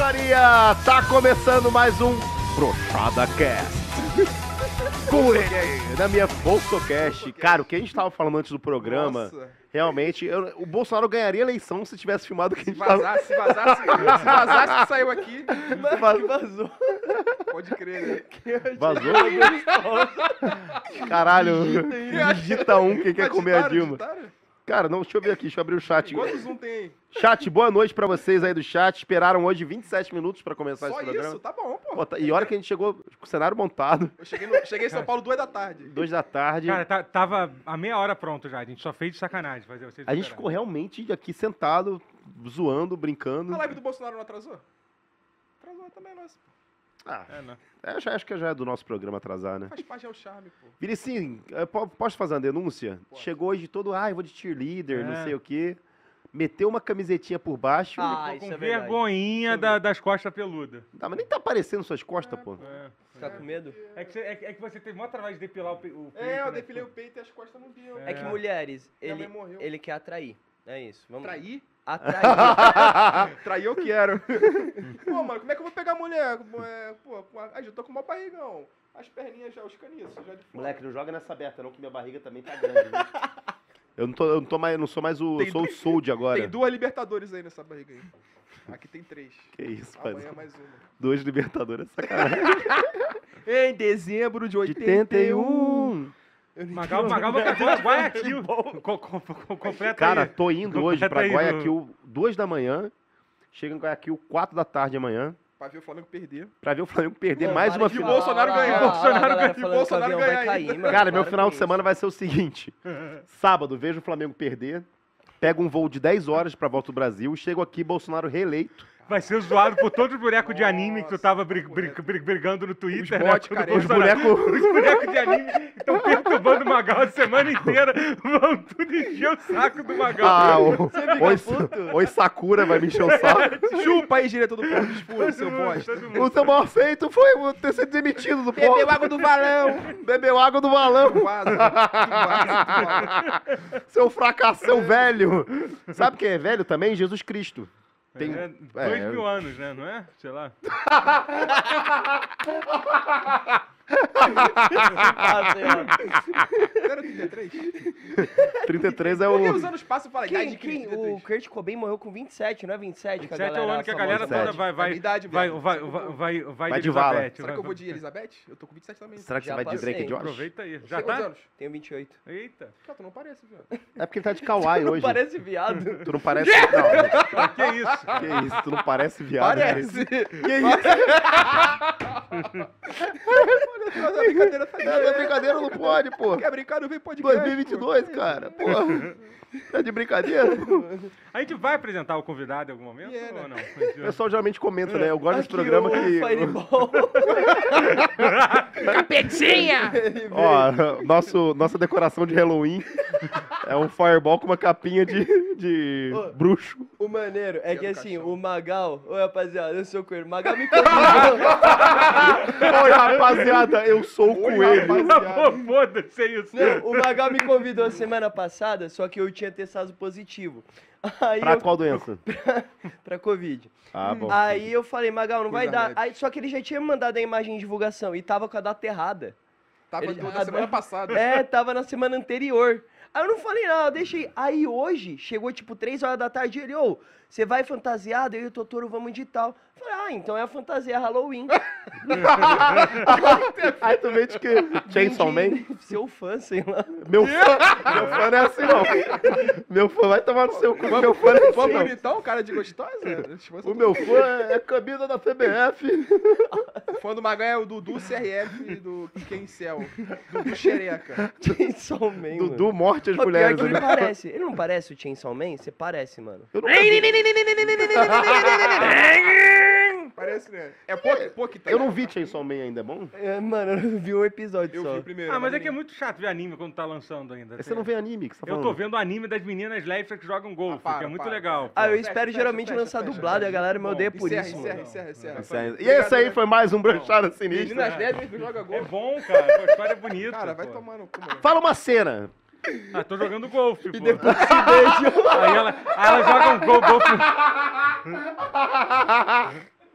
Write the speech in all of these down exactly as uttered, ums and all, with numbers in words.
gritaria! Tá começando mais um Brochada Cast. Com ele, na minha Bolsocast. Cara, o que a gente tava falando antes do programa, Nossa. realmente, eu- o Bolsonaro ganharia a eleição se tivesse filmado o que a Se gente tava... vazasse, se vazasse, se vazasse que saiu aqui, Vazou. Vazou. pode crer, né? Vazou? Caralho, digita um quem quer comer a Digitaram, Dilma. digitaram? Cara, não, deixa eu ver aqui, deixa eu abrir o chat. Quantos um tem aí? Chat, boa noite pra vocês aí do chat. Esperaram hoje vinte e sete minutos pra começar Só esse programa. isso? Tá bom, pô. Pô, tá- e hora que a gente chegou com o cenário montado, Eu cheguei, no- cheguei em São Paulo duas da tarde. duas da tarde. Cara, tá- tava a meia hora pronto já. A gente só fez de sacanagem fazer vocês. A gente esperarem. ficou realmente aqui sentado, zoando, brincando. A live do Bolsonaro não atrasou? Atrasou também, nossa. Ah, É, não. eu já, acho que já é do nosso programa atrasar, né? Faz parte, é o charme, pô. Vinicinho, eu po- posso fazer uma denúncia? Pode. Chegou hoje todo, ah, eu vou de cheerleader, não É. sei o quê. Meteu uma camisetinha por baixo. Ah, Com isso é verdade. vergonhinha da- das costas peludas. Tá, mas nem tá aparecendo suas costas, pô. É. Tá com medo? É que, você, é, que- é que você teve maior trabalho de depilar o, pe, o peito. É, eu né? depilei o peito e as costas não viam. É, que É. mulheres, Minha ele, mãe morreu. ele quer atrair. É isso. Vamos Trair? Atrair. Trair eu quero. Pô, mano, como é que eu vou pegar a mulher? É, pô, com a- ai, eu tô com uma barrigão. As perninhas já, os caniços, já de fora. Moleque, não joga nessa aberta não, que minha barriga também tá grande. viu? Eu não, tô, eu não, tô mais, não sou mais o... Tem Eu sou o duas- Sold agora. Tem duas Libertadores aí nessa barriga aí. Aqui tem três. Que isso, pai. Amanhã mais uma. Dois Libertadores, é sacanagem. Em dezembro de oitenta e um. Magal, Magal vai cantar Guayaquil. Co- co- co- Completa Cara, aí. tô indo hoje Completa pra aí, Guayaquil duas da manhã. Chega em Guayaquil quatro da tarde amanhã. Pra ver o Flamengo perder. Pra ver o Flamengo perder Pô, mais para uma de final. falar. Bolsonaro Olha lá, ganhar. olha lá, Bolsonaro a galera ganhar. falando que o Bolsonaro avião vai ganhar cair, ainda. mano. Cara, meu Para final com de isso. semana vai ser o seguinte. Sábado, vejo o Flamengo perder. Pego um voo de dez horas pra volta do Brasil. Chego aqui, Bolsonaro reeleito. Vai ser zoado por todos os bonecos de anime que tu tava bri- Nossa, bri- bri- brigando no Twitter, Os né? bots, Quando cara, o Os Bolsonaro- bonecos... Os bonecos de anime estão perturbando o Magal a semana inteira. Vão tudo encher o saco do Magal. Ah, o... fica Oi, puto? Oi, Sakura vai me encher o saco. Chupa aí, diretor do Porto Expulso, Todo seu mundo, bosta. todo mundo. O seu maior feito foi ter sido demitido do posto. Bebeu água do valão. Bebeu água do valão. Tu vaza. Tu vaza, tu vaza. Seu fracassão velho. Sabe quem é velho também? Jesus Cristo. Tem... É, é, dois mil anos, né? Não é? Sei lá. Ah, sei lá. Era trinta e três? trinta e três é Por que o... os anos passam e fala idade Quem, de quem, Cristo? trinta e o três? Kurt Cobain morreu com vinte e sete, não é vinte e sete? que a vinte e sete é o galera ano que a famosa galera fala? toda vai, vai, É minha idade, vai, viado. vai, Será que eu vai, vou- vai, vai, Vai de de vala. Elizabeth. Será vai- que eu vou de Elizabeth? Eu tô com vinte e sete também. Será que Já você vai de Drake passei. Josh? Aproveita aí. Você Já tem quantos tá? anos? Tenho vinte e oito. Eita. Cara, tu não parece, viado. É porque ele tá de kawaii hoje. Parece viado. Tu não parece... Não, Que isso? que isso, tu não parece viado. Parece. Que isso? Mas a brincadeira tá Essa brincadeira não pode, pô. Quer brincar? Não vem podcast. dois mil e vinte e dois, cara. Porra. Tá de brincadeira? A gente vai apresentar o convidado em algum momento Yeah, ou não? O pessoal geralmente comenta, né? Eu gosto desse Aqui, programa o que... Fireball. Capetinha! Ó, nosso, nossa decoração de Halloween é um fireball com uma capinha de, de Ô. bruxo. O maneiro é Dia que do assim, cachorro. o Magal... Oi, rapaziada, eu sou o Coelho. O Magal me convidou. Oi, rapaziada, eu sou o Oi, coelho. rapaziada. Pô, foda-se, é isso. Não, o Magal me convidou semana passada, só que eu tinha testado positivo. Aí Pra eu, qual doença? pra Covid. Ah, bom. Aí eu falei, Magal, não vai Coisa dar. leve. Aí, só que ele já tinha me mandado a imagem de divulgação e tava com a data errada. Tava Ele- do- da semana passada. É, tava na semana anterior. Aí eu não falei nada, deixei. Aí hoje, chegou tipo três horas da tarde, ele, ô, você vai fantasiado? Eu e o Totoro vamos de tal. Eu falei, ah, então é a fantasia Halloween. Aí tu vê de que Chainsaw Man? Seu fã, sei lá. Meu fã, meu fã não é assim, não. Meu fã vai tomar no seu cu. Meu fã não é Fã assim, não. bonitão, cara de gostosa? O meu fã é camisa da C B F. O fã do Magal é o Dudu C R F do Kencel. Dudu Xereca. Chainsaw Man, Dudu mano. morte as Pô, pior mulheres. que ele né? parece. Ele não parece o Chainsaw Man? Você parece, mano. Eu nunca vi. Parece, né? É pouco, pouco tá Eu não vi Chainsaw Man ainda, é bom? É, mano, eu vi um episódio Eu só. vi o primeiro. Ah, mas é que é muito chato ver anime quando tá lançando ainda. Você não vê anime, que você tá Eu falando? tô vendo o anime das meninas lésbicas que jogam golfe, Ah, para, que é muito para. legal. Ah, eu Fecha, espero fecha, geralmente fecha, lançar fecha, dublado e a galera me Bom, odeia por encerra, isso, encerra, mano. encerra, encerra. Esse aí- E esse aí foi mais um brochada sinistra. Meninas lésbicas que jogam É gol. bom, cara. Pô, a história é bonita. Cara, vai pô. tomar no cu, mano. Fala uma cena. Ah, tô jogando golfe, pô. Depois se beijam. Aí ela, aí ela joga um gol, golfe.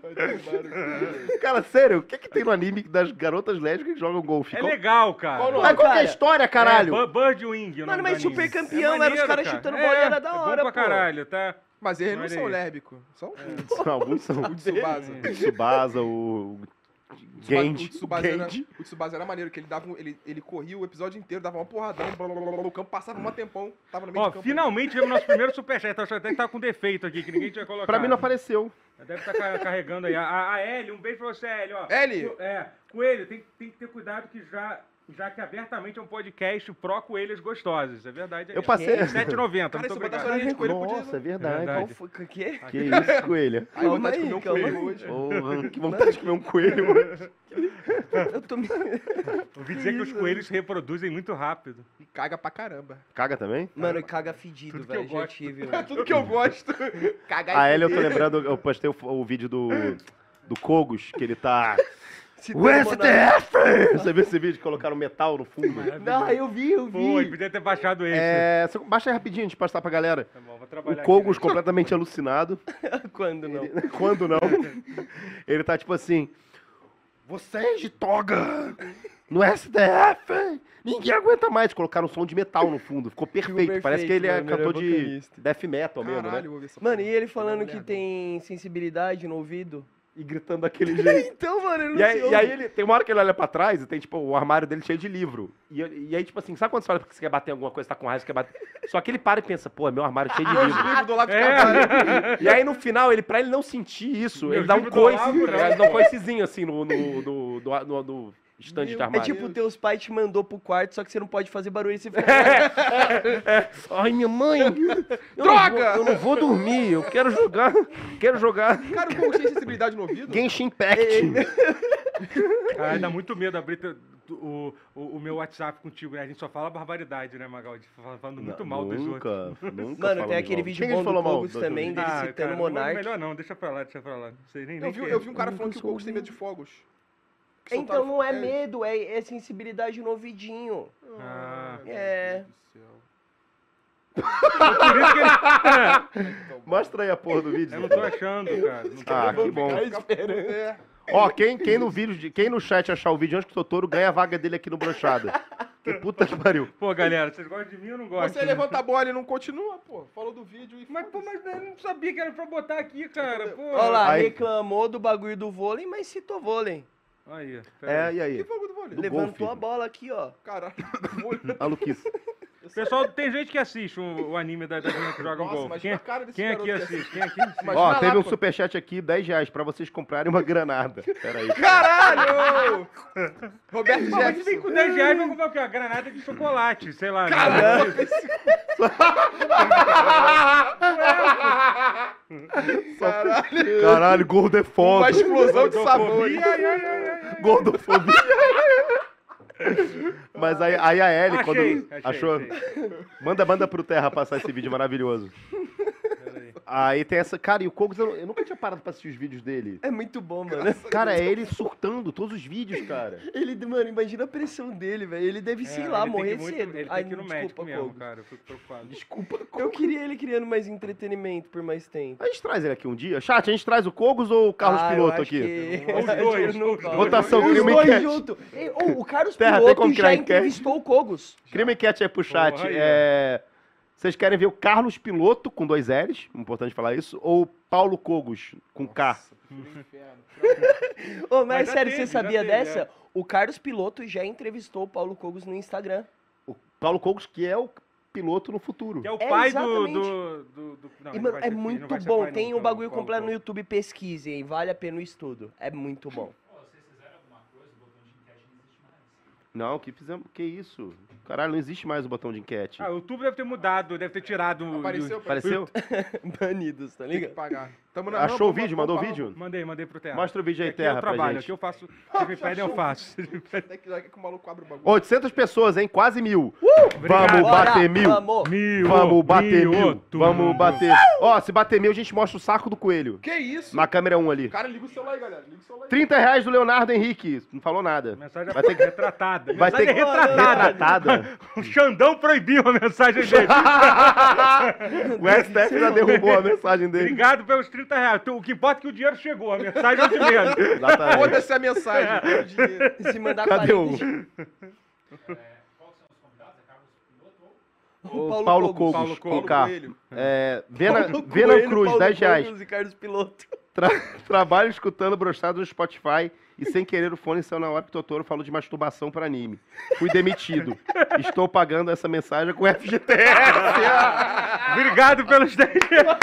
Cara, sério, o que que tem no anime das garotas lésbicas que jogam golfe? É Qual- legal, cara. Qual o nome? Mas qual que é a Cara, história, caralho? É, Bu- Birdwing. o Mano, nome mas do super anime. campeão, É era os maneiro, caras cara. chutando É, bola, era da é hora, bom pra pô. caralho, tá? Mas eles não Olha são aí. lésbicos. São Não, alguns são. o Tsubasa. O Tsubasa, o... Genji. O Tsubasa, era, Genji. o Tsubasa era maneiro, que ele, dava um- ele, ele corria o episódio inteiro, dava uma porradão, blá, blá, blá, blá, o campo passava um tempão, tava no meio Ó, do campo. finalmente vemos nosso primeiro superchat. Eu achei até que tava com defeito aqui, que ninguém tinha colocado. Pra mim não apareceu. Deve estar carregando aí. A, a, a Ellie, um beijo pra você, Ellie, ó. Ellie! Co- É, Coelho, tem, tem que ter cuidado que já, já que abertamente é um podcast pró coelhas gostosas. É verdade. Eu passei- sete reais e noventa, Cara, muito se botar obrigado. só gente coelho podia... Nossa, é verdade. Verdade. Qual foi? O quê? Que isso, coelho? Ai, Calma vontade de aí, comer um calma coelho aí. hoje. Porra, que vontade de comer um coelho hoje. Eu tô me... Ouvi dizer que os coelhos se reproduzem muito rápido. E caga pra caramba. Caga também? Mano, caga fedido, Tudo que velho. eu Já gosto. tive, mano. Tudo que eu gosto. Cagar A e Ellie, eu tô feder. lembrando, eu postei o, o vídeo do, do Kogos, que ele tá... Se O todo S mundo- T F! Você viu esse vídeo que colocaram metal no fundo? Não, eu vi, eu Pô, ele vi. podia ter baixado esse. É, você baixa aí rapidinho, a gente passar pra galera. Tá bom, vou O trabalhar Kogos aqui, né? completamente alucinado. Quando não? Ele- quando não? Ele tá tipo assim... Vocês de toga no S T F! Ninguém aguenta mais. Colocaram um som de metal no fundo. Ficou perfeito. perfeito, Parece que ele é mano, ele é cantor de vocalista. death metal mesmo, Caralho, né? eu vou ver essa Mano, porra. e ele falando Uma que merda. tem sensibilidade no ouvido? E gritando daquele jeito. Então, mano, ele não E aí, se e ouve. aí ele, tem uma hora que ele olha pra trás e tem, tipo, o armário dele cheio de livro. E, e aí, tipo assim, sabe quando você fala que você quer bater em alguma coisa, tá com raiva, você quer bater... Só que ele para e pensa, pô, é meu armário cheio de Meus livro. livros do lado de É. cá. E aí, no final, ele, pra ele não sentir isso, Meus ele dá um livros do coice, lado, não. ele dá um coicezinho, assim, no, no, no, no, no, no estande de Meu É armário. tipo, teus pais te mandou pro quarto, só que você não pode fazer barulho e você fica... Ai, minha mãe! eu não Droga! vou- eu não vou dormir, eu quero jogar, quero jogar Cara, o Kogos tem sensibilidade no ouvido? Genshin Impact. Caralho, dá muito medo abrir teu- tu- o, o, o meu WhatsApp contigo, né? A gente só fala barbaridade, né, Magaldi? Falando muito mal dos outros. Nunca, nunca Mano, tem falamos aquele mal. vídeo Quem bom que do falou mal Kogos dos também, outros? dele Ah, citando cara, o Monark. melhor não, deixa pra lá, deixa pra lá. Não sei nem, nem Eu vi, quem é. eu vi um cara Eu falando que nunca o Kogos tem soube. medo de fogos. Que Então soltaram- não é medo, é, é sensibilidade no ouvidinho. Ah. meu É. Deus do céu. Por isso que ele... Mostra aí a porra do vídeo. Eu não tô achando, cara. Não tô... Ah, que bom. É. Ó, quem, quem, no vídeo, de- quem no chat achar o vídeo antes que o Totoro ganha a vaga dele aqui no Brochada. Que puta que pariu. Pô, galera, vocês gostam de mim ou não gostam? Você levanta a bola e não continua, pô. Falou do vídeo e... Mas, pô, mas eu não sabia que era pra botar aqui, cara. Pô. Olha lá, Aí- reclamou do bagulho do vôlei, mas citou vôlei. Aí, pera É, aí. e aí? Que fogo do vôlei? Do Levantou golfe. a bola aqui, ó. Caralho, do vôlei. Maluquice. Pessoal, tem gente que assiste o, o anime da, das meninas que jogam Nossa, golfe. imagina Quem, a cara desse quem aqui garoto que assiste? Quem aqui assiste? Imagina Ó, lá, teve um pô. superchat aqui, dez reais, pra vocês comprarem uma granada. Pera aí. Caralho! Roberto Pô, mas se vem Jefferson. com dez reais, vai comprar o quê? Uma granada de chocolate, sei lá. né? Caralho! Caralho! Caralho, gordofobia. Uma explosão de sabor. Ai, ai, ai, ai, ai. Gordofobia. Mas aí, aí a Ellie, Achei, quando achei, achou... achei. Manda, manda pro Terra passar esse vídeo maravilhoso. Peraí. Aí tem essa... Cara, e o Kogos, eu, eu nunca tinha parado pra assistir os vídeos dele. É muito bom, mano. Cara, é ele surtando todos os vídeos, cara. Ele, mano, imagina a pressão dele, velho. Ele deve, sei É, lá, ele tem morrer que muito- cedo. Ele tem Ai, que ir no desculpa, médico mesmo, Kogos. cara. Eu fico preocupado. Desculpa, Eu queria ele criando mais entretenimento por mais tempo. A gente traz ele aqui um dia. Chat, a gente traz o Kogos ou o Carlos Ah, eu Piloto acho aqui? que- Os dois, Eu não- os dois. Votação, Os cria uma dois enquete. junto. Ei, ô, o Carlos Terra, tem Piloto como criar já enquete? entrevistou o Kogos. Cria uma enquete aí pro chat. Porra, aí, é... Vocês querem ver o Carlos Piloto com dois L's, importante falar isso, ou o Paulo Kogos com K? Nossa, que inferno. Ô, mas, Mas já sério, teve, você já sabia teve, dessa? é. O Carlos Piloto já entrevistou o Paulo Kogos no Instagram. O Paulo Kogos, que é o piloto no futuro. Que é o É, pai do, exatamente. do, do, do- não, E, ele mano, vai é ser filho, não muito vai ser bom. pai, Tem não, o que é bagulho Paulo completo no Kogos. YouTube, pesquisem. Vale a pena o estudo. É muito bom. Não, que fizemos. Que isso? Caralho, não existe mais o botão de enquete. Ah, o YouTube deve ter mudado, deve ter tirado. o- Apareceu, o- Apareceu? Banidos, tá Tem que ligado? pagar. Tamo na Achou o rampa, vídeo? vamos Mandou o pra vídeo? Mandei, mandei pro Terra. Mostra o vídeo aí, Aqui Terra, eu pra trabalho, gente. aqui eu faço. Se me pedem, eu faço. rampa. É que já que o maluco abre o bagulho. oitocentas pessoas, hein? Quase mil. Uh! Vamos Bora, bater mil. Vamos. Mil. Vamos bater mil. outro. Vamos bater. Ó, se bater mil, a gente mostra o saco do coelho. Que isso? Na câmera um ali. Cara, liga o celular aí, galera. Liga o celular aí. trinta reais do Leonardo Henrique. Não falou nada. Mensagem Vai ter que... retratada. Vai ter Mensagem que... retratada. Retratada. O Xandão proibiu a mensagem dele. O S T F já derrubou a mensagem dele. Obrigado pelos trinta reais. O que importa é que o dinheiro chegou. A mensagem é de menos. Exatamente. Foda-se a mensagem. o dinheiro. Se mandar Cadê o... quarenta... O Paulo Cogos. Paulo Cogos. Colocar. Paulo Coelho. É, Vena, Paulo Venan Coelho, Cruz, Paulo dez reais. Cogos e Carlos Piloto. Tra- Trabalho escutando brochado no Spotify e sem querer o fone saiu na hora que o Totoro falou de masturbação pra anime. Fui demitido. Estou pagando essa mensagem com F G T S. Obrigado pelos dez reais.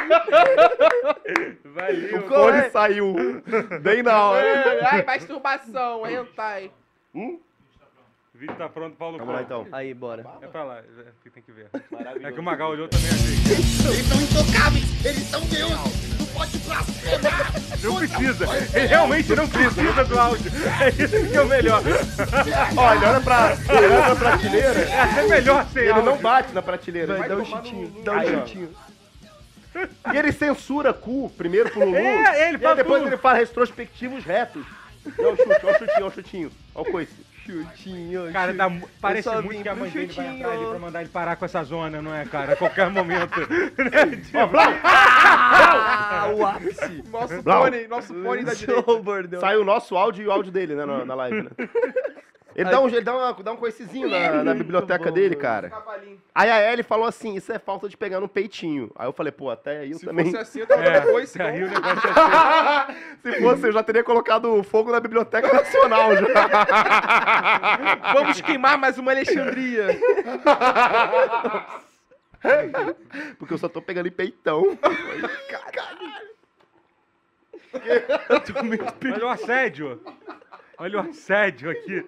Valeu. O fone saiu. Bem na hora. É, Ai, masturbação, hentai. Hum? O vídeo tá pronto, Paulo Vamos lá Cogos. então. Aí, bora. É pra lá, é que tem que ver. É que o Magal olhou também achei. Eles são intocáveis, eles são deuses. Não pode blasfemar. Não precisa. Ele realmente não precisa do áudio. É isso que é o melhor. Ó, ele olha pra, ele olha pra prateleira. É até melhor sem Ele áudio. não bate na prateleira. Vai, Ele dá um dá um chutinho. chute. Dá um Aí, ó. chutinho. E ele censura cu primeiro pro Lulu. É, ele e fala aí depois tudo. ele faz retrospectivos retos. Olha o chute, olha o chutinho, olha o chutinho. Olha o coice. Chutinho, Cara, dá, chutinho. parece Eu só muito vim que a pro mãe dele vai chutinho. atrás dele pra mandar ele parar com essa zona, não é, cara? A qualquer momento. Ó, Blau! Ah, o ápice. Nosso Blau. pônei, nosso pônei da direita. Show, bordão. Saiu o nosso áudio e o áudio dele, né, na, na live, né? Ele dá um, ele dá uma, dá um coicezinho na, na biblioteca bom, dele, mano. cara. Cavalinho. Aí a Ellie falou assim, isso é falta de pegar no peitinho. Aí eu falei, pô, até aí eu Se também... fosse assim, eu tava É, dando coice. aí o negócio é Se fosse, eu já teria colocado fogo na Biblioteca Nacional já. Vamos queimar mais uma Alexandria. Porque eu só tô pegando em peitão. Olha o assédio. Olha o assédio aqui.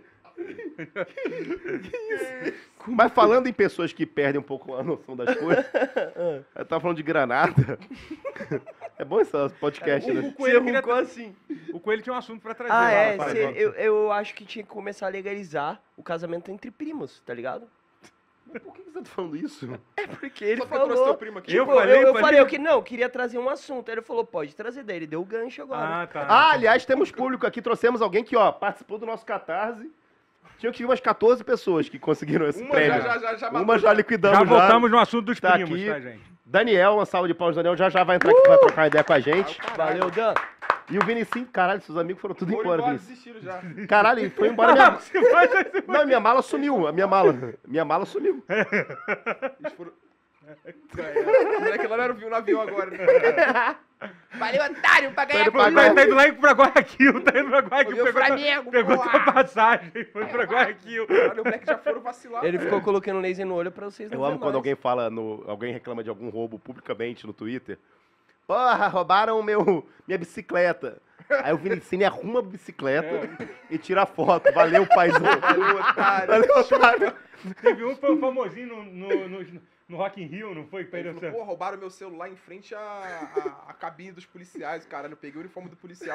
Mas falando em pessoas que perdem um pouco a noção das coisas, eu tava falando de granada. É bom esse podcast, O, né? o Você Coelho queria roncou assim. O Coelho tinha um assunto pra trazer. Ah, Fala, é. fala, cê- fala. eu, eu acho que tinha que começar a legalizar o casamento entre primos, tá ligado? Por que você tá falando isso? É porque ele Só porque eu trouxe falou... teu primo aqui. Tipo, Eu falei, eu, eu falei. falei, eu que não, eu queria trazer um assunto. Aí ele falou, pode trazer. Daí ele deu o gancho agora. Ah, tá. Ah, aliás, temos público aqui. Trouxemos alguém que, ó, participou do nosso Catarse. Tinha que ir umas quatorze pessoas que conseguiram esse Uma já, prêmio. já, já, já matou. Uma já liquidamos Já voltamos no assunto dos Tá primos, aqui. tá, gente? Daniel, uma salva de palmas, Daniel. Já já vai entrar aqui pra trocar ideia com a gente. Valeu, Dan. E o Vinicinho, caralho, seus amigos foram tudo Foram embora, embora, Vinicius. desistiram já. Caralho, ele foi embora minha... Se vai, vai, se vai. Não, minha mala sumiu. A minha mala. Minha mala sumiu. Eles foram... O moleque lá não era o no avião agora, né? Valeu, otário, pra ganhar Ele Vai, pagou- tá indo lá pra Guayaquil, tá indo pra Guayaquil. Meu Pegou, Flamengo, tua, pegou porra. tua passagem, foi pra Guayaquil. Olha, o moleque já foram vacilar. Ele ficou colocando laser no olho pra vocês não Eu amo verem quando mais. alguém fala, no, alguém reclama de algum roubo publicamente no Twitter. Porra, roubaram meu, minha bicicleta. Aí o Vinicius arruma a bicicleta e tira a foto. Valeu, paizão. Valeu, otário. Valeu, otário. Teve um que foi famosinho no, no, no, no Rock in Rio, não foi? Que Ele perdeu falou, pô, roubaram meu celular em frente à, à, à cabine dos policiais, caralho. Eu peguei o uniforme do policial.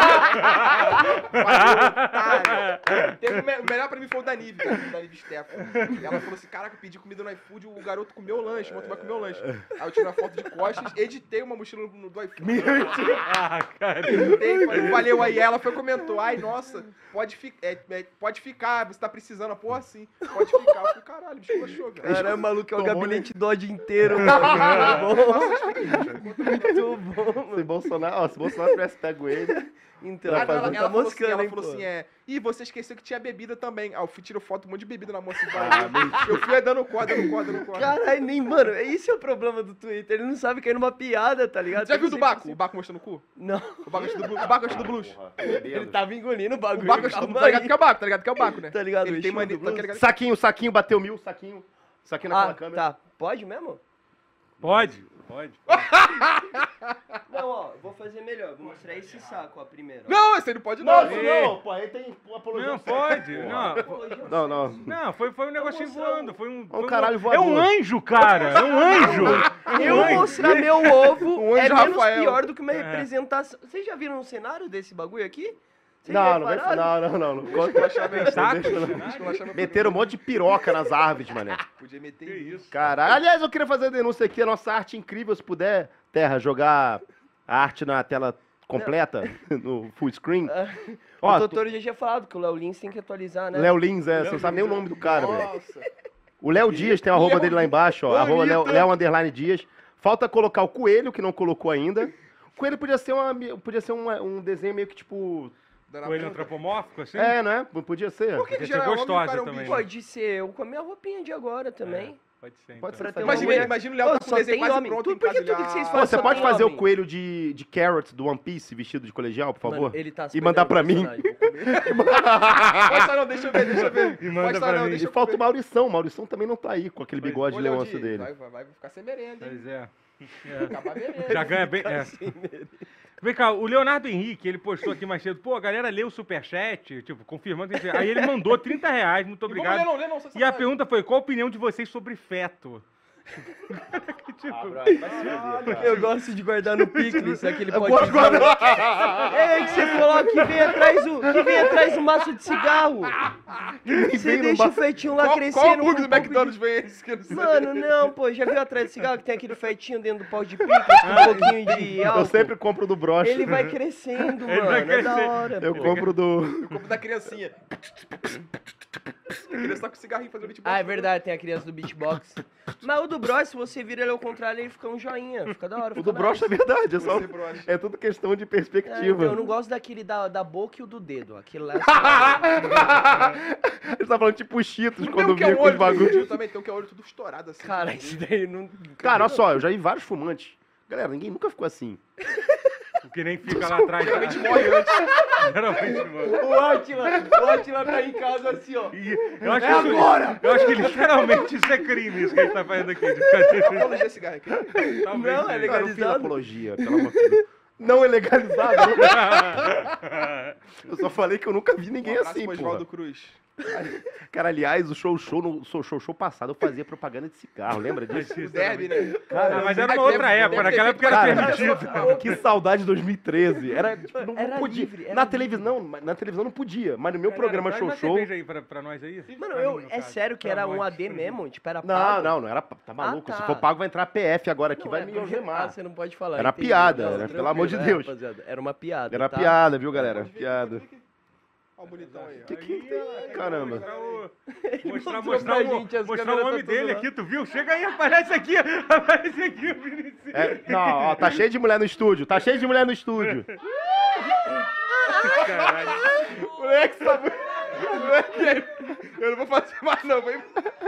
Valeu, otário. Teve o me- o melhor pra mim foi o da Nive, cara, o da Nive Stefan. E ela falou assim, caraca, eu pedi comida no iFood, o garoto comeu o lanche, o outro vai comer o lanche. Aí eu tirei uma foto de costas, editei uma mochila no, no, do iFood. Ah, cara. Editei, falei, valeu. Aí ela foi e comentou, ai, nossa, pode, fi é, é, pode ficar, você tá precisando, a porra assim. Pode ficar. Eu falei, caralho, bicho, achou, velho. Caramba, maluco, é o Tomou, gabinete Dodge inteiro, mano. Muito bom, Se mano. Bolsonaro, ó, se Bolsonaro tivesse pego ele. Então, Vai Aí ela, fazer. ela tá falou assim, moscando, ela hein, falou pô. assim, é, ih, você esqueceu que tinha bebida também. Ah, eu fui tirou foto, um monte de bebida na moça. Ah, eu fui dando corda, dando corda, dando corda. Caralho, nem, mano, esse é o problema do Twitter. Ele não sabe cair numa piada, tá ligado? Já Tem viu que do ser Baco? possível. O Baco mostrando o cu? Não. O Baco antes do Blues. O Baco antes do Blues. Porra, Ele bebendo. tava engolindo o O bagulho. Baco antes do calma Blues. Tá ligado aí. que é o Baco, tá ligado que é o Baco, né? Tá ligado? Ele o tem estilo mania, do tá blues. ligado? Saquinho, saquinho, bateu mil, saquinho. Saquinho naquela Ah, câmera. tá. Pode mesmo? Pode, pode. Não, ó, eu vou fazer melhor. Vou mostrar esse saco, ó, primeiro. ó. Não, esse aí não pode não. Não, esse- não, pô, aí tem uma apologia. Não, pode. Não, Não, não. não foi, foi um negocinho voando. Foi um, foi um caralho É voador. um anjo, cara. É um anjo. É um Eu anjo. mostrar meu ovo O é anjo menos Rafael. pior do que uma É. representação. Vocês já viram um cenário desse bagulho aqui? Vocês Não, não, vem, repararam? não, não, não. não. Conta- Esculachar meu- Saco? esculachar meu Meteram um monte de piroca nas árvores, mané. Podia meter Que isso. isso? Caralho. Aliás, eu queria fazer a denúncia aqui. A nossa arte incrível, se puder, Terra, jogar a arte na tela completa, no full screen. Ó, o doutor já tinha falado que o Léo Lins tem que atualizar, né? Léo Lins, é, você não sabe nem o nome do cara, velho. Nossa. O Léo Dias tem o arroba Léo dele lá embaixo, ó. Bonito. Arroba Léo, Léo underline Dias. Falta colocar o coelho, que não colocou ainda. O coelho podia ser, uma, podia ser uma- um desenho meio que tipo. Dando a Coelho ponta. antropomórfico, assim? É, né? Podia ser. Por que que Podia ser geral homem e o gostosa cara é um também, bicho? né? Pode ser eu com a minha roupinha de agora também. Pode ser, então. Pode ser. Pra ter uma Imagina, mulher. imagina o Léo Pô, tá com só o desenho tem quase homem. pronto Tu- em por que casa tudo já. que vocês Pô, fazem você só pode tem fazer o homem? coelho de, de Carrot do One Piece vestido de colegial, por favor? Mano, ele tá se E mandar perdendo pra no mim. personagem. Pode só não, deixa eu ver, deixa eu ver. E manda Pode só pra não, mim. deixa E eu falta o ver. Maurição. O Maurição também não tá aí com aquele Pois- bigode Ô, leonço Leodir, dele. Vai, vai, vai ficar sem merenda, hein? Pois é. Vai acabar a merenda. Já ganha bem. É. Vem cá, o Leonardo Henrique, ele postou aqui mais cedo, pô, a galera leu o superchat, tipo, confirmando que a gente... Aí ele mandou trinta reais, muito E vamos obrigado. ler, não, ler, não, você E a sabe. pergunta foi, qual a opinião de vocês sobre feto? tipo, Eu gosto de guardar no picles, aquele Eu potinho. gosto de guardar- É que você coloca que vem atrás do, que vem atrás do maço de cigarro. Você vem no deixa o maço- fetinho lá Qual, crescendo. qual o com bug um do pouco McDonald's vem esse que eu não de- sei? Mano, não, pô, já viu atrás do cigarro que tem aquele fetinho dentro do pau de picles com um pouquinho de álcool? Eu sempre compro do broche. Ele vai crescendo, Ele mano, vai é da crescer. hora, Eu pô. compro do. Eu compro da criancinha. A criança tá com cigarrinho fazendo beatbox. Ah, é verdade, tem a criança do beatbox. Mas o do Bros, se você vira ele ao contrário, ele fica um joinha, fica da hora. O fica do nice. broche é verdade. É, só... Você brocha. é tudo questão de É, então, perspectiva. eu não gosto daquele da, da boca e o do dedo. Aquele lá é Ele tá falando tipo Cheetos Tem quando um que é vinha o com os olho bagulhos. fudido também, tem um que é o olho tudo estourado assim. Cara, isso daí não. Cara, olha só, eu já vi vários fumantes. Galera, ninguém nunca ficou assim. o que nem fica lá atrás. Geralmente morre antes. Geralmente morre. O Atila, o Atila tá em casa assim, ó. E eu acho que isso- Eu acho que literalmente isso é crime, isso que a gente tá fazendo aqui. De brincadeira. Apologia a cigarro aqui. Talvez Não, é seja. Cara, eu fiz legalizado. apologia, pelo amor de Deus. Não é legalizado. Eu só falei que eu nunca vi ninguém Um abraço assim, pro pô. Oswaldo Cruz. Cara, aliás, o show show no show, show show passado eu fazia propaganda de cigarro, lembra disso? O derby, né? Ah, mas era Ah, uma outra deve- época, deve naquela ter época era Cara, permitido. que saudade de dois mil e treze. Era, tipo, não, não Era podia. livre, era na livre. televisão, na televisão não podia, mas no meu programa Galera, show traz show. uma cerveja aí pra, pra nós aí. Mano, Pra eu, mim, no é caso. sério que Pra era um nós. A D mesmo? Tipo, era Não, pago? não, não era. Tá maluco. tá. Se for pago, vai entrar P F agora aqui, Não, vai é me porque- algemar. Ah, você não pode falar. Era entendi. piada, Não, né? tranquilo, Pelo amor de é, Deus. rapaziada, era uma piada. Era tá? piada, viu, galera? Piada. Olha o bonitão aí, ó. Que que Aí, tem? ela- Caramba. Mostrar, o- mostrar, mostrou mostrar, pra o, gente, as mostrar o câmeras homem tá tudo dele lá. aqui, tu viu? Chega aí, aparece aqui, aparece aqui o Vinicius. É, não, ó, tá cheio de mulher no estúdio. Tá cheio de mulher no estúdio. Caralho. Moleque, sabe? Moleque, eu não vou fazer mais não, vem.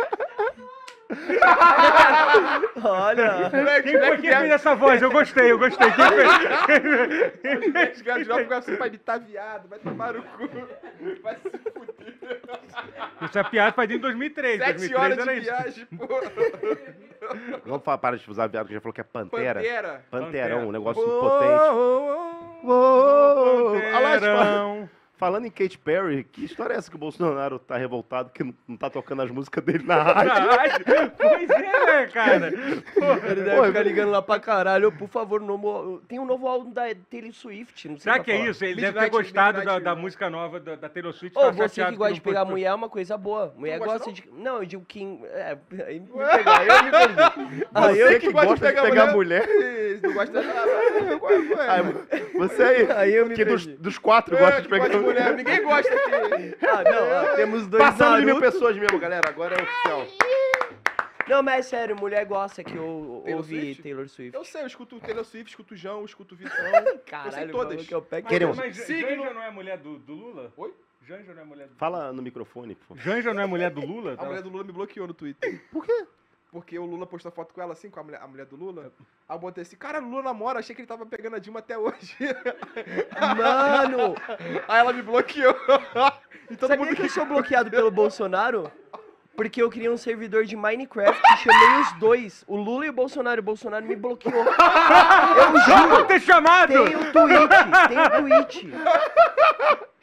Olha. Moleque, Quem foi que fez essa voz? Eu gostei, eu gostei. Quem fez? Os caras jogam assim pra imitar viado, vai tomar no cu. Vai se fuder. Isso é piada faz em dois mil e três. Sete dois mil e três horas de era isso. viagem, pô. Vamos falar, para de usar viado, que já falou que é pantera. Pantera. Panterão, um negócio Oh, potente. oh, oh. Uou! Olha lá, Panterão. falando em Katy Perry, que história é essa que o Bolsonaro tá revoltado que não, não tá tocando as músicas dele na rádio? Caralho. Pois é, né, cara? Porra. Ele deve ficar ligando lá pra caralho. Por favor, novo... tem um novo álbum da Taylor Swift. Não sei Será pra que é falar. isso? Ele Midnight- deve ter gostado da, Midnight- da música nova da, da Taylor Swift. Ô, tá você chateado que gosta não de pegar foi- mulher é uma coisa boa. Mulher Não gosta gosta, de. Não, eu digo que. É, aí me pegar, eu me perdi. Aí Você eu que gosta de pegar, mulher. Ih, Não gosta de... Aí, você aí, Aí eu me que dos, perdi. dos quatro É, gosta de que pegar gosta de mulher. mulher. Ninguém gosta aqui. Ah, não, ó, temos dois Passando de mil Naruto. pessoas mesmo, galera. Agora é oficial. Não, mas é sério, mulher gosta que eu Taylor ouvi Swift? Taylor Swift. Eu sei, eu escuto Taylor Swift, escuto o João, escuto o Vitão. Caralho, eu sei falou todas. que é o pé que- Queremos. Mas Signo. Janja não é mulher do, do Lula? Oi? Janja não é mulher do... Fala no microfone, por favor. Janja não é mulher do Lula? A mulher do Lula me bloqueou no Twitter. Por quê? Porque o Lula postou foto com ela assim, com a mulher, a mulher do Lula. Aí eu botei assim, cara, o Lula namora, achei que ele tava pegando a Dilma até hoje. Mano! Aí ela me bloqueou. E todo Sabia mundo que eu sou bloqueado pelo Bolsonaro? Porque eu criei um servidor de Minecraft e chamei os dois, o Lula e o Bolsonaro. O Bolsonaro me bloqueou. Eu Vamos juro! ter chamado! Tem o tweet, tem o tweet.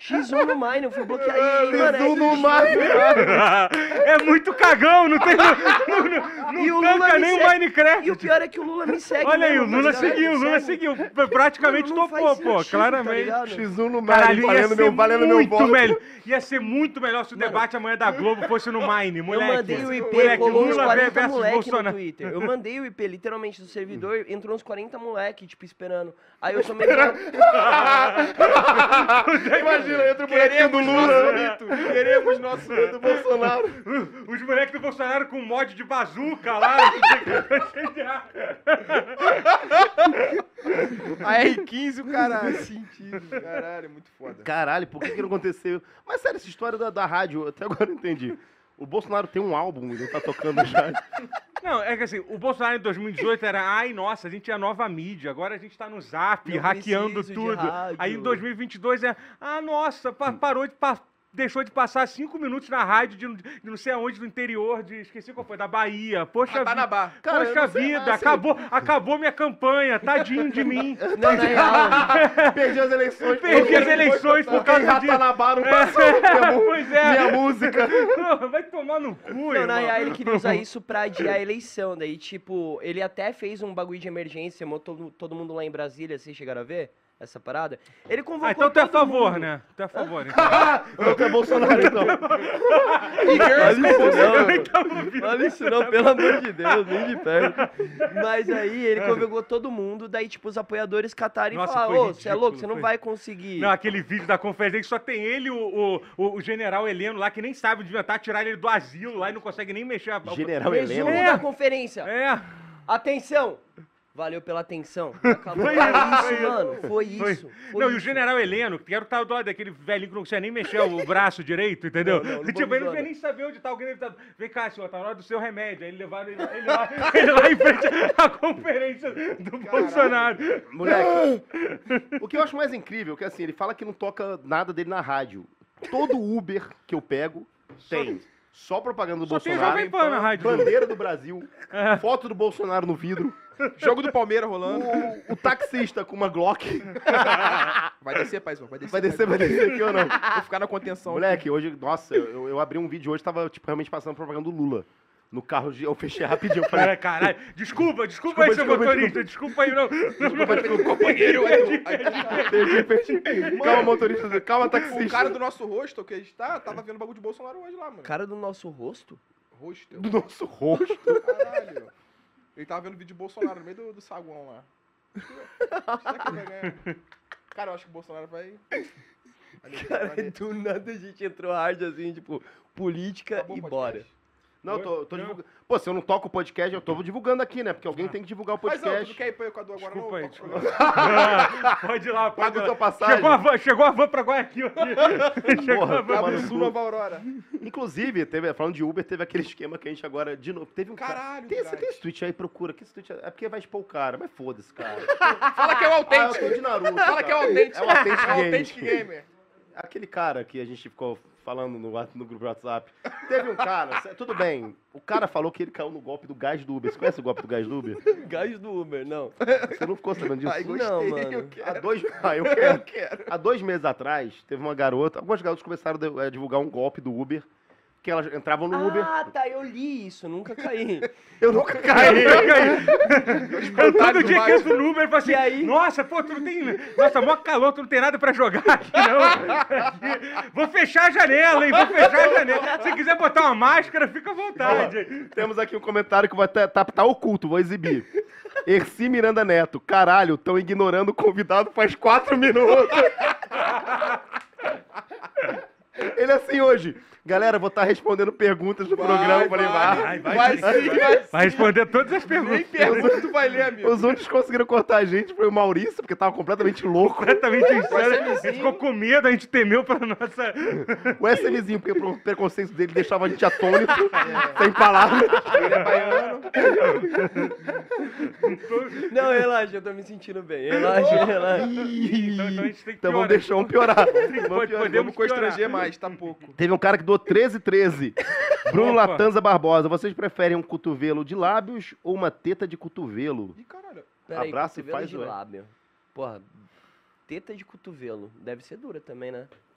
X um no Mine, eu fui bloqueado. E, mano, X um no é, Mine. É muito cagão, não tem. Não, não, não E o tanca Lula me nem o segue. Minecraft. E o pior é que o Lula me segue. Olha aí, mesmo, o tá Lula ligado? seguiu, o Lula Segue. seguiu. Praticamente Mano, não topou, faz pô, sentido, tá claramente. ligado? X um no Caralho, Mine, ia valendo ser meu, valendo meu muito voto. melhor. Ia ser muito melhor se o debate amanhã da Globo fosse no Mine, Eu moleque. mandei o I P, Moleque, colou uns Lula quarenta versus moleque no Bolsonaro. Twitter. Eu mandei o I P, literalmente, do servidor, entrou uns quarenta moleque, tipo, esperando. Aí eu tomei... Imagina, entra o bonequinho do Queremos Lula. nosso mito. Queremos nosso mito. Do Bolsonaro. Os moleques do Bolsonaro com mod de bazuca lá. A R quinze, o cara sentido. Caralho, é muito foda. Caralho, por que que não aconteceu? Mas sério, essa história da, da rádio, até agora eu entendi. O Bolsonaro tem um álbum e não tá tocando já. Não, é que assim, o Bolsonaro em dois mil e dezoito era, ai, nossa, a gente é a nova mídia, agora a gente tá no Zap, Não hackeando preciso de tudo. rádio. Aí em dois mil e vinte e dois é, ah, nossa, pa- parou de pa- deixou de passar cinco minutos na rádio de, de não sei aonde, do interior, de esqueci qual foi, da Bahia. Poxa Ratanabá. vida, Cara, eu poxa não sei, vida, mas, assim- acabou, acabou minha campanha, tadinho de mim. Não, na real, Perdi as eleições. Perdi as eleições por causa disso. Ratanabá não passou minha, mu- Pois é. minha música. Não, vai tomar no cu, não, irmão. na real ele queria usar isso pra adiar a eleição. Daí, tipo, ele até fez um bagulho de emergência, chamou todo, todo mundo lá em Brasília, vocês chegaram a ver essa parada? Ele convocou Ah, então tu é a todo favor, mundo. né? Tu é a favor, então. Eu tô Bolsonaro, então. Olha isso não, olha isso não, pelo amor de Deus, nem de perto. Mas aí ele convocou todo mundo, daí tipo os apoiadores cataram e Nossa, falaram, foi ô, você é ridículo, louco, você não foi. vai conseguir. Não, aquele vídeo da conferência que só tem ele e o, o, o general Heleno lá, que nem sabe onde inventar, tirar ele do asilo lá e não consegue nem mexer a... General Resumo Heleno. É. da conferência. É, Atenção! Valeu pela atenção. Acabou. Foi Foi isso, isso, foi isso. mano. Foi foi. isso. Foi Não, e o isso. general Heleno, que era o tal do lado daquele velhinho que não conseguia nem mexer o braço direito, entendeu? Não, não, não tipo, vou ele não zoar, ia não. nem saber onde tá alguém. Ele tá... Vem cá, senhor, tá na hora do seu remédio. Aí ele levaram ele, ele, lá, ele lá em frente à conferência do Bolsonaro. Moleque, o que eu acho mais incrível é que assim, ele fala que não toca nada dele na rádio. Todo Uber que eu pego tem só propaganda do Só tem Bolsonaro, Jovem Pan na rádio. bandeira do Brasil, foto do Bolsonaro no vidro, Jogo do Palmeiras rolando. o, o taxista com uma Glock. Vai descer, paizão. Vai descer. Vai descer, vai paizão. descer aqui ou não? Vou ficar na contenção. Moleque, hoje, nossa, eu, eu abri um vídeo hoje, tava tipo, realmente passando propaganda do Lula. No carro, de, eu fechei rapidinho, eu falei, Cara, caralho. Desculpa, desculpa, Desculpa, aí, seu desculpa, motorista. Desculpa aí, não. desculpa, desculpa, Companheiro, perdi, perdi. Calma, motorista, calma, O taxista. cara do nosso hostel que a gente tá, tava vendo bagulho de Bolsonaro hoje lá, mano. Cara do nosso rosto? Hostel. Do nosso rosto. Caralho. Ele tava vendo vídeo de Bolsonaro no meio do, do saguão lá. Será que ele vai ganhar? Cara, eu acho que o Bolsonaro vai... vai Cara, vai- do nada a gente entrou hard assim, tipo, política Acabou e o podcast. bora. Não, eu tô, tô Não. divulgando. Pô, se eu não toco o podcast, eu tô divulgando aqui, né? Porque alguém tem que divulgar o Mas, ó, tu não podcast. quer ir pro Equador agora, Desculpa não? aí, Toca o desculpa. programa. Pode ir lá, pode Paga ir o lá. teu passagem. Chegou a van, chegou a van pra Guayaquil aqui. Chegou Porra, a van. toma Cabo no Sul, cu. Nova Aurora. Inclusive, teve, falando de Uber, teve aquele esquema que a gente agora, de novo, teve um cara... Caralho, Tem, você Drake. tem esse tweet aí, procura. Que esse tweet é, é porque vai expor o cara, mas foda-se, cara. Fala que é o Ah, eu autêntico. tô de Naruto. Fala que é o cara. autêntico. É o Authentic É o Games. Authentic Gamer. Aquele cara que a gente ficou falando no, wa- no grupo do WhatsApp. Teve um cara, cê- tudo bem, o cara falou que ele caiu no golpe do gás do Uber. Você conhece o golpe do gás do Uber? Gás do Uber, não. Você não ficou sabendo disso? Ai, gostei. Não, mano. Eu quero. Há dois, ah, eu quero. Há dois meses atrás, teve uma garota, algumas garotas começaram a divulgar um golpe do Uber, que elas entravam no Uber. Ah, tá, eu li isso, nunca caí. Eu nunca Aí, caí. aí. Eu todo dia que entro no Uber, eu falo assim, E aí? nossa, pô, tu não tem... Nossa, mó calor, tu não tem nada pra jogar aqui, não. Aqui. Vou fechar a janela, hein, vou fechar a janela. Se quiser botar uma máscara, fica à vontade. Temos aqui um comentário que vai tá, tá, tá oculto, vou exibir. Erci Miranda Neto, caralho, tão ignorando o convidado faz quatro minutos. Ele é assim hoje. Galera, vou estar respondendo perguntas do Vai, programa. Eu falei, vai, vai. vai, Vai vai, sim, vai sim. Vai responder todas as Nem perguntas. pergunta tu vai ler, amigo. Os únicos que conseguiram cortar a gente foi o Maurício, porque tava completamente louco. Completamente insano. A gente SMzinho. ficou com medo, a gente temeu pra nossa... O SMzinho, porque o preconceito dele deixava a gente atônito, sem palavras. Ele é baiano. Não, relaxa, eu tô me sentindo bem. Relaxa, relaxa. Então, então a gente tem que Então vamos piorar. deixar um piorar. Vamos Pode- piorar. podemos Vamos piorar. constranger mais, tá pouco. Teve um cara que doou treze treze. Bruno Opa. Latanza Barbosa, vocês preferem um cotovelo de lábios ou uma teta de cotovelo? Ih, caralho. Peraí, Abraço e cotovelo faz de o- lábio. Porra, teta de cotovelo. Deve ser dura também, né?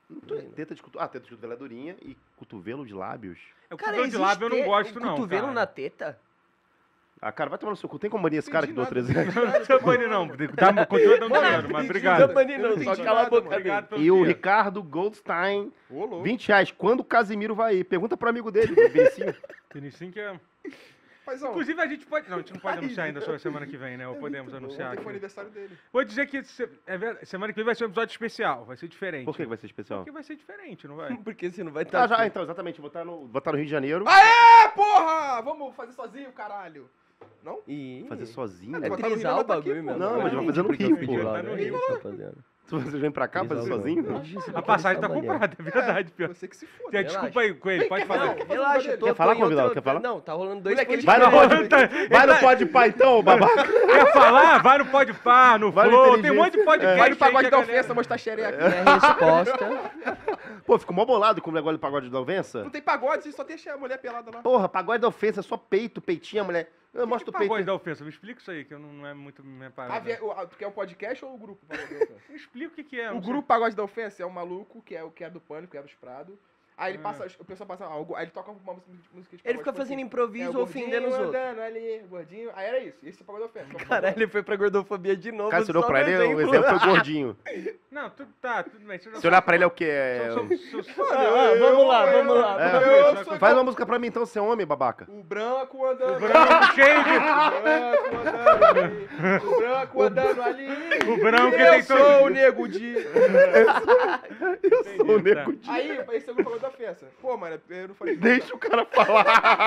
Não tô- Teta de cotovelo. Ah, teta de cotovelo é durinha e cotovelo de lábios. É o Cara, cotovelo de existe lábio eu não te- gosto, não. cotovelo cara. na teta? Ah, cara, vai tomar no seu cu. Tem como banir esse cara que Entendi deu nada, treze entendi nada, Não, tô Bani, não. falando. Dá, continua dando Mano, dinheiro, mas entendi obrigado. nada. Bani não, Eu não só entendi cala a nada, boca mano. Obrigado pelo E o dinheiro. Ricardo Goldstein, Ô, louco. vinte reais. Quando o Casimiro vai aí? Pergunta pro amigo dele, o Vinicinho. Vinicinho que é... Paizão, Inclusive, a gente pode... Não, a gente não pode Ai, anunciar ainda sobre a semana que vem, né? Ou é podemos muito bom. anunciar Ontem foi o aqui. aniversário dele. Vou dizer que se- é verdade, semana que vem vai ser um episódio especial. Vai ser diferente. Por que que vai ser especial? Porque vai ser diferente, não vai? Porque você não vai estar. Ah, já, então, exatamente. Vou estar no, vou estar no Rio de Janeiro. Aê, porra! Vamos fazer sozinho, caralho. Não? Ih, Fazer sozinho? É Botar no Rio, trisar não o tá aqui, bagulho pô. mesmo. Não, mas vai Entendi fazer no porque Rio, eu fiquei pô. lá, Tá no né? Rio. Isso, rapaziada. Se você vem pra cá, fazer Trisar o sozinho? bagulho. A passagem tá Trisar o comprada, é verdade, pior. Você que se foda. Tem a desculpa aí, Coelho, pode falar. Não, relaxa, eu tô, Quer falar, tô em convidado? outro- Quer falar? Não, tá rolando dois Moleque, ele Vai no podcasts. pode, vai no pode pá então, babaca. Quer falar? Vai no Pode Par, no Vai no Flow, tem um Inteligência. monte de podcast. Vai no aí pagode que da a galera- ofensa mostrar xereca. Minha resposta. Pô, ficou mó bolado com o negócio do pagode da ofensa. Não tem pagode, só tem a mulher pelada lá. Porra, pagode da ofensa é só peito, peitinho, mulher. Eu Que mostro o pagode peito. da ofensa? Me explica isso aí, que eu não, não é muito minha Ah, parada. vie- o- ah, tu quer o podcast ou o grupo Pagode da Ofensa? Me explica o que que é. O não sei. grupo Pagode da Ofensa é um maluco que é o que é do Pânico, que é do Prado. Aí ele Ah. passa, o pessoal passa algo, aí ele toca uma música, música de Ele pagode, fica tipo fazendo assim, improviso é, o ofendendo os gordinho outros. andando ali, gordinho. Aí era isso. Esse é o Pagode da Ofensa. Então, Caralho, ele foi pra gordofobia de novo. O cara, você olhou só pra no ele, o exemplo foi gordinho. Não, tudo tá, tudo bem. Você já Se olhar pra ele é o quê? É... São- são- são- Ah, ah, vamos lá, vamos lá. É. vamos Eu lá. sou Faz uma música pra mim então, você é homem, babaca. O branco andando. branco cheio de... O branco andando ali. O branco andando ali. O branco que Eu tem sou todo... o nego de. Eu sou o nego de... Aí, esse é o grupo Pagode da Ofensa. Pô, mano, eu não falei. Deixa o cara falar.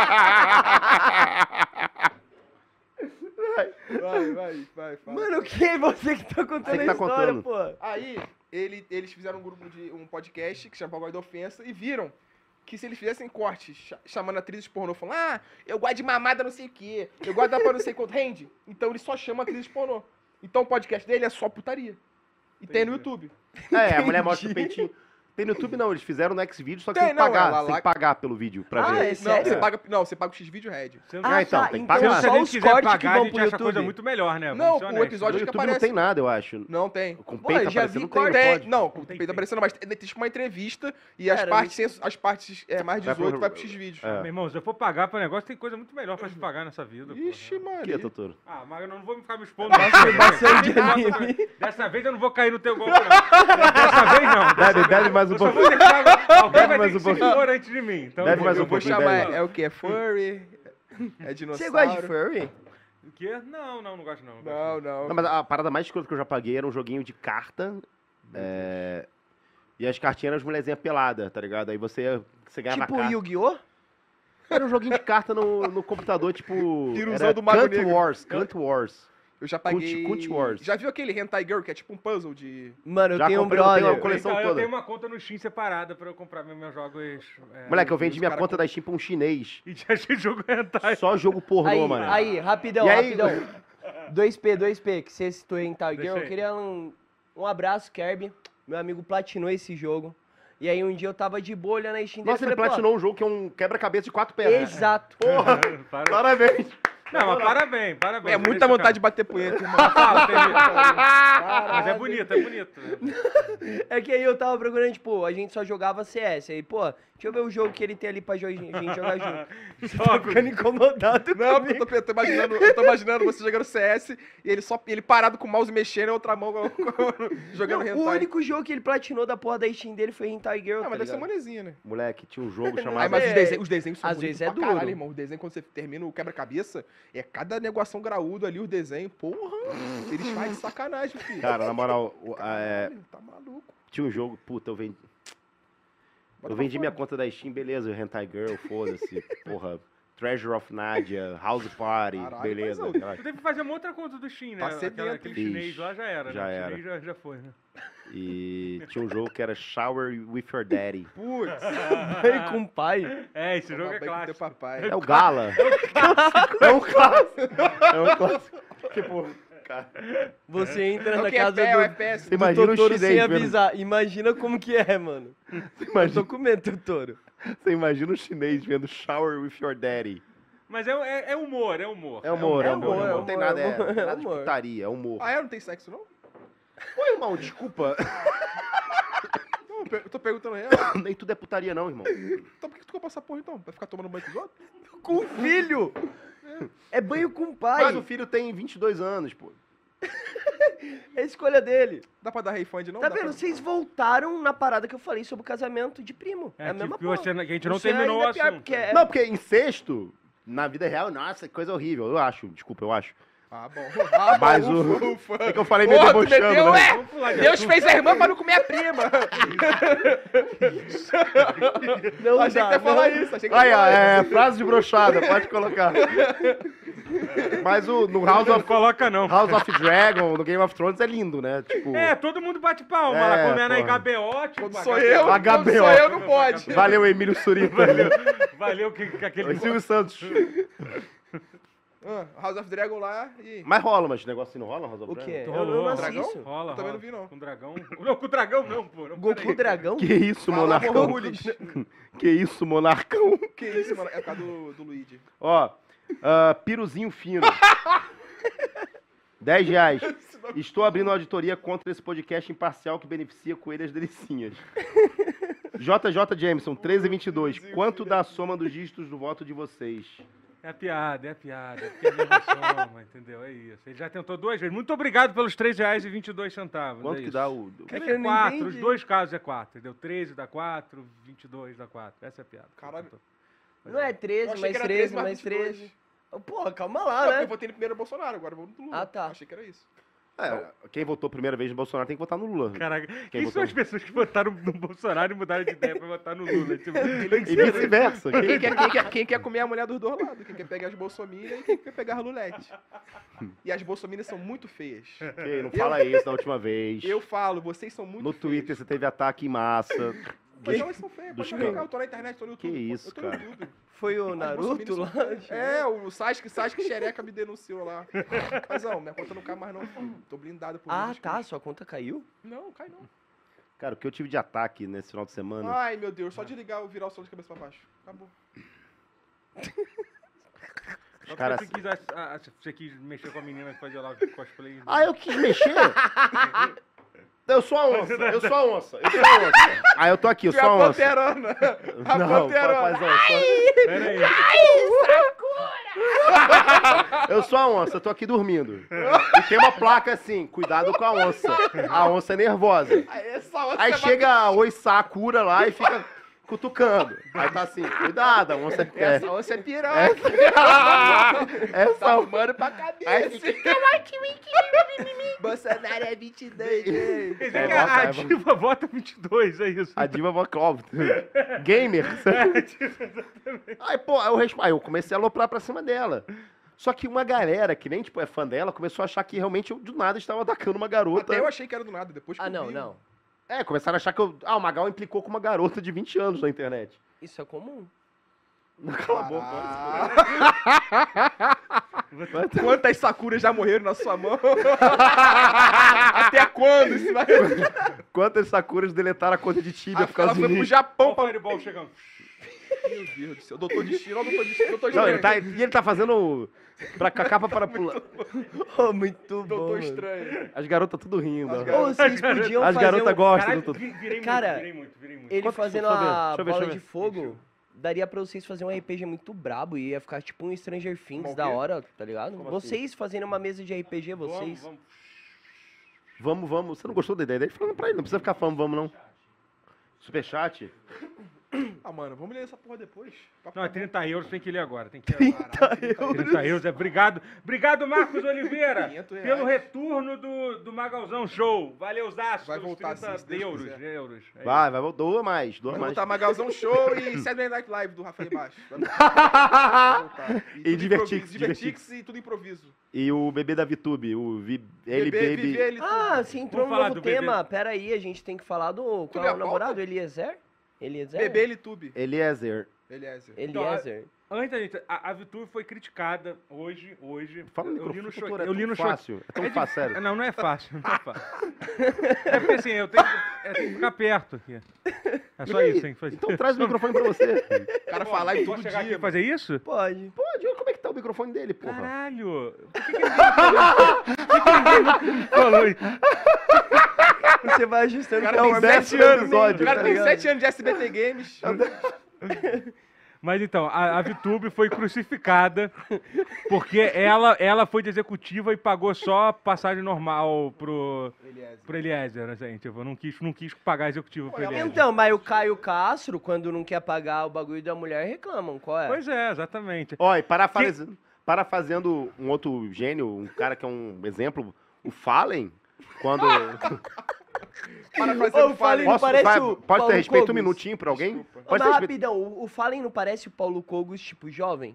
Vai, vai, vai. fala. Mano, o que? Você que tá contando Você que a tá história, contando. pô. Aí, ele, eles fizeram um grupo de um podcast que chama Pagode da Ofensa e viram que se eles fizessem cortes cha- chamando atrizes pornô, falando, ah, eu gosto de mamada não sei o quê, eu gosto da pra não sei quanto rende, então ele só chama atrizes pornô. Então o podcast dele é só putaria. E tem no YouTube. É, a mulher mostra o peitinho. Tem no YouTube não, eles fizeram no Xvideos, só que Tem, tem que não, pagar. ela Você tem lá- que pagar pelo vídeo pra Ah, ver. é Não, sério? você paga, não, você paga o X-Video Red. Se não- Ah, então, tá, tem que então pagar. se só a gente os quiser cortes pagar, que a vão gente pro acha a coisa YouTube. muito melhor, né? Vamos Não, ser o honestos. episódio No que YouTube não aparece. tem nada, eu acho. Não tem. Com Pô, peito eu já aparecendo vi não tem, corte. não Tem, pode. não, com o Tem, peito tem. aparecendo, mas tem tipo uma entrevista e as Cara, partes, sens- as partes é, mais Vai pro- dezoito vai pro X-Vídeo. É. Meu irmão, se eu for pagar pro negócio, tem coisa muito melhor pra se pagar nessa vida. Ixi, porra. mano. O que, Totoro? Ah, mas eu não vou ficar me expondo. Masturbação de anime. Dessa vez eu não vou cair no teu golpe, não. Dessa vez não. Dessa Bebe, bebe mais um Eu só vou pouquinho. deixar... Alguém Bebe vai mais ter um que se pouquinho. expor antes de mim. Então, Bebe eu mais vou- um Eu vou pouquinho, chamar, velho. é o que? É furry? É dinossauro? Você gosta de furry? O quê? Não, não, não gosto não. Não, não. Não, mas a parada mais escrota que eu já paguei era um joguinho de carta. é, E as cartinhas eram as mulherzinhas peladas, tá ligado? Aí você, você ganhava Tipo carta. Yu-Gi-Oh? Era um joguinho de carta no, no computador, tipo. Piruzão era do Mago Cant Negro. Wars, Cant Wars. Eu já paguei... Cult Wars. Já viu aquele Hentai Girl, que é tipo um puzzle de... Mano, eu Já tenho um comprei, eu tenho brother. uma coleção Então, eu toda. tenho uma conta no Steam separada pra eu comprar meus meus jogos. É, Moleque, eu vendi os minha cara conta com- da Steam pra um chinês. E tinha gente jogo hentai. Só jogo pornô, Aí, mano. aí, rapidão, E aí- rapidão. dois P, dois P, que você citou em Tal Deixa Girl, eu aí. queria um, um abraço, Kirby. Meu amigo platinou esse jogo. E aí um dia eu tava de boa olhando na Steam dele Nossa, ele e falei, pô, platinou um jogo que é um quebra-cabeça de quatro pernas. exato. Porra, Para- parabéns. Não, mas parabéns, parabéns. É muita Deixa, vontade cara. de bater punheta, irmão. Fala, tem- Mas Caralho. é bonito, é bonito. É que aí eu tava procurando, tipo, a gente só jogava C S. Aí, pô, deixa eu ver o jogo que ele tem ali pra jo- a gente jogar junto. Você tá ficando incomodado Não, comigo. porque eu tô, eu tô imaginando, eu tô imaginando você jogando C S e ele só ele parado com o mouse mexendo e a outra mão jogando Não, hentai. o único jogo que ele platinou da porra da Steam dele foi Hentai Girl, Ah, tá mas deve ser ligado? molezinha, né? Moleque, tinha um jogo Aí, chamado. mas É, os desenhos, os desenhos são às bonitos vezes é pra caralho, duro. irmão. O desenho, quando você termina o quebra-cabeça, é cada negoação graúdo ali, o desenho. Porra, eles fazem de sacanagem, filho. Cara, na moral, o- a- é, Caralho, tá maluco. tinha um jogo, puta, eu vendi. Bota Eu pra vendi fora. minha conta da Steam, beleza, Hentai Girl, foda-se. Porra, Treasure of Nadia, House Party, Caralho, beleza. mas, ô, cara. Tu teve que fazer uma outra conta do Steam, né? Tá Aquela- sedento. aquele Fiz. chinês lá já era, Já né? era. O chinês já, já foi, né? E tinha um jogo que era Shower with Your Daddy. Putz, Mãe com pai. É, esse jogo tomar é banho com teu clássico. papai. É o Gala. É um clássico. É um clássico. Tipo, cara, Você entra É o na que é casa pé, é do, péssimo. Você do imagina o Totoro chinês sem vendo- avisar. Imagina como que é, mano. você Eu imagina, tô com medo, Totoro. você imagina o chinês vendo Shower with Your Daddy. Mas é, é, é humor, é humor. É humor, é É humor. humor, é Não tem humor, nada, é é, humor, não tem é nada de humor. putaria, é humor. Ah, é? Não tem sexo, não? Ô, irmão, desculpa. per- eu tô perguntando real. Nem tudo é putaria, não, irmão. Então por que tu comprou essa porra então? Pra ficar tomando banho com os outros? Com o filho! É banho com o pai. Mas o filho tem vinte e dois anos, pô. É a escolha dele. Dá pra dar refund, não? Tá Dá vendo? pra- Vocês voltaram na parada que eu falei sobre o casamento de primo. É, É, a mesma que, porra. você, que a gente não Você terminou o ainda é pior, assunto. porque é- Não, porque incesto, na vida real, nossa, que coisa horrível. Eu acho, desculpa, eu acho. Ah, bom. Ah, bom, Mas o- ufa, ufa. É que eu falei meio Porra, tu debochando, meteu, né? é? Vamos pular de Deus assunto. fez a irmã pra não comer a prima. Não achei dá, que ia falar não. isso, achei que ia Aí, ó, falar é isso. frase de brochada, pode colocar. Mas o, no House Não of, coloca, não. House of Dragon, no Game of Thrones, é lindo, né? Tipo, É, todo mundo bate palma É, lá. Quando é na porra. H B O, tipo, Quando H sou B O. eu, H B O. quando sou eu, não pode. valeu, Emílio Surita. Valeu, valeu que, que aquele... O Silvio Santos. Ah, House of Dragon lá e... Mas rola, mas esse negócio assim não rola, House of O Dragon? quê? Eu, Rolou, eu não dragão? assisto. Rola, Eu também rola. não vi, não. Com dragão. Não, com dragão não, pô. Não, Goku peraí. Dragão? Que isso, Fala, monarcão? Morgulis. Que isso, monarcão? Que isso, mano? É por causa do, do Luigi. Ó, ah, piruzinho fino. dez reais. Estou abrindo uma auditoria contra esse podcast imparcial que beneficia coelhas delicinhas. J J Jameson, treze e vinte e dois. Quanto dá a soma dos dígitos do voto de vocês? É a piada, é a piada. É porque é a mesma soma, entendeu? É isso. Ele já tentou duas vezes. Muito obrigado pelos três reais e vinte e dois centavos. Quanto é que isso. dá o... É É que eu não quatro, entendi. os dois casos é quatro, entendeu? treze dá quatro, vinte e dois dá quatro. Essa é a piada. Caralho. Não é Eu treze, achei mais que era treze, mais mais vinte e dois. treze. Porra, calma Não, lá, porque eu né? votei no primeiro Bolsonaro, agora vamos no Lula. Ah, tá. Achei que era isso. É, quem votou a primeira vez no Bolsonaro tem que votar no Lula. Caraca, Quem quem votou? são as pessoas que votaram no Bolsonaro e mudaram de ideia pra votar no Lula? Tipo, E vice-versa. Quem quer, quem, quer, quem quer comer a mulher dos dois lados? Quem quer pegar as bolsominias e quem quer pegar a Lulete. E as bolsominias são muito feias. Ok, não fala isso da última vez. Eu falo, vocês são muito No feias. Twitter você teve ataque em massa. Mas elas são feias. dos Pode clicar, caras. eu tô na internet, tô no Que YouTube. isso, eu tô no cara. YouTube. Foi o As Naruto bolsominias lá? são feias. É, o Sasuke, Sasuke Xereca me denunciou lá. Mas não, minha conta não cai mais não. filho. Tô blindado por Ah, vídeos que- tá, sua conta caiu? Não, cai não. Cara, o que eu tive de ataque nesse final de semana... Ai, meu Deus, só de ligar, virar o som de cabeça pra baixo. Acabou. Só Cara, porque você quis, ah, ah, você quis mexer com a menina que fazia lá o cosplay. Ah, eu quis mexer? Eu sou a onça, eu sou a onça, eu sou a onça. Ah, eu tô aqui, eu Tu é sou a a onça. panterona. A Não, panterona. papaizão, eu sou... Pera aí. Eu sou a onça, eu tô aqui dormindo. E tem uma placa assim, cuidado com a onça. A onça é nervosa. Aí, essa onça Aí é chega a Oi Sakura lá e fica cutucando. Aí tá assim, cuidado, a onça é... Essa onça é piroca. Essa Tá arrumando pra cabeça. Aí fica... Bolsonaro é vinte e dois. hein? Quer dizer É, que a, vota, a é, diva vota vinte e dois, é isso. A diva Volkov. Gamer. Aí, pô, aí eu, resp... aí eu comecei a aloprar pra cima dela. Só que uma galera que nem, tipo, é fã dela, começou a achar que realmente eu, do nada, estava atacando uma garota. Até eu achei que era do nada, depois que Ah, eu não, vi. não. É, começaram a achar que eu... Ah, o Magal implicou com uma garota de vinte anos na internet. Isso é comum. Cala a boca. Ah. Quantas sakuras já morreram na sua mão? Até quando isso vai... Quantas Sakuras deletaram a conta de Tibia por causa Ela foi de pro mim? Japão Olha o pra... Fireball chegando. Meu Deus do céu, doutor Destino, olha o doutor Destino, doutor Não, Estranho. ele tá, e ele tá fazendo pra, com a capa para pular. Oh, muito bom. Doutor mano. Estranho. As garotas tudo rindo. As ó. garotas- Ô, vocês podiam As fazer garotas um... gostam Caralho, do tudo. vi- virei Cara, muito, virei muito, virei muito. Ele Quanto- fazendo deixa eu ver, a deixa eu ver, bola deixa eu de ver. fogo, daria pra vocês fazerem um R P G muito brabo e ia ficar tipo um Stranger Things Bom, da quê? hora, tá ligado? Como vocês fazendo uma mesa de R P G, vocês... Vamos, vamos. Vamos, vamos. Você não gostou da ideia? Daí falando pra ele, não precisa ficar falando vamos, não. Superchat? Ah, mano, vamos ler essa porra depois. Papo Não, é bom. trinta euros, tem que ler agora. Tem que ler agora. Caralho, trinta euros, é obrigado. Obrigado, Marcos Oliveira, quinhentos reais. pelo retorno do, do Magalzão Show. Valeu, Zaço, Vai pelos voltar sim, se Deus euros. quiser. euros. É Vai, vai, doa mais, doa Vai mais. voltar Magalzão Show e Saturday Night Live do Rafael Baixo. Vai voltar. E tudo Divertix, improviso, Divertix e tudo improviso. E o bebê da VTube, o Vi... Ele Bebê, Baby... viver, ele Ah, tudo. se entrou Vamos um falar novo do bebê. tema. Pera aí, a gente tem que falar do... Qual é viu o a namorado? pauta? Eliezer? Eliezer? Bebê, ele tube. Eliezer. Eliezer. Eliezer. Antes, gente, a, a Vitur foi criticada hoje, hoje. Fala no eu, eu li no microfone, show. doutor, é Eu li tão no show. fácil. É tão É fácil, sério. Não, não é fácil, não é fácil. É porque assim, eu tenho, que- eu tenho que ficar perto aqui. É só E aí? isso, tem que fazer. Então traz o microfone pra você. O cara falar em Posso todo chegar aqui dia. e fazer isso? Pode. Pode, olha como é que tá o microfone. microfone dele, porra. Caralho! Por que, que ninguém falou? Por que, que ninguém não falou isso? Você vai ajustando O cara pra tem o sete décimo anos, episódio, o cara tá tem ligado? sete anos de S B T Games. Mas então, a, a VTube foi crucificada porque ela, ela foi de executiva e pagou só passagem normal pro, pro Eliezer, né, gente? Eu não quis, não quis pagar a executiva pro Eliezer. Então, mas o Caio Castro, quando não quer pagar o bagulho da mulher, reclamam, qual é? Pois é, exatamente. Ó, e parafraseando, parafraseando um outro gênio, um cara que é um exemplo, o Fallen, quando... Para Ô, fazer o o Fallen Fallen. não Posso, parece vai- o pode Paulo ter respeito um Cogos? minutinho pra alguém? Desculpa. Ô, Pode mas ter respeito. rapidão, o, o Fallen não parece o Paulo Cogos, tipo, jovem?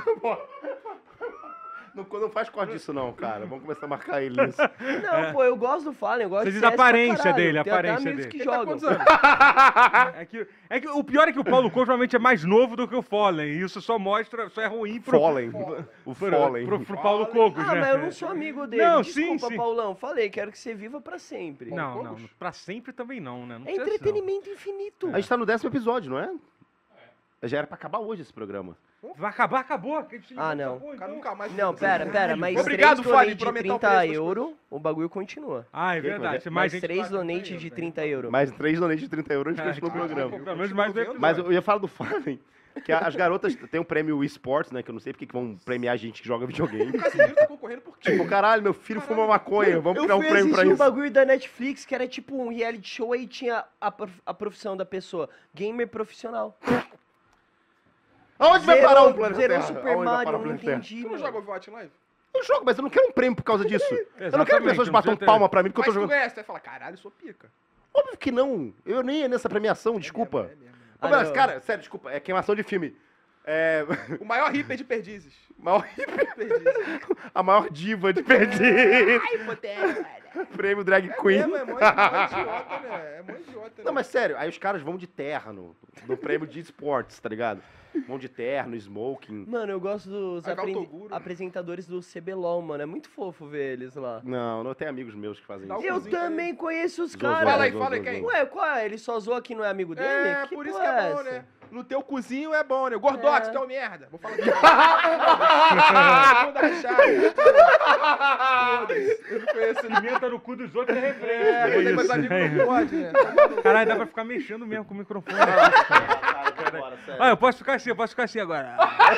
Não, não faz corte disso não, cara. Vamos começar a marcar ele nisso. Não, pô, eu gosto do Fallen, eu gosto Você de diz a C S pra aparência caralho. dele, a Tem até aparência amigos dele. que Ele tá jogam. quantos anos? É que, é que o pior é que o Paulo Coelho provavelmente é mais novo do que o Fallen. E isso só mostra, só é ruim pro, Fallen. O pro, Fallen. pro, pro Paulo Cogos, Ah, né? mas eu não sou amigo dele. Não, Desculpa, sim, sim. Paulão. Falei, quero que você viva pra sempre. Não, não, pra sempre também não, né? Não É precisa ser, não. entretenimento infinito. A gente tá no décimo episódio, não é? Já era pra acabar hoje esse programa. Vai acabar, acabou. Que a gente Ah, não. acabou, O cara então. nunca mais... Não, pera, pera, mas Obrigado, três Fallen, donates por de aumentar o trinta preço das euros, o bagulho continua. Ah, é Que, verdade. mas- Mais Mais gente três paga donates trinta de euros, trinta euros. Mais três donates de trinta euros, a gente né? continua o Ah, programa. Pelo menos mais um episódio. Mas eu ia falar do Fallen, que as garotas tem um prêmio eSports, né? Que eu não sei porque que vão premiar gente que joga videogame. O Casimiro tá concorrendo por quê? Tipo, caralho, meu filho fuma maconha, vamos Eu criar um fui prêmio pra assistir um isso. bagulho da Netflix que era tipo um reality show e tinha a, prof- a profissão da pessoa. Gamer profissional. Aonde vai Zerou- parar o planeta zerou Terra? Super Aonde vai Mario, parar o não planeta Terra? entendi, Tu não mano. joga Overwatch Live? Eu jogo, mas eu não quero um prêmio por causa disso. Eu não quero que as Exatamente, pessoas não batam precisa ter- palma pra mim porque Mas eu tô tu jogando. ganha, você vai falar, caralho, eu sou pica. Óbvio que não. Eu nem ia nessa premiação, desculpa. É mesmo, é mesmo. Ô, Ah, mas, não. cara, sério, desculpa, é queimação de filme. É. O maior hiper de perdizes. Maior... Perdizes. A maior diva de perdiz. Ai, potência. Prêmio Drag É Queen. mesmo, é mó, mó idiota, né? É mó idiota, né? Não, mas sério, aí os caras vão de terra no, no prêmio de esportes, tá ligado? Vão de terno, smoking. Mano, eu gosto dos Vai ver o apren- Toguro. apresentadores do C B L O L, mano. É muito fofo ver eles lá. Não, não tem amigos meus que fazem Dá o isso. Eu cozinho também conheço os Zozou, caras. Fala aí, zozou, fala aí zozou. quem. Ué, qual é? Ele só zoou que não é amigo dele? É, Que por isso que porra é bom, essa? né? No teu cozinho é bom, né? Gordox, É. tu é um merda. Vou falar disso. Toda rachada. Foda-se. Eu não conheço ninguém. Pimenta no cu dos outros é referência. É, quando é meus isso, amigos é. não pode, né? Toma no- Caralho, dá pra ficar mexendo mesmo com o microfone. Agora, sério. Ah, eu posso ficar assim, eu posso ficar assim agora.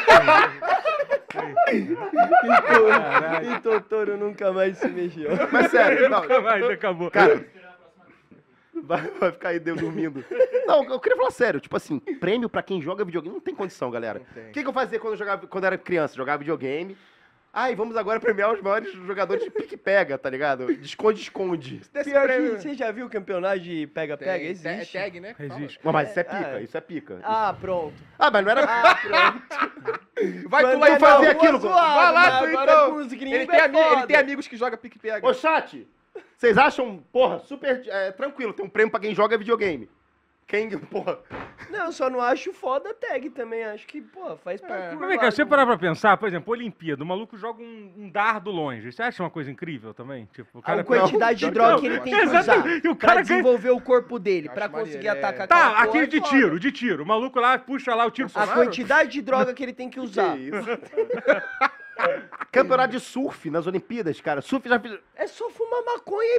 E Totoro nunca mais se mexeu. Mas sério, não, Nunca mais, acabou. cara, vai, vai ficar aí Deus dormindo. Não, eu queria falar sério, tipo assim, prêmio pra quem joga videogame não tem condição, galera. Não tem. O que, que eu fazia quando eu jogava, quando eu era criança? Jogava videogame. Ai, vamos agora premiar os maiores jogadores de pique-pega, tá ligado? De esconde-esconde. Desse Pior que, prêmio. você já viu o campeonato de pega-pega? Tem, Existe. É tag, né? que fala. Existe. Não, mas isso é pica, É. isso é pica. Ah, pronto. Ah, mas não era... Ah, pronto. Vai tu Quando lá é e fazer na aquilo. rua, zoado, Vai lá, mas tu agora então. com os gringos Ele tem, é ami- ele foda. tem amigos que jogam pique-pega. Ô, chat, vocês acham, porra, super é, tranquilo, tem um prêmio pra quem joga videogame. Quem, porra... Não, eu só não acho foda a tag também. Acho que, pô, faz parkour. Mas vem cá, lá, se você né? parar pra pensar, por exemplo, Olimpíada, o maluco joga um, um dardo longe. Você acha uma coisa incrível também? Tipo, o A cara... quantidade de Não, droga não, que ele eu tem que acho. usar Exatamente, e o cara pra ganha- desenvolver o corpo dele, Acho pra maneiro, conseguir é. atacar Tá, aquela aquele porra, de é foda. tiro, de tiro. O maluco lá puxa lá o tiro. A Bolsonaro? quantidade de droga que ele tem que usar. Que isso? Campeonato de surf nas Olimpíadas, cara. Surf já fiz... É só fumar maconha e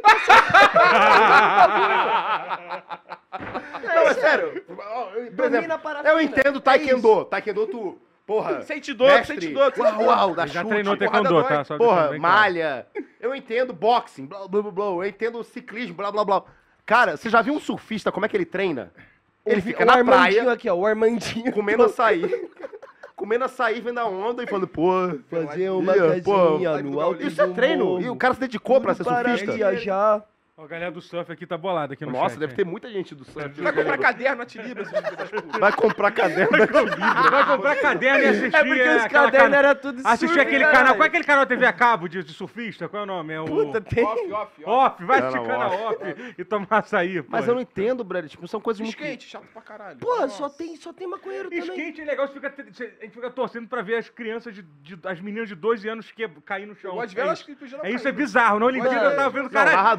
passar. Não, é sério. Por Domina exemplo, a parafina. eu entendo Taekwondo. Taekwondo, tu, porra... Sente dor, mestre, sente dor, sente uau, uau, da Já chute. treinou porrada taekwondo, dói. tá? Só deixando Porra, bem claro. malha. Eu entendo boxing, blá, blá, blá, blá. Eu entendo ciclismo, blá, blá, blá. Cara, você já viu um surfista, como é que ele treina? Ele O- fica o na Armandinho praia, aqui, ó, o Armandinho. comendo açaí. Comendo açaí, vendo a onda e falando, pô... Fazer Ih, uma pô, casinha vai no do alto Gaulês. Isso é do treino. morro. E o cara se dedicou pra ser Para surfista. viajar. Ó, a galera do surf aqui tá bolada aqui no Nossa, chat. deve hein? ter muita gente do surf. Vai comprar caderno na Tilibra, esses filhos das putas. Vai comprar caderno. Vai comprar caderno e assistir... É porque os aquela cadernos cana- eram tudo Assistir surf, aquele caralho. canal... Qual é aquele canal T V a cabo de, de surfista? Qual é o nome? É o... Puta, tem. Off, off, off. Off, vai Não, assistir não, canal off e tomar açaí, pô. Mas eu não entendo, brother. Tipo, são coisas muito... Skate, chato pra caralho. Pô, Nossa. só tem, só tem maconheiro também. Skate é legal, você fica, você- a gente fica torcendo pra ver as crianças, de, de- as meninas de doze anos que cair no chão. Eu gosto de ver é elas isso, que pedindo é, isso, é bizarro. Na Olimpíada Mano, eu tava vendo, não, cara, narrador, cai,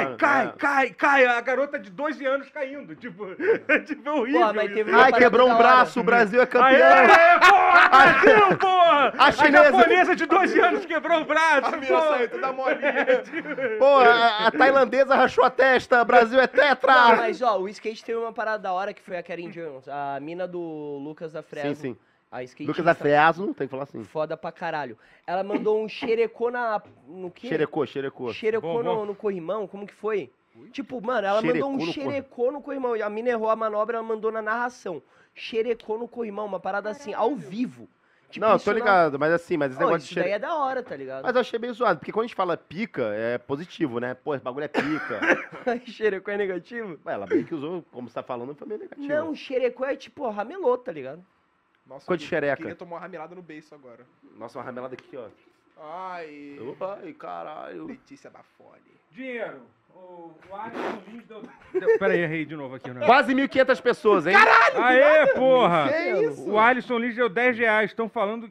mano. cai, É. cai, cai. A garota de doze anos caindo. Tipo, tipo é horrível. Pô, mas isso. teve uma Ai, parada quebrou da um hora. braço, o Brasil é Aê, campeão. porra, Brasil, porra! A A chinesa- japonesa de doze anos quebrou o braço, A mina porra. saiu toda molinha. Pô, a, a tailandesa rachou a testa, Brasil é Não, tetra. mas ó, o skate teve uma parada da hora que foi a Karen Jones, a mina do Lucas da Fresno. Sim, sim. A skatista. Lucas da Fresno, tem que falar assim. Foda pra caralho. Ela mandou um xerecô na... No quê? Xerecô, xerecô. Xerecô Bom, no, bom. no corrimão, como que foi? Tipo, mano, ela Xerecô mandou um no xerecô no corrimão. A mina errou a manobra, ela mandou na narração. Xerecô no corrimão, uma parada assim, ao vivo. Tipo, Não, isso tô ligado, mas assim, mas esse Não... Ó, negócio de isso daí xere... é da hora, tá ligado? Mas eu achei meio zoado, porque quando a gente fala pica, é positivo, né? Pô, esse bagulho é pica. Xerecô é negativo? Ué, ela bem que usou, como você tá falando, foi meio negativo. Não, xerecô é tipo, ó, ramelô, tá ligado? Nossa, Ficou de eu xereca. queria tomar uma ramelada no beiço agora. Nossa, uma ramelada aqui, ó. Ai. Ai, caralho. Letícia Bafone. Dinheiro. O, o Alisson Lins deu... deu... Pera aí, errei de novo aqui. Né? Quase mil e quinhentas pessoas, hein? Caralho! Aê, porra! Que isso? O Alisson Lins deu dez reais. Estão falando...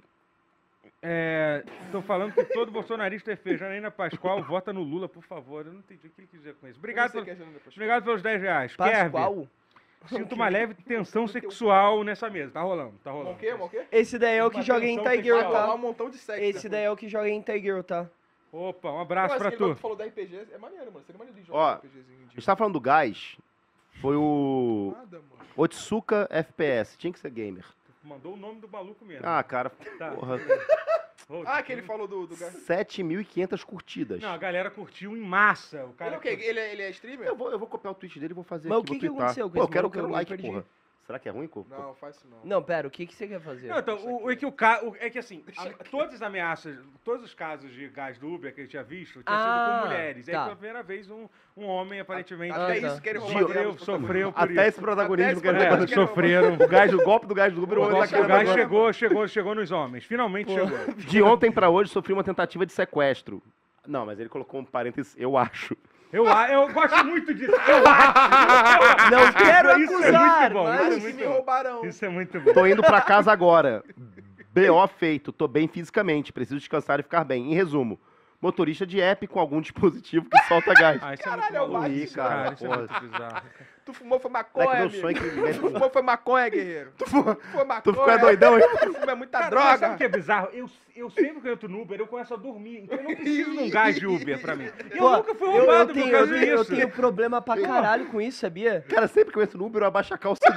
Estão falando que todo bolsonarista é feio. Janaína Pascoal, vota no Lula, por favor. Eu não entendi o que ele quis dizer com isso. Obrigado, Você pelo- quer depois? obrigado pelos dez reais. Kervin, Pascoal? sinto uma leve tensão sexual nessa mesa. Tá rolando, tá rolando. Mão o quê? Mão o quê? Esse daí é o que Uma joga em tensão Tiger, Vai sexual. rolar um tá? montão de sexo. Esse daí é o que joga em Tiger, tá? Opa, um Pô, abraço esse pra aquele bagulho tu. que tu falou da R P G é maneiro, mano. Seria maneiro de jogar Ó, um RPGzinho A de... gente tava falando do gás, foi o Nada, mano. Otsuka F P S, tinha que ser gamer. Mandou o nome do maluco mesmo. Ah, cara, Tá. porra, Ô, Ah, que ele falou do... do... gar- sete mil e quinhentas curtidas. Não, a galera curtiu em massa. O Ele cara é o quê? Ele é, ele é streamer? Eu vou, eu vou copiar o tweet dele e vou fazer Mas o aqui, que vou que twittar. aconteceu com Pô, eu esse quero, eu maluco? quero Eu não like, perdi. porra. Será que é ruim, pô? Não, faz isso não. Não, pera, o que, que você quer fazer? Não, então, o, o, é que o ca... o- é que assim, a- todas as ameaças, todos os casos de gás do Uber que a gente tinha visto, tinha sido Ah, com mulheres. Aí tá. pela primeira vez um, um homem, aparentemente, Até Ah, tá. isso querem roubar Gil- dela, sofreu, tipo, sofreu por Até isso. esse protagonismo Até que ele esse tá É, dando. sofreram. O, gás, o golpe do gás do Uber, O, o gás- homem tá o gás querendo chegou, chegou, chegou nos homens. Finalmente chegou. De ontem pra hoje sofri uma tentativa de sequestro. Não, mas ele colocou um parênteses, eu acho. Eu, a- eu gosto muito disso. Eu acho. Não quero Isso é acusar, muito bom, mas- isso é Acho que muito me bom. roubaram. Isso é muito bom. Tô indo pra casa agora. B O feito, tô bem fisicamente, preciso descansar e ficar bem. Em resumo, motorista de app com algum dispositivo que solta gás. Ah, isso Caralho, é é o muito maluco. Ih, cara, isso é porra. muito bizarro. Tu fumou foi Moleque, maconha, meu amigo. sonho é que ele mete Tu um- fumou foi maconha, guerreiro. Tu fumou, foi maconha. Tu ficou doidão, hein? Tu fuma muita Cara, mas sabe o droga. que é bizarro? Eu, eu sempre que eu entro no Uber, eu começo a dormir. Então eu não preciso de um gás de Uber pra mim. E eu Pô, nunca fui eu, eu roubado tenho, por causa eu, tenho, eu disso. tenho problema pra caralho com isso, sabia? Cara, sempre que eu entro no Uber, eu abaixo a calça e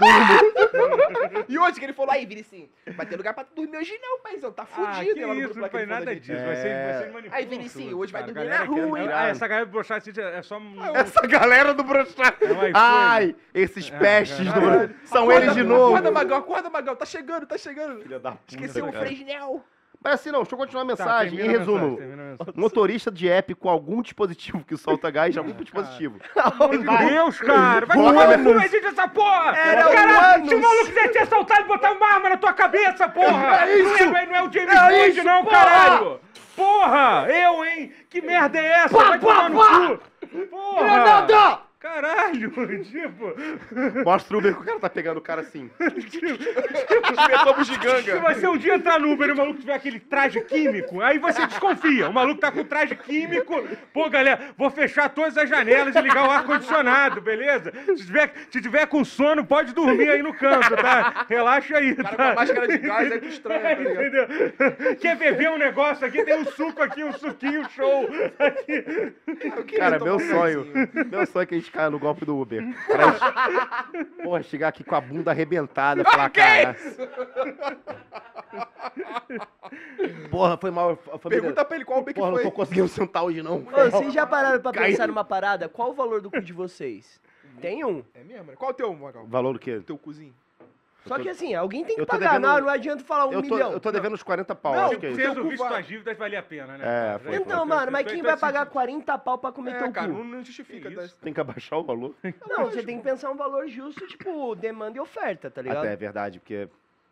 durmo. E hoje que ele falou, aí, Vinicinho, vai ter lugar pra tu dormir hoje não, paizão. Tá Ah, fudido. que Ela no isso, grupo não lá que foi ele falou nada da gente. disso. Vai ser, É. vai ser manipulação. Aí, Vinicinho, hoje vai cara. dormir Galera na que- rua, hein? Ah, essa galera do brochado é só... Essa galera do brochado. É um iPhone. Ai, esses É, pestes do caralho. brochado. São Acorda, eles de novo. Acorda, Magal, acorda, Magal. Tá chegando, tá chegando. Filha da puta, Esqueceu o cara. Fresnel. Mas assim, não, deixa eu continuar a Tá, mensagem. termina em a resumo, mensagem, termina a mensagem. motorista de app com algum dispositivo que solta gás, algum dispositivo. Meu Deus, cara! Vai Bora, tomar no cu, menos. não existe essa porra! Era Caralho, humanos. se o maluco quiser te assaltar e botar uma arma na tua cabeça, porra! É isso. Não é, não é o James É Bond, isso, não, porra. caralho! Porra! Eu, hein? Que merda é essa? Vai tomar no cu! Porra! Caralho, tipo... Mostra o Uber que o cara tá pegando o cara assim. Metrô Se bugiganga. você um dia entrar no Uber e o maluco tiver aquele traje químico, aí você desconfia. O maluco tá com traje químico. Pô, galera, vou fechar todas as janelas e ligar o ar-condicionado, beleza? Se tiver, se tiver com sono, pode dormir aí no canto, tá? Relaxa aí, O cara com tá? a máscara de gás, aí tu estranha, tá ligado? Entendeu? Quer beber um negócio aqui? Tem um suco aqui, um suquinho show. Aqui. Eu queria Cara, tomar meu um sonho. cafezinho. Meu sonho é que a gente caia no golpe do Uber. Pra gente, porra, chegar aqui com a bunda arrebentada e falar, cara. Porra, foi mal. a família- Pergunta pra ele qual Uber que Porra, não foi. tô conseguindo sentar hoje, não. Ô, vocês já pararam pra Caiu. pensar numa parada? Qual o valor do cu de vocês? Tem um. É mesmo, né? Qual é o teu, Magal? Valor do quê? Teu cozinho? Só que assim, alguém tem que eu tô pagar. devendo- Não, não adianta falar um Eu tô, milhão. eu tô devendo uns quarenta pau, Não, acho que é isso. Se Teu cu resolvisse vai- tuas dívidas, valia a pena, né? É, cara? foi, Já- Então, tu- mano, tu- mas tu- quem tu- vai tu- pagar quarenta pau pra comer É, teu cara, cu? não, não justifica. Que Tá? isso? Tem que abaixar o valor. Não, você tem que pensar um valor justo, tipo, demanda e oferta, tá ligado? Até é verdade, porque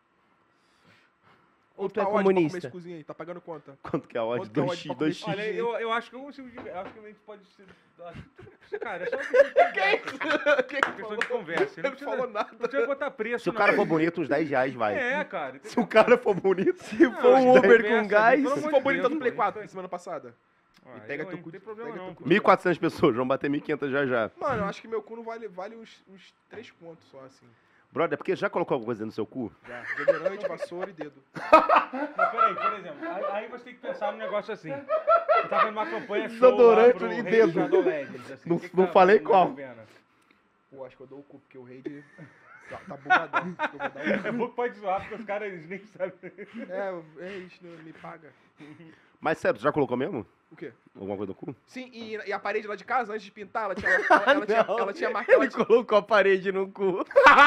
Ou tu é Tá ótimo pra comer esse comunista? cozinho aí, tá pagando quanto? quanto que é a odd? Quanto que é a dois odd x, pra dois x. comer Olha, esse- eu, eu acho que eu consigo. Eu acho que a gente pode ser. Cara, é só uma questão de conversa. O que que Questão de conversa. Ele não falou nada. Não precisa botar preço. Se o não. cara for bonito, uns dez reais vai. É, cara. Se o cara for bonito. Se for um Não, Uber conversa, com gás... pelo Se amor for de bonito Deus, no Play pô, quatro isso semana passada. Ah, E pega eu, teu hein, cu. Não tem problema pega não. teu cu. mil e quatrocentas pessoas, vão bater mil e quinhentas já já. Mano, eu acho que meu cu não vale, vale uns, uns três contos só, assim. Brother, é porque já colocou alguma coisa no seu cu? Já. Desodorante, vassoura e dedo. Mas peraí, por exemplo, aí, aí você tem que pensar num negócio assim. Você tá vendo uma campanha show lá Desodorante pro e Rei dedo. do Shadow Legends, assim. Não- O que que não tá falei valendo qual. a pena? Pô, acho que eu dou o cu, porque o rei de... Tá, tá bugadão. Acho que eu vou dar É bom que pode zoar, porque os caras eles nem sabem. um... É, é isso, não me paga. Mas sério, tu já colocou mesmo? O quê? Alguma coisa no cu? Sim, e, e a parede lá de casa, antes de pintar, ela tinha, ela, ela tinha, Não. ela tinha marcado... Ele colocou a parede no cu.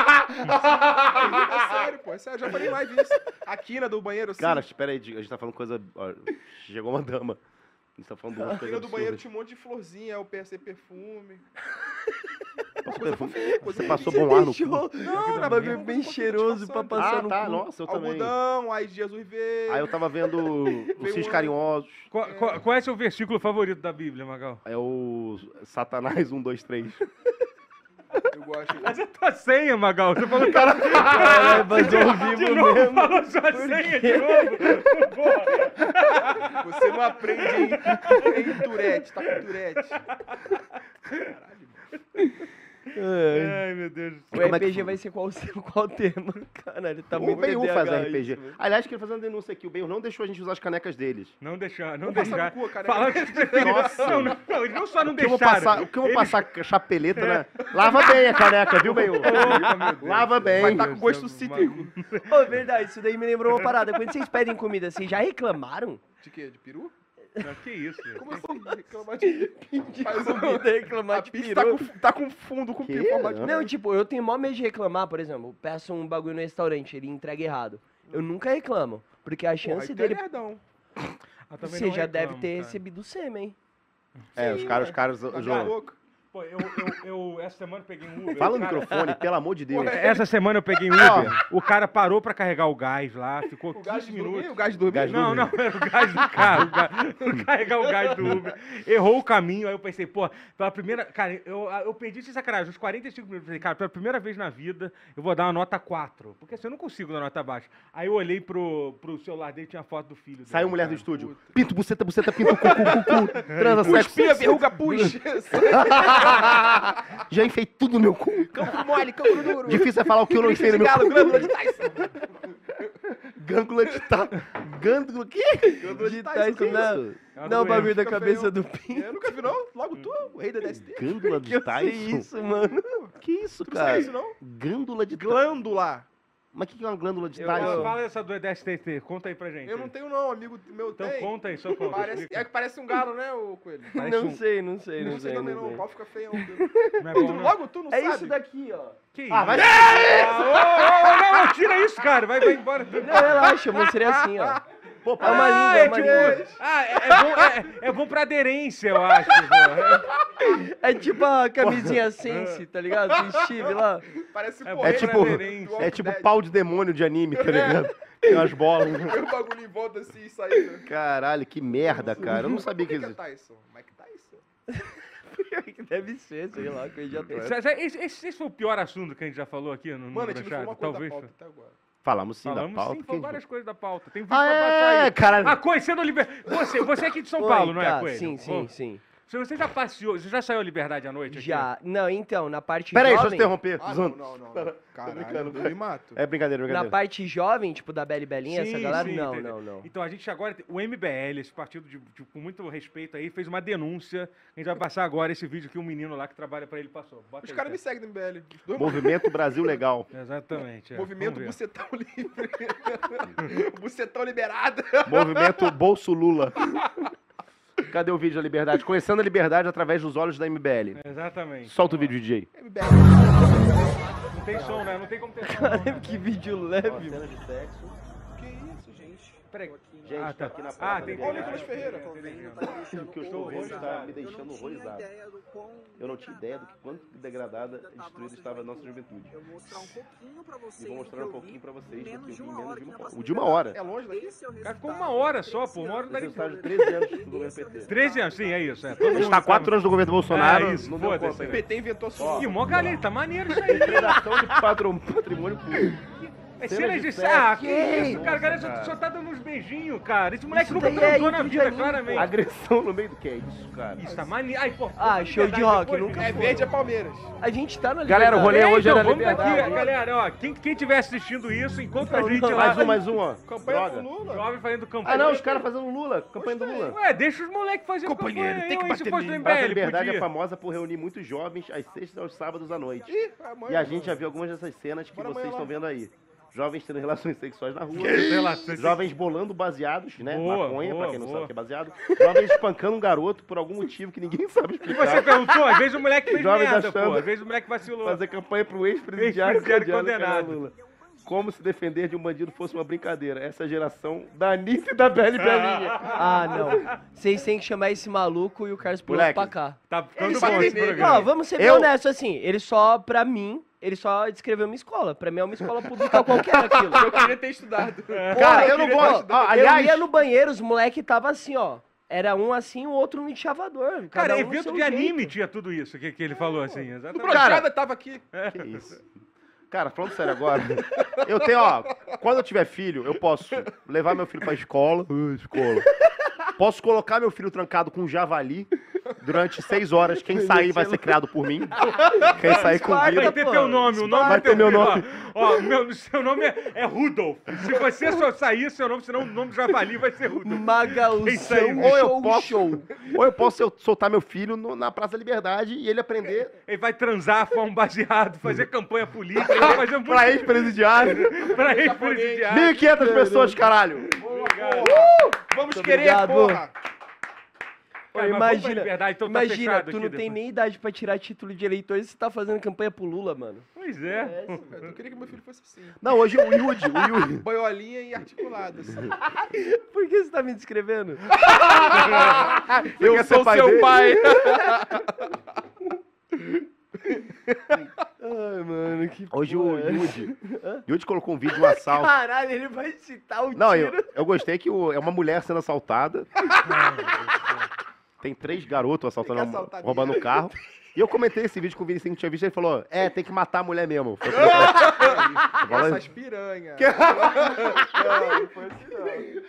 É sério, pô, é sério, já falei em live isso. A quina do banheiro, assim. Cara, espera aí, a gente tá falando coisa... ó, chegou uma dama. A gente tá falando de uma a coisa quina do banheiro absurda. tinha um monte de florzinha, eu pensei perfume. Passou coisa perfume? fofinha, coisa Você passou fofinha. bom ar no cu? Deixou Não, um na bagulho boca, bem boca, cheiroso pra passando. passar Ah, no tá, cu. nossa, eu também. Algodão, aí Jesus veio. Aí eu tava vendo os Cis um- Carinhosos. Qual, qual, qual é seu versículo favorito da Bíblia, Magal? É o Satanás um, dois, três. Eu gosto. Mas é tua senha, Magal. Você falou que era Caralho, mas ao de vivo novo, mesmo. falou sua senha de novo. Porra. Você não aprende em, em Tourette, tá com Tourette. Caralho, mano. É. Ai, meu Deus do O céu. Como é que R P G foi? vai ser qual, qual tema? Caralho, tá O muito Benhur faz T D A H R P G. isso, velho. Aliás, queria fazer uma denúncia aqui. O Benhur não deixou a gente usar as canecas deles. Não deixar, não Vou passar deixar. no cu, cara. Falaram que eles preferiam. Nossa. Não, não, não, eles não só não O que eu vou deixaram. passar, o que eu vou eles- passar chapeleta, né? Lava bem a caneca, viu, Benhur? Opa, meu Deus. Lava bem. Vai estar com gosto Deus, cítrico. Ô, verdade, isso daí me lembrou uma parada. Quando vocês pedem comida, vocês já reclamaram? De quê? De peru? Não, que isso? gente? Como assim? Reclamar de... De Faz um- comida, reclamar A de pizza tá peru. com, tá com fundo, com Que? formato de... Não, tipo, eu tenho mó medo de reclamar, por exemplo, eu peço um bagulho no restaurante, ele entrega errado. Eu nunca reclamo, porque a Pô, chance aí tu é dele... nerdão. Ah, também Você não já deve reclamo, ter cara. recebido sêmen. É, os caras, os caras, Tá João. meia boca. Pô, eu, eu, eu essa semana eu peguei um Uber. Fala o no cara- microfone, pelo amor de Deus. Essa semana eu peguei um Uber. O cara parou pra carregar o gás lá, ficou O gás quinze de dormir? minutos. O gás de dormir? Gás Não, não, era o gás do carro, o gás, o carregar o gás do Uber. Errou o caminho, aí eu pensei, pô, pela primeira. Cara, eu, eu perdi sem sacanagem, uns quarenta e cinco minutos. Falei, cara, pela primeira vez na vida, eu vou dar uma nota quatro. Porque assim, eu não consigo dar nota baixa. Aí eu olhei pro, pro celular dele, tinha foto do filho dele. Saiu mulher do cara. estúdio. Pinto, buceta, buceta, pinto, cu, cu, cu, cu. Transa, sexo. Cuspia, verruga, puxa. Já enfei tudo no meu cu. Campo mole, campo duro. Difícil é falar o que eu não enfei no de meu galo, cu. glândula de Tyson. Gândula de tá. Gândula o quê? Glândula de De Tyson, Tyson, que isso? não. É uma Não, o doença. bagulho da fica cabeça feio. do pinto. Eu nunca vi, não. Logo tu, o rei da D S T. Gândula Que de eu sei Tyson? isso, mano. Que isso, Tu não sabe cara? isso, não? Gândula de Tyson. Glândula. Mas o que que é uma glândula de Eu- Fala, Tyson? fala essa do D S T T, conta aí pra gente. Eu não tenho, não. Amigo meu Então tem. conta aí, só conta. Parece, explica. é que parece um galo, né, o coelho? Parece Não um- sei, não sei, Não não sei sei. também, não não. O sei. pau fica feião. Não é bom, Tu- não? Logo tu não É sabe. isso daqui, ó. Que Ah, vai. Ah, ô, ô, ô, não, tira isso, cara. Vai, vai embora. Não, relaxa, eu mostrei assim, ó. Pô, É uma língua, é uma tipo- língua. Ah, é, é bom, é, é bom pra aderência, eu acho. pô. É tipo a camisinha Sense, tá ligado? Do Steve lá. Parece É porra. É tipo, aderência. é tipo pau de demônio de anime, tá ligado? Tem umas bolas. Tem um bagulho em volta assim e saindo. Caralho, que merda, cara. Eu não sabia que Quem que é existia. Tyson? Mike Tyson? Deve ser, sei lá, que eu já tô. Esse, esse- esse- esse foi o pior assunto que a gente já falou aqui no, no Mano, a gente não Brochado? falou uma coisa Talvez. da pauta até agora. Falamos sim Falamos da pauta. sim, que- falou várias coisas da pauta. Tem vídeo Ah, pra passar é, aí. caralho. Ah, conhecendo a liberdade. Você, você é aqui de São Oi, Paulo, não é, tá, Coelho? Sim, sim, Ô, sim. se Você já passeou, você já saiu à Liberdade à noite aqui? Já. Não, então, na parte Pera aí, deixa eu jovem... te interromper. Ah, não, Zoando. não, não. Tô não. Caralho, brincando, eu vai. me mato. É brincadeira, Na brincadeira. parte jovem, tipo, da Bela e Belinha, essa Sim, galera, sim, não, entendeu? não, não. Então a gente agora, tem- o M B L, esse partido de, de- com muito respeito aí, fez uma denúncia. A gente vai passar agora esse vídeo que um menino lá que trabalha pra ele passou. Bota Os aí, caras me cara. seguem no M B L. Os dois Movimento Brasil Legal. Exatamente. é. Movimento Vamos ver. Bucetão Livre. Bucetão Liberado. Movimento Bolso Lula. Cadê o vídeo da liberdade? Conhecendo a liberdade através dos olhos da M B L. Exatamente. Solta o vídeo, D J. M B L. Não tem som, né? Não tem como ter som. não, né? Caralho, que vídeo leve, Cena mano. de sexo. Que isso, gente? Peraí. Gente, Ah, tá. aqui na Ah, praça tem da Ó, o liberdade. Nicolas Ferreira. O que eu estou vendo está me deixando horrorizado. horrorizado. Eu não tinha ideia do que quanto degradada e destruída estava a nossa juventude. Eu vou mostrar um pouquinho pra vocês. E vou mostrar do um que eu pouquinho vi pra vocês em do que eu menos vi de em uma menos hora de aqui uma na hora. O de uma hora. É longe daqui? Esse é o O cara ficou resultado uma hora só, desse pô. Uma hora ano. daí. Esse resultado de treze anos do governo P T. treze anos, sim, é isso. É. Todo A gente mundo está há quatro sabe. anos do governo Bolsonaro. É isso, não deu foda-se, conta O ainda. P T inventou só. Ih, mó galera, tá maneiro isso aí. Depredação de patro- patrimônio público. É Cenas cenas de de sexo. saco. Que Que isso, cara? Cara, isso, só, cara? só tá dando uns beijinhos, cara. Esse moleque Isso nunca daí é transou na intro de vida, anime, claramente. Agressão no meio do que é isso, cara? Isso, tá maneiro. Ai, pô, Ah, pô, show de liberdade rock, depois, nunca gente. É verde é Palmeiras. A gente tá na Galera, o rolê liberdade. hoje então, era vamos daqui, liberdade. galera, ó. Quem, quem tiver assistindo isso, encontra a Não, gente não, lá. Mais um, mais um, ó. Campanha Droga. com Lula. Jovem fazendo campanha. Ah, não, os caras fazendo Lula. Campanha do Lula. Ué, deixa os moleques fazer Companheiro, campanha. tem que Eu, bater se fosse do nele. Praça da M B L, Liberdade é podia. famosa por reunir muitos jovens às sextas e aos sábados à noite. Ih, amanhã, E a gente já viu algumas dessas cenas que Bora vocês amanhã estão lá. vendo aí. Jovens tendo relações sexuais na rua. Relações Jovens bolando baseados, né? Boa, Maconha, boa, pra quem não boa. sabe o que é baseado. Jovens espancando um garoto por algum motivo que ninguém sabe E explicar. você perguntou, às vezes o moleque fez Jovens merda, achando- pô. Às vezes o moleque vacilou. Fazer campanha pro ex-presidiário Ex-presidiário condenado. condenado. Lula. Como se defender de um bandido fosse uma brincadeira. Essa geração da Anitta e da Beli Belinha. Ah, não. Vocês têm que chamar esse maluco e o Carlos Piloto Moleque. pra cá. Tá ficando Ele bom bateu esse nele. programa. Não, vamos ser bem Eu- honestos assim. Ele só, pra mim, ele só descreveu uma escola. Pra mim é uma escola pública qualquer aquilo. Eu queria ter estudado. Cara, Pô, eu não queria- vou... Ó, Ó, aliás, Eu ia no banheiro, os moleque tava assim, ó. Era um assim, o outro no enxavador. Cara, cada um no evento seu de jeito. anime tinha tudo isso que, que ele falou, assim. O Exatamente. Brochada tava aqui. que isso? Cara, falando sério agora, eu tenho, ó, quando eu tiver filho, eu posso levar meu filho pra escola. Uh, escola. Posso colocar meu filho trancado com um javali durante seis horas. Quem sair vai ser criado por mim. Quem sair com Esparta, vida. Vai ter pô. teu nome, o nome Vai do teu ter meu filho, nome. Ó, ó, meu, seu nome é, é Rudolf. Se você só sair, seu nome, senão o nome do javali vai ser Rudolf. Isso aí, Magalzão ou eu show, posso- show. Ou eu posso eu- soltar meu filho no- na Praça da Liberdade e ele aprender Ele vai transar, formar um baseado, fazer campanha política, ele vai fazer um pra ex-presidiário. pra ex-presidiário. mil e quinhentas pessoas, caralho. Vamos Muito querer, obrigado. porra. Ô, Cara, mas vamos pra imagina, liberdade, então tá imagina, fechado tu aqui não tem depois. nem idade pra tirar título de eleitor e você tá fazendo campanha pro Lula, mano. Pois é. Eu queria que meu filho fosse assim. Não, hoje o Yudi, o Yudi. Boiolinha e articulado, assim. Por que você tá me descrevendo? Eu quer sou ser pai seu dele. pai. Ai, mano, que Hoje o porra é Yudi. Yudi colocou um vídeo de um assalto. Caralho, ele vai citar o Não, tiro. eu, eu gostei que o- é uma mulher sendo assaltada. Tem três garotos assaltando, Tem que assaltar roubando o carro. E eu comentei esse vídeo com o Vinicius que tinha visto. Ele falou: É, tem que matar a mulher mesmo. Foi o que ele falou. Essas piranha. Não, não foi assim,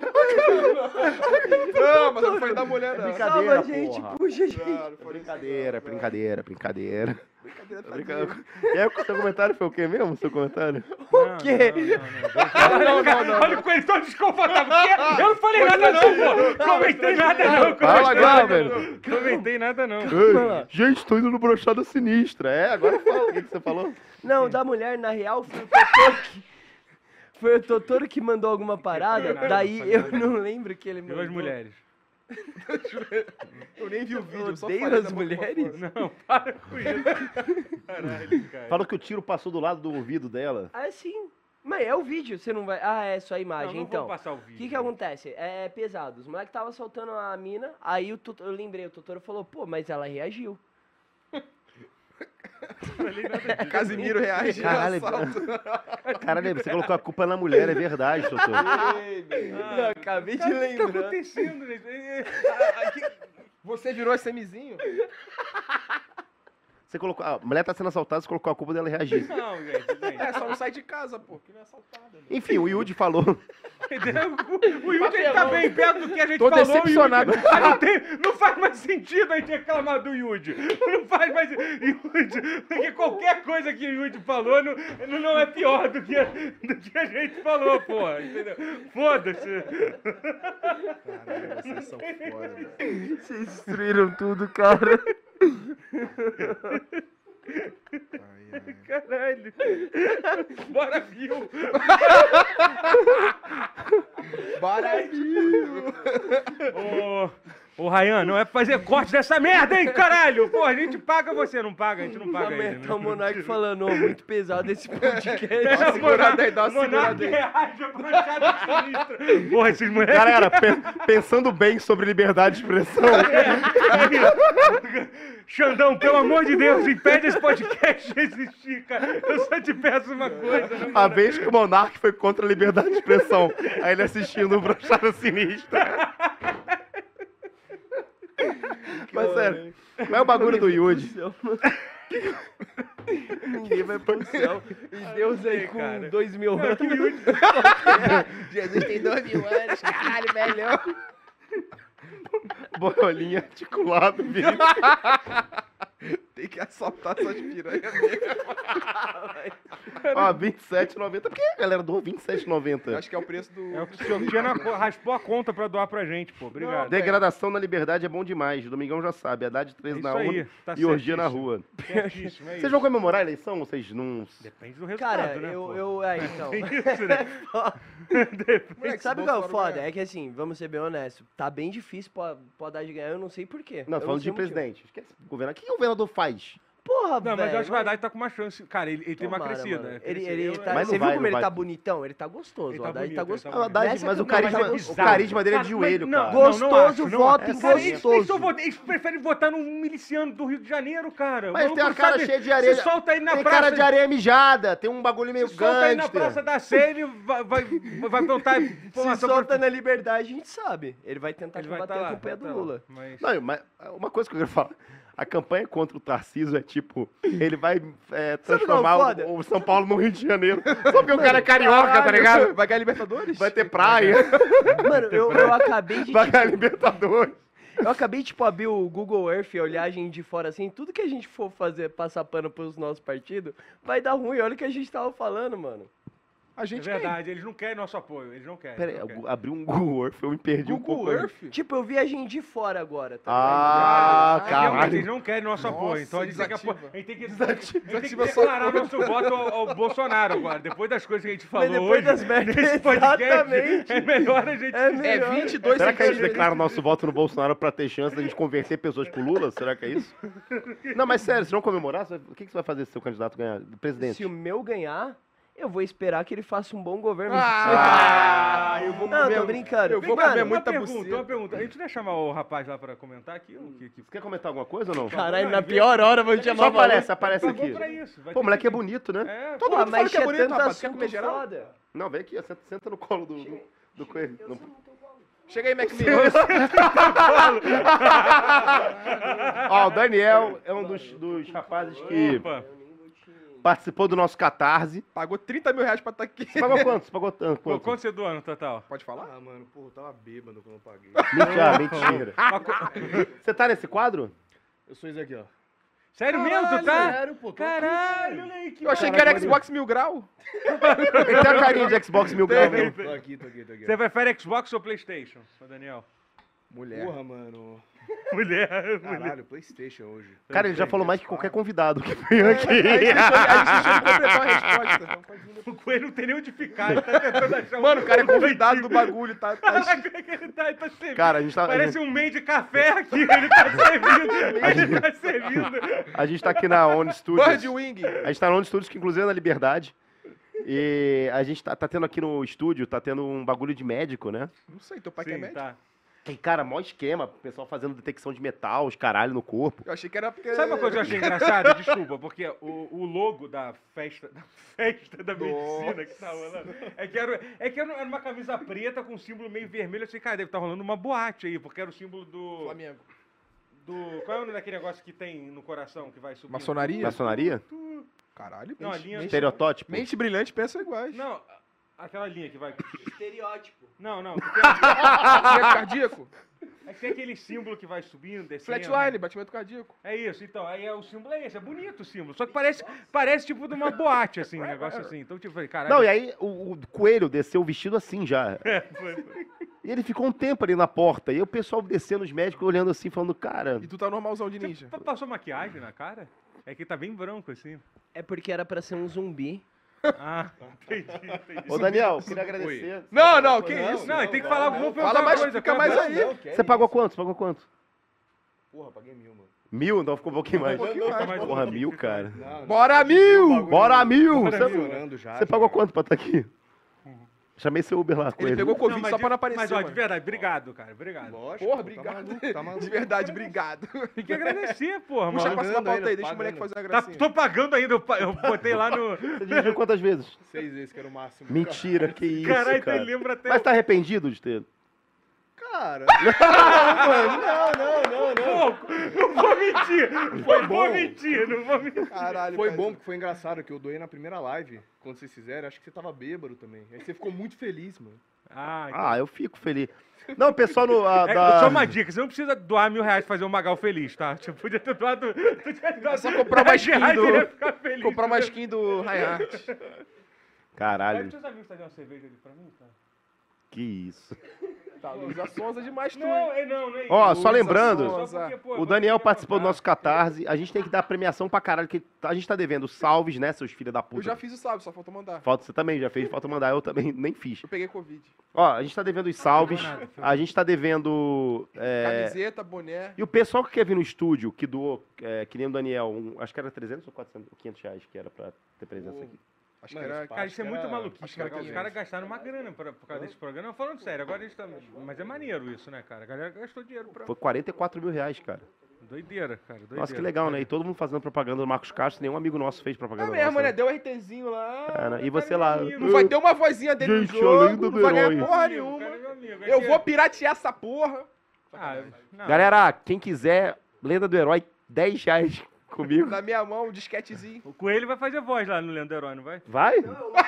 não. Não, mas não foi da mulher, não. Brincadeira, Salva, gente, porra. puxa, gente. Não, não foi Brincadeira, assim, não. brincadeira, brincadeira. Brincadeira tá Brincadeira. E aí, o seu comentário foi o quê mesmo? Seu comentário? O quê? Não, não, não. Olha o coelho todo desconfortável. O quê? Eu não falei nada não, pô. Comentei nada não. Fala comentei agora, nada, velho. não. Comentei nada não. Ei, gente, tô indo no brochada sinistra. É, agora fala o que, que você falou. Não, da mulher, na real, foi o Totoro que... Foi o Totoro que mandou alguma parada, Nada, daí não falei eu nada. não lembro que ele Viu mandou. as mulheres. Eu nem vi o vídeo, eu só Odeio falei as da boca pra mulheres. fora. Não, para com isso. Caralho, cara. Falou que o tiro passou do lado do ouvido dela. Ah, sim. Mas é o vídeo, você não vai... Ah, é só a Não, imagem, não então. vou passar o O vídeo. que que acontece? É pesado. Os moleques estavam soltando a mina, aí o Totoro, eu lembrei, o Totoro falou, pô, mas ela reagiu. Não falei nada disso. Casimiro reage ao Caralho, assalto. Caralho, você colocou a culpa na mulher, é verdade, doutor. Ei, meu. Eu acabei de Cara, o que tá lembrar. acontecendo, gente? É, é, Ah, aqui- Você virou semizinho? Você colocou, a mulher tá sendo assaltada, você colocou a culpa dela reagir. Não, gente, gente. É, só não sai de casa, pô, que não é assaltada. né? Enfim, o Yudi falou. O, o Yudi ele tá bem perto do que a gente Tô falou. decepcionado. O Yudi, mas não, tem- não faz mais sentido a gente reclamar do Yudi. Não faz mais Yudi, porque qualquer coisa que o Yudi falou não, não- não é pior do que, a- do que a gente falou, porra. Entendeu? Foda-se. Caralho, vocês são foda, velho. Vocês destruíram tudo, cara. Ai, ai. Caralho. Bora, viu? Baratinho. Ô, ô, Ryan, não é pra fazer corte dessa merda, hein, caralho? Pô, a gente paga você, não paga? A gente não paga ele. Tá o Monark falando, ó, muito pesado esse podcast. Dá uma segurada aí, dá uma Monark segurada aí. reage a brochada sinistra. Porra, esses moleques... Galera, pe- pensando bem sobre liberdade de expressão. Xandão, pelo amor de Deus, impede esse podcast de existir, cara. Eu só te peço uma coisa. Não... A vez que o Monark foi contra a liberdade de expressão. Aí ele assistindo o brochada sinistra. Mas sério, qual é o bagulho do Yudi? Ninguém vai pro céu. E Deus aí com cara. dois mil Cara, anos. que humilde. Jesus tem dois mil anos, caralho, melhor. Bolinha articulado, bicho. Tem que assaltar essas piranhas mesmo. Ó, vinte e sete reais e noventa. Por que a galera doou vinte e sete reais e noventa? Acho que é o preço do... É o que o senhor tinha na co- raspou a conta pra doar pra gente, pô. Obrigado. Degradação na liberdade é bom demais. Domingão já sabe. Haddad É treze isso na aí, urna tá e orgia na certíssimo. rua. Certíssimo, é Vocês isso. vão comemorar a eleição? ou Vocês não... Depende do resultado, Cara, né, eu, pô? eu. É, então. Tem isso, né? Moleque, Sabe se qual é o Bolsonaro foda? ganhar- É que assim, vamos ser bem honestos. Tá bem difícil pro pro Haddad ganhar, eu não sei porquê. Não, Eu falando sei de o motivo. presidente. Esquece o governador. O que o governador faz? Porra, Não, mas eu velho, acho que o Haddad tá com uma chance. Cara, ele, ele tem uma Tomara, crescida. mano. né? Ele, Crescida. ele Eu- tá, Mas você não viu vai, como não ele vai. tá bonitão? Ele tá gostoso. Ele o tá Haddad bonito, tá ele tá gostoso. Ah, o Haddad, Nessa mas que o eu- mas carisma, é o bizarro. carisma dele é de Cara, joelho, mas não, cara. não, não Gostoso, acho, não votem acho. Cara, eles- eles gostoso. só votam- Eles preferem votar num miliciano do Rio de Janeiro, cara. O Mas maluco tem uma não cara sabe- cheia de areia. Se solta aí na Tem praça... cara de areia mijada. Tem um bagulho meio Se solta aí na gangster. Praça da Sé, ele vai, vai, vai perguntar Se informação solta pra... na liberdade, a gente sabe. Ele vai tentar Ele vai combater tá lá, a campanha vai do tá lá, Lula. mas- Não, mas uma coisa que eu quero falar. A campanha contra o Tarcísio é tipo, ele vai é, Sabe qual é o transformar foda? o, o São Paulo no Rio de Janeiro. Só porque o cara é carioca, tá ligado? Vai ganhar Libertadores? Vai ter praia, Mano, eu, eu acabei de. vai tipo, ganhar Libertadores. eu acabei, tipo, abrir o Google Earth e olhar a gente de fora assim. Tudo que a gente for fazer, passar pano pros nossos partidos, vai dar ruim. Olha o que a gente tava falando, mano. A É gente verdade, eles não querem nosso apoio, eles não querem. Pera aí, não querem. eu abri um Google Earth, eu me perdi quer. um pouco. Google aí. Earth? Tipo, eu vi a gente de fora agora, tá Ah, Realmente, eles caralho. não querem nosso apoio, Nossa, então a gente tem que, desativa. apo- a gente tem que, a gente tem que Desativa declarar só- nosso voto ao, ao Bolsonaro agora. Depois das coisas que a gente falou depois hoje, das merdas, nesse podcast, exatamente. é melhor a gente... É É melhor. vinte e dois Será que a gente centímetros. declara o nosso voto no Bolsonaro pra ter chance da gente converter pessoas pro Lula? Será que é isso? Não, mas sério, se não comemorar, você vai- o que que você vai fazer se seu candidato ganhar? Presidente? Se o meu ganhar, eu vou esperar que ele faça um bom governo. Ah, eu vou Não, comer... tô brincando. Eu vou Mano, comer Uma muita pergunta, buceta. uma pergunta. A gente não ia chamar o rapaz lá pra comentar aqui? O que, que... Você quer comentar alguma coisa ou não? Caralho, Não, na ele veio- pior hora vamos chamar Só o maluco. aparece, aparece Pagou aqui. pra isso. vai Pô, o ter moleque que- é bonito, né? É, Todo Pô, mundo fala mas que é tinha bonito, tanto rapaz. Quer assunto comer geral? foda. Não, vem aqui, ó, senta, senta no colo do, do, do coelho. Não- Chega aí, Macmillan. Ó, o Daniel é um dos, dos rapazes que Opa. participou do nosso Catarse. Pagou trinta mil reais pra estar aqui. Você pagou quanto? Você pagou tanto? Pô, Quanto? quanto você doa no total? Pode falar? Ah, mano, porra, eu tava bêbado quando eu paguei. Mentira, mentira. Uma co- Você tá nesse quadro? Eu sou esse aqui, ó. Sério mesmo, tu tá? Sério, pô, tô Caralho, olha aí que Eu achei que era Xbox Mil Grau. Ele tem a carinha de Xbox mil graus aqui. mesmo. Tô aqui, tô aqui, tô aqui. Você prefere Xbox ou Playstation, ô Daniel? Mulher. Porra, mano. Mulher, mulher. Caralho, Playstation hoje. Cara, ele já falou mais que qualquer convidado que veio A aqui. gente deixou, a gente deixou ele completar a resposta. O coelho não tem nem onde ficar, ele tá tentando achar um... Mano, o cara é convidado do bagulho, tá? tá... Caraca, ele tá, ele tá servindo. Cara, a gente tá, a Parece gente, um meio de café aqui, ele tá servindo, ele tá servindo. a gente tá aqui na On Studios. Bird Wing. A gente tá na On Studios, que inclusive é na Liberdade. E a gente tá, tá tendo aqui no estúdio, tá tendo um bagulho de médico, né? Não sei, teu pai que é Sim, médico? tá. E, cara, mó esquema, o pessoal fazendo detecção de metal, os caralho no corpo. Eu achei que era porque... Sabe uma coisa que eu achei engraçada? Desculpa, porque o, o logo da festa da, festa da medicina que tá rolando é que, era, é que era uma camisa preta com um símbolo meio vermelho. Eu achei, cara, deve estar rolando uma boate aí, porque era o símbolo do... Flamengo. do qual é o nome daquele negócio que tem no coração que vai subir? Maçonaria? Maçonaria? Caralho, Não, a mente, linha... mente, Estereotótipo? mente brilhante pensa iguais. Não, aquela linha que vai... Estereótipo. Não, não, que tem, Batimento cardíaco? é que tem aquele símbolo que vai subindo, descendo. Flatline, batimento cardíaco. É isso, então, aí é o símbolo é esse, é bonito o símbolo, só que parece, parece tipo de uma boate, assim, um negócio assim, então tipo, falei, caralho... Não, e aí o, o coelho desceu vestido assim já. É, foi, foi. E ele ficou um tempo ali na porta. E o pessoal descendo, os médicos olhando assim, falando, cara. E tu tá normalzão de ninja. Você passou maquiagem na cara? É que tá bem branco, assim. É porque era pra ser um zumbi. Ah, entendi, entendi. Ô, Daniel, queria agradecer. Não, não, que isso? Não, e tem que falar, vou perguntar Fala uma mais, coisa, fica qual- mais qual- aí. Você pagou quanto? Você pagou quanto? Porra, paguei mil, mano. Mil? Então ficou um pouquinho mais. pouquinho mais, mais Porra, um mil, pouquinho, cara. Não, Bora mil! Bora mil! Tá Você, funcionando já. você pagou quanto pra estar aqui? Chamei seu Uber lá com Ele ele. pegou Covid mas só de- pra não aparecer, Mas, ó, de mano. verdade, obrigado, cara, obrigado. Lógico. Porra, pô, obrigado. Tá maluco, tá maluco. De verdade, obrigado. Tem que agradecer, porra, Puxa a mano. próxima Pagando pauta ainda, aí, deixa o moleque pagando. fazer uma Tá, gracinha. tô pagando ainda, eu, pa- eu botei lá no... Você dirigiu quantas vezes? Seis vezes que era o máximo. Mentira, que isso, Caralho, cara. ele lembra até... Mas tá arrependido de ter? Cara. Não, mano. Não, não, não, não. pouco. Não vou mentir. Foi não bom. vou mentir, não vou mentir. Caralho, Foi pai. bom, porque foi engraçado, que eu doei na primeira live, quando vocês fizeram, acho que você tava bêbado também. Aí você ficou muito feliz, mano. Ah, então. Ah, eu fico feliz. Não, o pessoal no... a- É, da- Só uma dica, você não precisa doar mil reais pra fazer um Magal feliz, tá? Você podia ter doado... É só comprar uma dez skin reais, do- ele ia ficar feliz. Comprar uma skin do Reinhardt. Vai Caralho, pros seus amigos trazer uma cerveja ali pra mim, tá? que isso. Tá, Luísa Sonza demais tu. Não, é não, não é Ó, isso. só Luísa lembrando, Sonza. Só porque, pô, o você Daniel quer participou do contar. nosso Catarse. A gente tem que dar premiação pra caralho, que a gente tá devendo salves, né, seus filhos da puta. Eu já fiz o sábado, só falta mandar. Falta, você também já fez, falta mandar, eu também nem fiz. Eu peguei Covid. Ó, a gente tá devendo os salves, Não, nada, foi a gente tá devendo... é, Camiseta, boné. E o pessoal que quer vir no estúdio, que doou, é, que nem o Daniel, um- acho que era trezentos ou quatrocentos, ou quinhentos reais que era pra ter presença aqui. Acho Mano, que era. esse Cara, isso é Acho que muito era- maluquice, acho que era cara. Os quinhentos. caras gastaram uma grana pra, por causa desse programa. Não, falando sério, agora eles estão... Mas é maneiro isso, né, cara? A galera gastou dinheiro pra... Foi quarenta e quatro mil reais, cara. Doideira, cara, doideira. Nossa, que legal, né? E todo mundo fazendo propaganda do Marcos Castro, nenhum amigo nosso fez É propaganda mesmo, nossa, né? Deu um RTzinho lá. É, né? E você Cara, lá... meu amigo. Não vai ter uma vozinha dele Gente, no jogo, além do não vai ganhar herói. porra Cara, nenhuma. meu amigo, Eu aqui vou é- piratear essa porra. Ah, não. Galera, quem quiser, Lenda do Herói, dez reais comigo. Na minha mão, um disquetezinho. O Coelho vai fazer voz lá no Leandro Herói, não vai? Vai?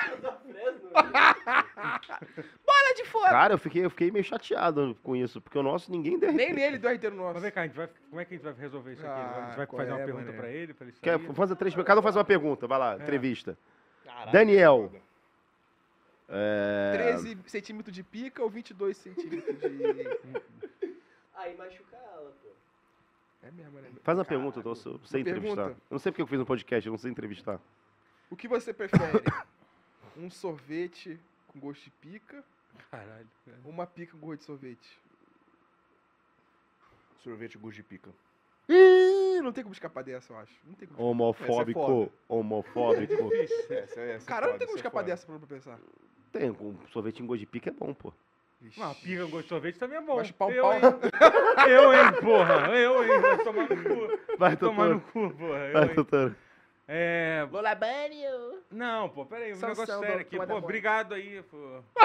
Bola de fogo! Cara, eu fiquei, eu fiquei meio chateado com isso, porque o nosso ninguém deu Nem nele deu R T no nosso. Mas vem cá, a gente vai, como é que a gente vai resolver isso aqui? Ah, a gente vai qual fazer uma é, pergunta mané? pra ele, pra ele sair? Quer fazer três... Cada um faz uma pergunta, vai lá, É. entrevista. Caralho, Daniel. foda. É... treze centímetros de pica ou vinte e dois centímetros de... Aí machuca ela, pô. É mesmo, né? Faz uma pergunta, eu tô, eu sei Uma entrevistar. pergunta? Eu não sei porque eu fiz um podcast, eu não sei entrevistar. O que você prefere? Um sorvete com gosto de pica Caralho. ou uma pica com gosto de sorvete? Sorvete gosto de pica. Ih, não tem como escapar dessa, eu acho. Não tem como. Homofóbico, foda. homofóbico. Essa, essa é Cara, não foda, tem como essa é escapar foda. dessa pra pra pensar. Tem, um sorvete em gosto de pica é bom, pô. Vixe. Uma pica com gosto de sorvete também é bom. Vai chupar um eu, pau. hein? Eu, hein, porra. Eu, hein. Vai tomar no cu. Vai, Tomar no doutor. cu, porra. Eu, Vai, hein. doutor. É... Lola Banho. Não, pô, peraí, um São negócio samba, sério aqui. toma Pô, da mão. obrigado aí, pô.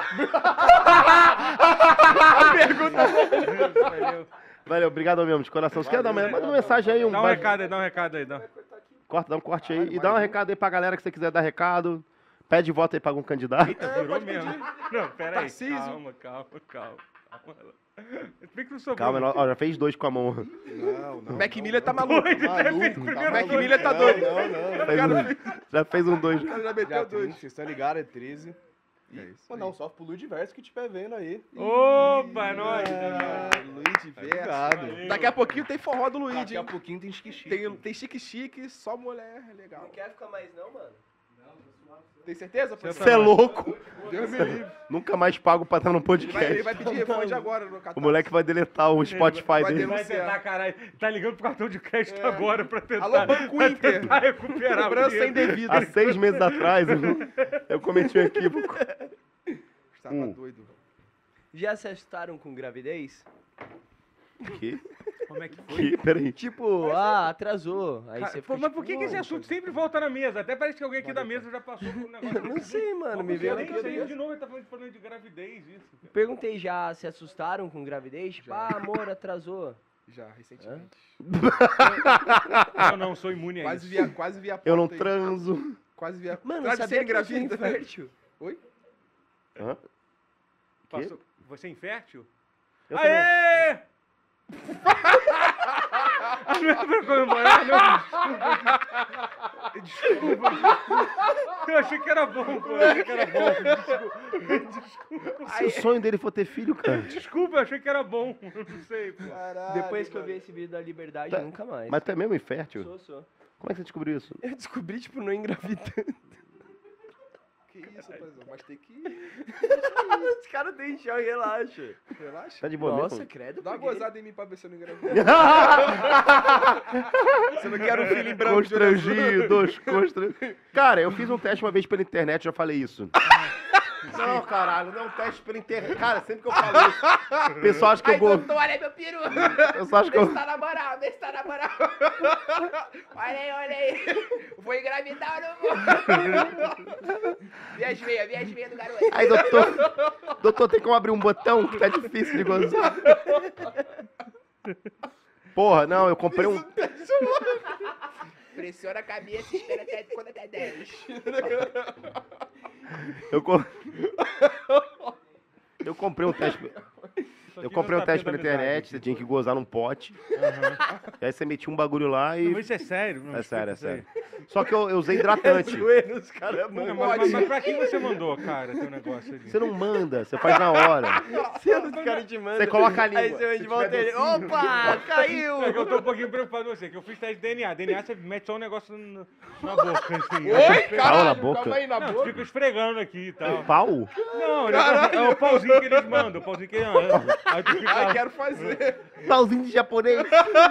Valeu. Valeu, obrigado mesmo, de coração. Você quer dar uma, manda uma mensagem aí? Um Dá um ba- recado aí, dá um recado aí. Dá. Corta, dá um corte aí. E dá um recado aí pra galera que você quiser dar recado. Pede voto aí pra algum candidato. Eita, virou mesmo. Não, pera aí. Tarcísio. Calma, calma, calma. calma. Bem que não sobrou. Calma, ó, já fez dois com a mão. Não, não. Mac Miller tá maluco. Doido, Tá maluco, fez tá primeiro Mac maluco. Miller tá Não, doido. Não, não. Fez um- já fez um dois. O cara já Dia meteu trinta, dois. vocês estão ligados, é treze. É isso. Pô, não, só pro Luiz Diverso que estiver vendo aí. Opa, é nóis. Ah, Luigi Tá Verso. ligado. Daqui a pouquinho tem forró do Daqui Luigi, a hein? pouquinho tem chique-chique. Tem, tem chique-chique, só mulher, legal. Não quer ficar mais não, mano? Tem certeza? Você Você é louco? Deus me livre. Nunca mais pago pra estar no Ele vai, ele podcast. vai pedir refund agora no O Catarse. moleque vai deletar o Spotify vai dele. Vai denunciar. tentar, caralho. Tá ligando pro cartão de crédito É. agora pra tentar. Alô, Banco pra Inter. tentar recuperar o Cobrança dinheiro. indevida. Há seis meses atrás, eu, eu cometi um equívoco. Estava Hum. doido. Já se assustaram com gravidez? Que? Como é que foi? Que? Peraí. Tipo, ah, atrasou. Aí Cara, você pô, fica mas tipo, por que, que esse "Não, assunto sempre volta na mesa? Até parece que alguém aqui da mesa já passou por um negócio. Não sei, mano, me Vamos veio ver, na nem sei, cabeça. de novo ele tá falando, falando de gravidez, isso. cara. Perguntei já, se assustaram com gravidez? Tipo, Já. ah, amor, atrasou. Já, recentemente. Eu não sou imune a Quase isso. vi a, quase vi a Eu não porta aí. transo. Quase vi a... Mano, Travesseiro sabia que eu sou engravida. infértil? Oi? Hã? Passou- Você é infértil? Eu também. Aê! Ah, não é pra comemorar, não. Desculpa. Desculpa. Eu achei que era bom, pô. Eu achei que era bom. Desculpa. Se o sonho dele for ter filho, cara. Desculpa, eu achei que era bom. Eu não sei, pô. Caralho, Depois que eu vi mano. esse vídeo da liberdade, Tá, nunca mais. Mas tu é mesmo infértil? Sou, sou. Como é que você descobriu isso? Eu descobri, tipo, não engravidando. Que isso, paizão. Mas tem que ir. Os caras têm chão e relaxa. Relaxa. Tá de boa Nossa, mesmo? credo, Dá uma peguei. gozada em mim pra ver se eu não engravido. Você não quer um filho em branco de olho azul? Constrangidos, constrangidos. Cara, eu fiz um teste uma vez pela internet, já falei isso. Não, caralho, não é um teste pela internet. Cara, sempre que eu falo isso, o pessoal acha que eu Ai, vou. doutor, olha aí meu peru. O pessoal acha que Vê eu. se tá na moral, vê se tá na moral. Olha aí, olha aí. Vou engravidar ou não vou? Vê as veias, vê as veias do garoto. Aí, doutor, doutor, tem como abrir um botão que tá difícil de gozar. Porra, não, eu comprei um... Pressiona a cabeça e espera até quando até dez. Eu, com... eu comprei um teste... Eu comprei um teste pela internet, você tinha que gozar num pote. Uhum. E aí você metia um bagulho lá e... Não, isso é sério? Não, É sério, é explica isso sério. Só que eu, eu usei hidratante. Zoeira, os caras aí. Não, mandam. mas, mas, mas pra quem você mandou, cara, teu negócio ali? Você não manda, você faz na hora. Os caras te mandam. Você coloca a língua. Aí você vai Se de volta tiver ele. Opa, caiu! É que eu tô um pouquinho preocupado com você, que eu fiz teste de D N A. D N A você mete só um negócio no- na boca, assim. Oi, Pau na caralho, boca. calma aí na Não, tu boca. fica esfregando aqui e tal. Pau? Não, o negócio- é o pauzinho que eles mandam, o pauzinho que eles mandam. Aí tu fica Ah, lá. quero fazer. Pauzinho de japonês.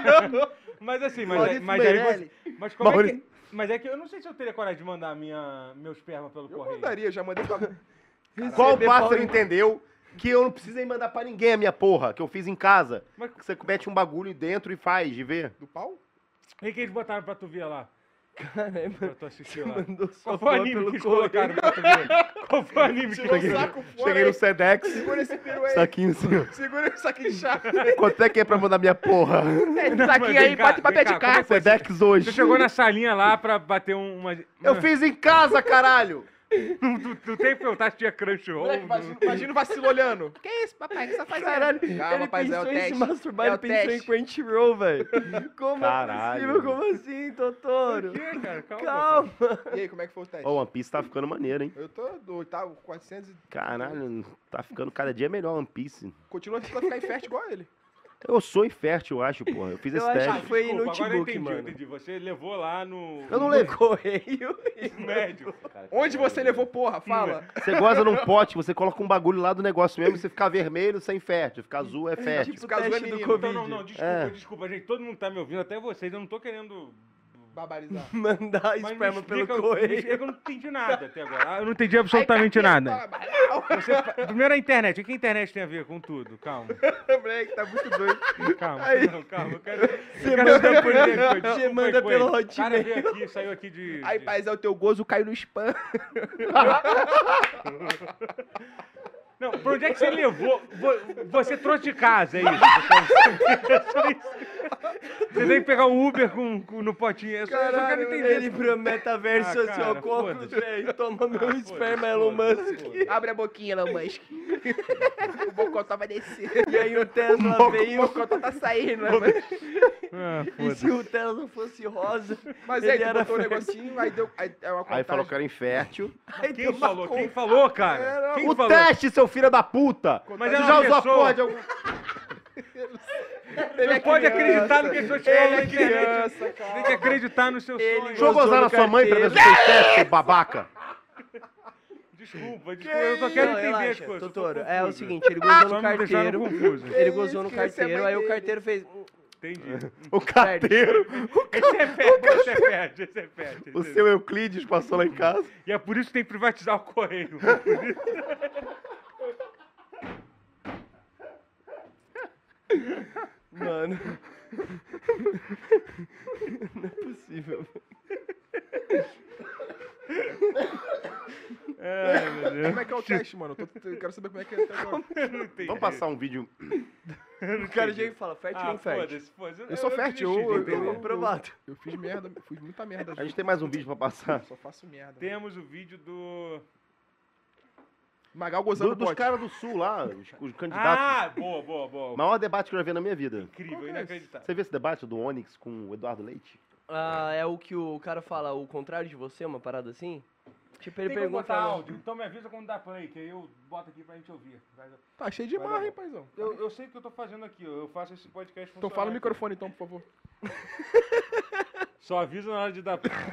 Mas assim, mas, Maurício mas aí Meirelles. você... Mas como é Maurício- que... Mas é que eu não sei se eu teria coragem de mandar minha, meu esperma pelo Eu correio. mandaria, já mandei pra... Qual Receber pássaro pau- entendeu que eu não precisei mandar pra ninguém a minha porra, que eu fiz em casa? Mas Que você mete um bagulho dentro e faz, de ver. Do pau? o que que eles botaram pra tu ver lá? Caralho, Pra tu assistir lá? mandou Qual só foi o pelo anime que eles correio. colocaram pra tu ver? Qual foi o anime que Tirou eles o saco fora. Cheguei no aí. Sedex, Segura esse peru aí. saquinho assim, ó. Segura esse saquinho de chá. Quanto é que é pra mandar minha porra? Esse Não, saquinho mas aí, vem cá, bota o papel vem de cá, como é casa. que foi? Sedex hoje. Você chegou na salinha lá pra bater um- uma... Eu fiz em casa, caralho! Tu, tu tem que perguntar se tinha Crunchyroll? Moleque, imagina, imagina o vacilo olhando. Que isso, papai? O que você tá fazendo? Caralho, Calma, ele rapaz, é o pensou em se teste. masturbar, É ele o pensou em teste. Crunchyroll, velho. Como Caralho. é possível? Como assim, Totoro? Por quê, cara? Calma. Calma. E aí, como é que foi o teste? Ó, o One Piece tá ficando maneiro, hein? Eu tô do oitavo, quatrocentos e... Caralho, tá ficando cada dia melhor One Piece. Continua tentando ficar infértil igual ele. Eu sou infértil, eu acho, porra. Eu fiz Eu esse acho teste. que foi Desculpa, agora eu notebook, entendi, eu mano. entendi. Você levou lá no... Eu não No levo. correio. no médico. Onde você levou porra? Fala. Você goza num pote, você coloca um bagulho lá do negócio mesmo, você ficar vermelho, você é infértil. Ficar azul é fértil. Tipo o Caso é teste do menino. Covid. Não, não, não, desculpa, É. desculpa, gente. Todo mundo tá me ouvindo, até vocês. Eu não tô querendo... Barbarizar. Mandar Mas me esperma pelo explica- me correio. explica, eu não entendi nada até agora. Eu não entendi absolutamente nada. Você, fa- primeiro a internet. O que a internet tem a ver com tudo? Calma. Moleque, tá muito doido. Calma, Aí- não, calma. Eu quero, Você eu quero manda saber por- por que foi. você Desculpa, manda foi. pelo O cara Hotmail. veio aqui, saiu aqui de... Aí, de- paz, é o teu gozo caiu no spam. Não, pra onde é que você levou? Vo- Você trouxe de casa, é isso? É só isso. Você tem que pegar um Uber com, com- no potinho. Eu só, eu só quero Caralho, entender. ele pro metaverso Ah, social cara, Cocos, foda-se. velho. Toma meu Ah, esperma, foda-se, Elon foda-se, Musk. foda-se. Abre a boquinha, Elon Musk. O bocotó vai descer. E aí o Tesla O veio. bocotó tá saindo, né, mano? Ah, E foda-se. se o Tesla fosse rosa? Mas ele aí, tu era botou o fértil. negocinho, aí deu... Aí, é uma Aí falou que contagem. era infértil. Aí Quem deu uma falou? con- Quem falou, cara? Era Quem O falou? teste, seu filho da puta! Mas Você é já uma usou a pessoa. porra de algum... Ele Não é pode criança. acreditar no que as pessoas Ele falam na é internet. criança, Tem cara. que acreditar no seu Ele sonho. Deixa eu Gozou gozar no na sua mãe pra ver se carteiro. fez teste, seu babaca. Desculpa, desculpa. Eu só quero Não, entender as relaxa, coisas. eu tô Totoro, é o confuso. seguinte, ele gozou Só no me deixaram carteiro. confuso. Ele gozou no Que isso, essa é a carteiro, mãe aí o dele. carteiro fez. Entendi. O carteiro, Esse é perto, esse é perto, esse é perto. o seu Euclides passou lá em casa. E é por isso que tem que privatizar o correio. Mano. Não é possível. Ai, meu Deus. Como é que é o teste, mano? Eu, tô- eu quero saber como é que é até agora. Eu não entendi. Vamos passar um vídeo. O cara chega e fala, fértil ou Ah, infértil? foda-se, foda-se. Eu sou fértil, eu- eu- desisti de entender. Comprovado. Eu fiz merda, fiz muita merda. A gente tem mais um vídeo pra passar. Só faço merda. Temos o vídeo do... Magal gozando Do- dos pote. caras do Sul lá, os, os candidatos. Ah, boa, boa, boa. O maior debate que eu já vi na minha vida. Incrível, inacreditável. Você viu esse debate do Onyx com o Eduardo Leite? Ah, é o que o cara fala, o contrário de você, uma parada assim? Tipo, ele Tem como pergunta. botar áudio, então me avisa quando dá play, que aí eu boto aqui pra gente ouvir. Vai- Tá cheio de Vai marra, dar hein, bom. paizão. Eu, eu sei o que eu tô fazendo aqui, ó, eu faço esse podcast Então funcionar fala no aqui. microfone, então, por favor. Só avisa na hora de dar play.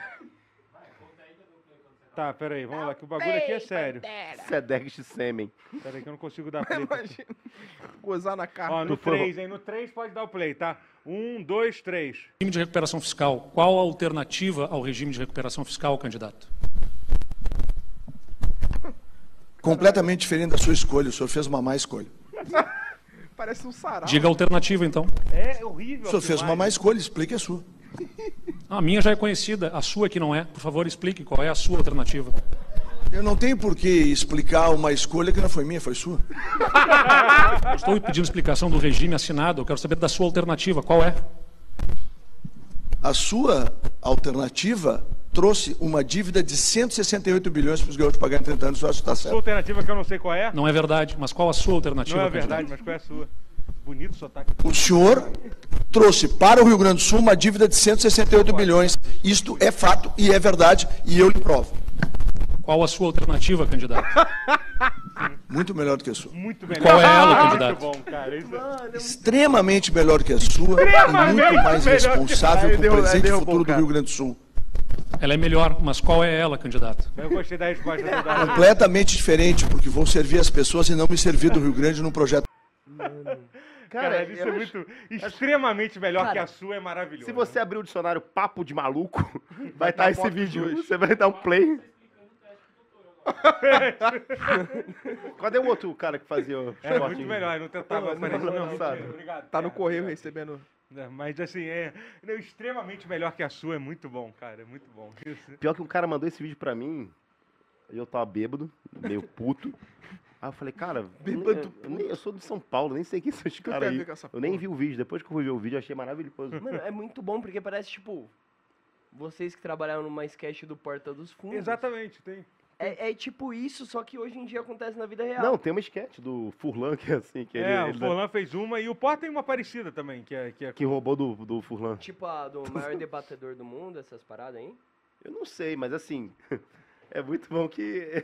Tá, pera aí, vamos lá, que o bagulho aqui é sério. Sedex de sêmen. Pera aí que eu não consigo dar play. Imagina. Gozar na cara. Ó, no Por favor. três, hein, no três pode dar o play, tá? Um, dois, três. Regime de recuperação fiscal. Qual a alternativa ao regime de recuperação fiscal, candidato? Completamente diferente da sua escolha. O senhor fez uma má escolha. Parece um sarau. Diga a alternativa, então. É horrível. O senhor fez uma má escolha, explique a sua. A minha já é conhecida, a sua que não é. Por favor, explique qual é a sua alternativa. Eu não tenho por que explicar uma escolha que não foi minha, foi sua. Eu estou pedindo explicação do regime assinado, eu quero saber da sua alternativa. Qual é? A sua alternativa trouxe uma dívida de cento e sessenta e oito bilhões para os gaúchos pagarem em trinta anos. Eu acho que está Sua certo. alternativa que eu não sei qual é. Não é verdade, mas qual a sua alternativa, Não é candidato? verdade, mas qual é a sua? Bonito sotaque. O senhor trouxe para o Rio Grande do Sul uma dívida de cento e sessenta e oito bilhões. Isto é fato e é verdade e eu lhe provo. Qual a sua alternativa, candidato? Muito melhor do que a sua. Muito melhor. Qual é ela, Muito candidato? bom, cara. Isso é... Extremamente melhor que a sua e muito mais melhor que- responsável Aí para deu- o aí presente e derrubou futuro o do cara. Rio Grande do Sul. Ela é melhor, mas qual é ela, candidato? Eu gostei da resposta do Davi. Completamente diferente, porque vou servir as pessoas e não me servir do Rio Grande num projeto. Cara, Cara, isso eu é acho- muito extremamente melhor Cara, que a sua, é maravilhoso. Se você abrir o dicionário papo de maluco, vai estar tá esse foto vídeo. dos. Você vai dar um play. Cadê o outro cara que fazia o É muito melhor, eu não tentava Não, aparecer. não, Não, não, mentira, sabe. obrigado. Tá no É, correio recebendo. é, Mas assim, é não, extremamente melhor que a sua, é muito bom, cara, é muito bom. Isso. Pior que um cara mandou esse vídeo pra mim, e eu tava bêbado, meio puto. Aí eu falei, cara, eu, nem- Bêbado eu, nem- eu sou de São Paulo, nem sei quem são esses que caras tem a aí. ver com essa Eu nem porra? vi o vídeo, depois que eu fui ver o vídeo, eu achei maravilhoso. Mano, é muito bom porque parece, tipo, vocês que trabalharam numa sketch do Porta dos Fundos. Exatamente, tem. É, é tipo isso, só que hoje em dia acontece na vida real. Não, tem uma sketch do Furlan que é assim, que ele, É, o ele- Forlan fez uma e o Porta tem uma parecida também, que é. Que é que roubou do, do Furlan. Tipo a do maior debatedor do mundo, essas paradas aí. Eu não sei, mas assim, é muito bom que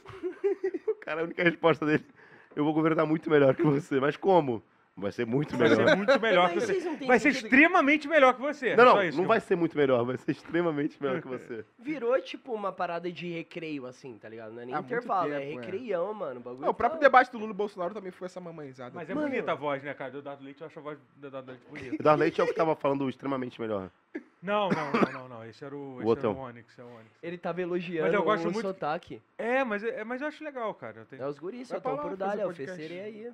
o cara, a única resposta dele, eu vou governar muito melhor que você, mas como? Vai ser muito Vai melhor. ser muito melhor que Mas você. vocês não têm Vai ser sentido- extremamente melhor que você. Não, Só não, isso não que vai eu- ser muito melhor, vai ser extremamente melhor que você. Virou tipo uma parada de recreio, assim, tá ligado? Não é nem Há muito intervalo, é tempo, é. recreião, mano. O bagulho Não, o próprio tá- debate do Lula e Bolsonaro também foi essa mamãezada. Mas é Mano. bonita a voz, né, cara? Do Eduardo Leite, eu acho a voz do Eduardo Leite bonita. Eduardo Leite é o que tava falando extremamente melhor. Não, não, não, não, não. Esse era o, esse outro. era o Onyx, é o Onyx. Ele tava elogiando Mas eu gosto o muito- sotaque. É, mas, é, mas eu acho legal, cara. Eu tenho... É os guris, só Vai pra tão lá por fazer dar, é o podcast. fecerei aí.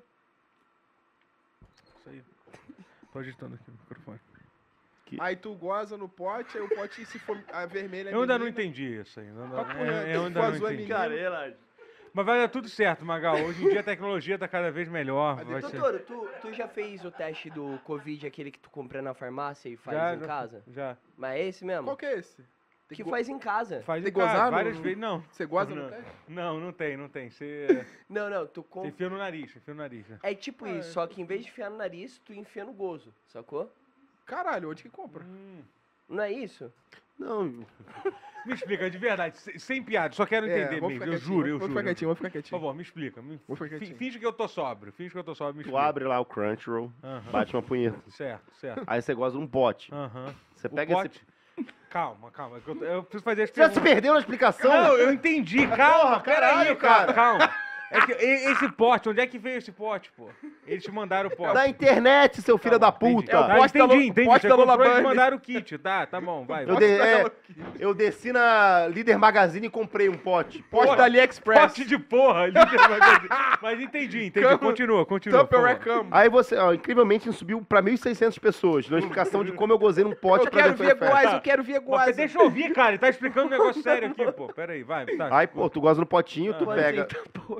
Isso aí. Tô agitando aqui o microfone. Aí tu goza no pote, aí o pote se for a vermelha é Eu ainda não menina. entendi isso aí. Não, Papo é, reto, eu se ainda for não azul é entendi. menino. relaxa. Mas vai dar tudo certo, Magal. Hoje em dia a tecnologia tá cada vez melhor. Vai ser... Doutor, tu, tu já fez o teste do Covid, aquele que tu compra na farmácia e faz Já, em já, casa? Já. Mas é esse mesmo? Qual que é esse? Tem Que go- faz em casa. Faz Tem em que casa, gozar no- várias vezes. Não. Você goza não, no teste? não, não tem, não tem. Você, Não, não, tu você compra. enfia no nariz, enfia no nariz. né? É tipo isso, só que em vez de enfiar no nariz, tu enfia no gozo, sacou? Caralho, onde que compra? Hum. Não é isso? Não, Me explica, de verdade, se- sem piada, só quero entender vou mesmo. ficar Eu quietinho, juro, eu vou juro. ficar quietinho, vou ficar Por quietinho. favor, me explica. Me... Vou ficar fi- quietinho. Finge que eu tô sóbrio, finge que eu tô sóbrio, me tu explica. abre lá o Crunchyroll, Aham. bate uma punheta. Certo, certo. Aí você goza num pote. Aham. Você O pega pote- esse... Calma, calma. que Eu, eu preciso fazer as Você já se perguntas. perdeu na explicação? Não, eu entendi. Calma, Porra, peraí, caralho, cara. cara. Calma. É que e- esse pote, onde é que veio esse pote, pô? Eles te mandaram o pote. Da internet, seu filho da puta. É o Tá, pote da entendi, Lu- entendi. pote Você da Lula comprou e eles Bunny. mandaram o kit. Tá, tá bom, vai. Eu, vai. de- é, eu desci na Líder Magazine e comprei um pote. Pote Porra, da AliExpress. Pote de porra. líder magazine. Mas entendi, entendi. Cama- Continua, continua. por Tupperware favor. Cam. Aí você, ó, incrivelmente subiu pra mil e seiscentas pessoas. Na explicação de como eu gozei num pote Eu pra quero ver ver foi a festa. Guaz, eu quero ver Mas Guaz. deixa eu ouvir, cara. Ele tá explicando um negócio sério aqui, pô. Pera aí, vai. Tá. Aí, pô, tu goza no potinho, tu Ah. pega...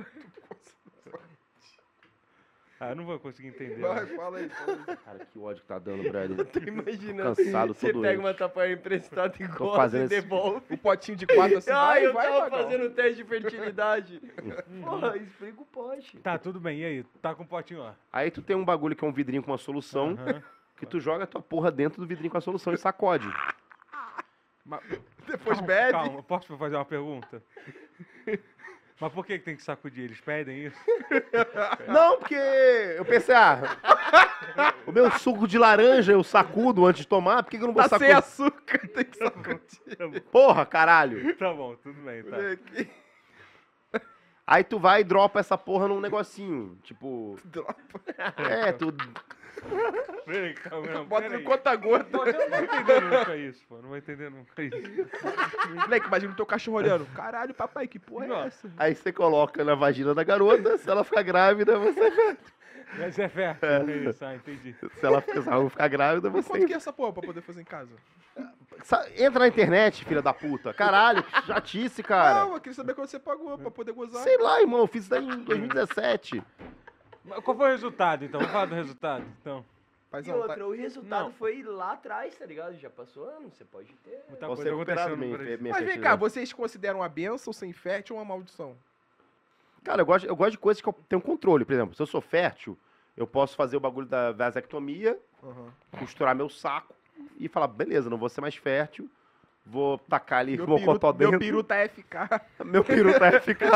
Ah, eu não vou conseguir entender. Vai, né? fala aí. fala aí. Cara, que ódio que tá dando, brother. Tô imaginando. Cansado, Você tô pega doente. uma tapaia emprestada e goza fazendo e esse- devolve. O potinho de quatro assim, Ah, vai, eu vai, tava Magal. fazendo teste de fertilidade. Porra, explica o pote. Tá, tudo bem. E aí? Tá com o potinho lá. Aí tu tem um bagulho que é um vidrinho com uma solução, Aham. que tu joga a tua porra dentro do vidrinho com a solução e sacode. Depois Calma, bebe. Calma, posso fazer uma pergunta? Mas por que que tem que sacudir? Eles pedem isso? Não, porque eu pensei, ah, o meu suco de laranja eu sacudo antes de tomar, por que que eu não vou Tá sem sacudir? açúcar, tem que sacudir. Porra, caralho. Tá bom, tudo bem, tá. Olha aqui. Aí tu vai e dropa essa porra num negocinho, tipo... Dropa. É, tu... Peraí, calma, não, Bota peraí. no conta-gota. Você não vai entender nunca isso, pô. Não vai entender nunca isso. Moleque, imagina o teu cachorro olhando. Caralho, papai, que porra Não. é essa? Aí você coloca na vagina da garota, se ela ficar grávida, você... Mas é fértil, é isso, ah, entendi. Se ela ficar, se ela não ficar grávida, Mas você... quanto que é essa porra pra poder fazer em casa? Sa- Entra na internet, filha da puta. Caralho, que chatice, cara. Não, eu queria saber quanto você pagou pra poder gozar. Sei lá, irmão, eu fiz isso daí em dois mil e dezessete. Mas qual foi o resultado, então? Vamos falar do resultado, então. Mas E não, outra, tá... o resultado Não. foi lá atrás, tá ligado? Já passou ano, você pode ter. Muita Posso coisa ser recuperado acontecendo minha, por aí. minha Mas vem cá, fertilidade. vocês consideram uma benção, ser infértil ou uma maldição? Cara, eu gosto, eu gosto de coisas que eu tenho controle. Por exemplo, se eu sou fértil, eu posso fazer o bagulho da vasectomia, Uhum. costurar meu saco e falar, beleza, não vou ser mais fértil, vou tacar ali Meu, o mocotó piru, meu dentro. peru tá F K. Meu peru tá F K.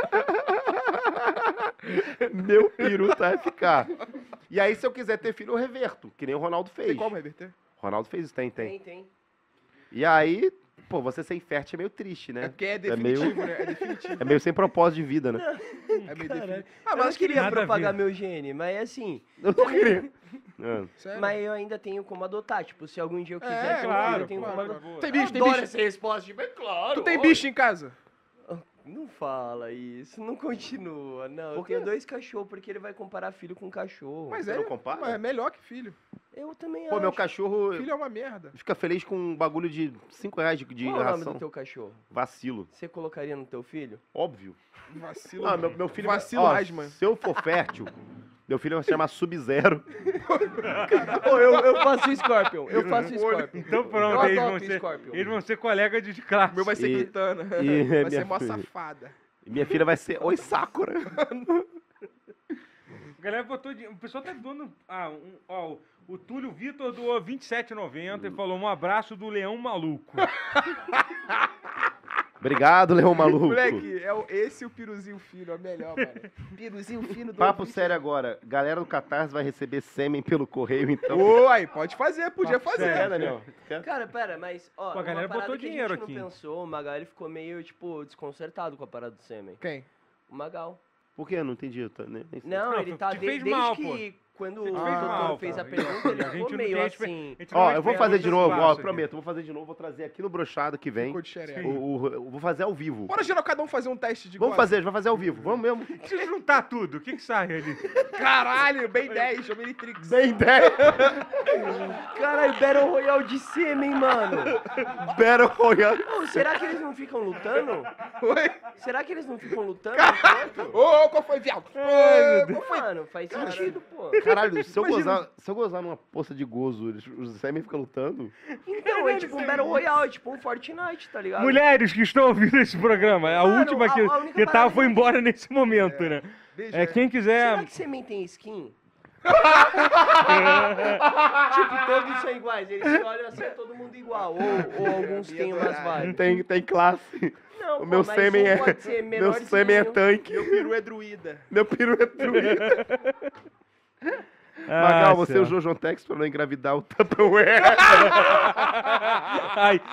Meu peru tá F K. E aí, se eu quiser ter filho, eu reverto, que nem o Ronaldo fez. Tem como reverter? Ronaldo fez isso, tem, tem. Tem, tem. E aí, pô, você ser infértil é meio triste, né? É porque é É meio- definitivo, né? É definitivo. É meio sem propósito de vida, né? É meio definitivo. Ah, Eu mas não queria nada a propagar ver. meu gene, mas assim. Eu não queria. É. Sério? Mas eu ainda tenho como adotar. Tipo, se algum dia eu quiser É, ter um claro, filho, eu tenho claro, como claro. adotar. Tem bicho, tem Adoro bicho. essa resposta, tipo, é claro. Tu tem ó. bicho em casa? Não fala isso, não continua. Não, eu Por quê? tenho dois cachorros, porque ele vai comparar filho com cachorro. Mas Você é, não compara? mas é melhor que filho. Eu também Pô, acho. meu cachorro Filho é uma merda. fica feliz com um bagulho de cinco reais de, de Qual é o nome ração. do teu cachorro? Vacilo. Você colocaria no teu filho? Óbvio. Vacilo. Ah, meu, meu filho Vacilo ó, Asman. se eu for fértil, meu filho vai se chamar Sub-Zero. Pô, eu, eu faço Scorpion, eu faço Scorpion. Então Eu pronto, eles adoto vão, ser, Scorpion. eles vão ser colegas de classe. O meu vai ser E- gritando. e vai minha ser mó filha- safada. E minha filha vai ser Oi Sakura. A galera botou dinheiro. O pessoal tá doando. Ah, um, ó, o Túlio Vitor doou vinte e sete reais e noventa centavos e falou um abraço do Leão Maluco. Obrigado, Leão Maluco. Moleque, é o, esse e o piruzinho fino, é o melhor, mano. Piruzinho fino do Papo ouvinte. sério agora. Galera do Catarse vai receber sêmen pelo correio, então. Oi, pode fazer, podia Papo fazer. Quer, Daniel? Quer? Cara, pera, mas, ó, Pô, a galera uma parada botou que dinheiro a gente aqui. não pensou, o Magal ele ficou meio, tipo, desconcertado com a parada do sêmen. Quem? O Magal. Por que? Eu não entendi. Eu tô- nem- nem sei. Não, Não, ele te tá fez de, desde mal, que quando Te o fez doutor mal, fez pô. a pergunta, ele A gente ficou não meio tem assim. espe- a gente não Ó, vai eu vou esperar fazer de muito novo, ó, espaço aqui. prometo. Vou fazer de novo, vou trazer aqui no brochado que vem. Ficou de xereca. O, o- eu vou fazer ao vivo. Bora geral cada um fazer um teste de Vamos gosto. fazer, vai fazer ao vivo. Vamos mesmo. Se juntar tudo, o que que sai ali? Caralho, bem dez, Omnitrix. Bem ideia. Caralho, Battle Royale de sêmen, mano. Battle Royale. Pô, será que eles não ficam lutando? Oi? Será que eles não ficam lutando? enquanto? Ô, qual foi, viado? Ô, qual foi? Mano, faz sentido, pô. Caralho, se eu, Imagina. gozar, se eu gozar numa poça de gozo, eles- os sêmen ficam lutando? Então, é tipo um Battle Royale, é tipo um Fortnite, tá ligado? Mulheres que estão ouvindo esse programa, a Mano, última que, a- a única que tava parada foi que- embora nesse momento, né? Beijo, É, né? quem quiser. Será que sêmen tem skin? Tipo, todos são iguais. Eles se olham assim, é todo mundo igual. Ou, ou alguns Ia têm umas adorar. vibes. Tem, tem classe. Não, O pô, meu mas sêmen um é. pode ser Meu sêmen é menorzinho. tanque. Meu peru é druida. Meu peru é druida. Ah, Magal, você céu. usou o João Tex pra não engravidar o Tupperware. Ai,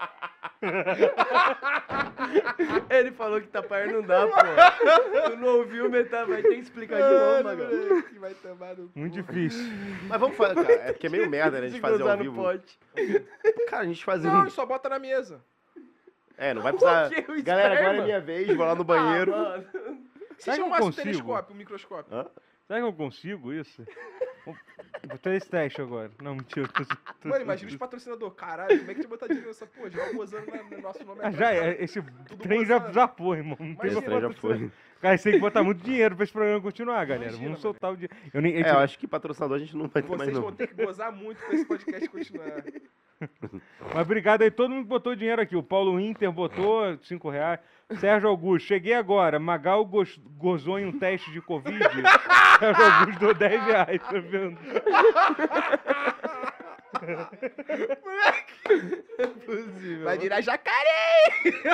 Ele falou que tapar não dá, pô. Tu não ouviu, metade, vai ter que explicar de novo, Magal. Moleque, vai tomar no cu. muito difícil. Mas vamos fazer, cara. É porque é meio merda, né? A gente Se fazer gozar ao no vivo. pote. Cara, a gente fazer Não, um. só bota na mesa. É, não vai precisar. quê? O Galera, agora é esperma? minha vez, vou lá no banheiro. Ah, mano. Se Será que eu chamasse um consigo? telescópio, um microscópio. Hã? Será que eu consigo isso? Vou ter esse teste agora. Não, mentira. Tô, tô, Mano, imagina os patrocinadores. Caralho, como é que te botar dinheiro nessa porra? Já gozando na- no nosso nome. Ah, já, é, esse Tudo trem já, gozando. já foi, irmão. Não tem Imagina, Esse trem já patrocinador. foi. Cara, você tem que botar muito dinheiro pra esse programa continuar, galera. Imagina, Vamos mano. soltar o dinheiro. Eu nem, eu É, tive- eu acho que patrocinador a gente não vai ter mais, Vocês não. vão ter que gozar muito pra esse podcast continuar. Mas obrigado aí, todo mundo que botou dinheiro aqui. O Paulo Inter botou cinco reais. Sérgio Augusto, cheguei agora. Magal gos- gozou em um teste de Covid. Sérgio Augusto deu dez reais, tá vendo? Vai virar jacaré!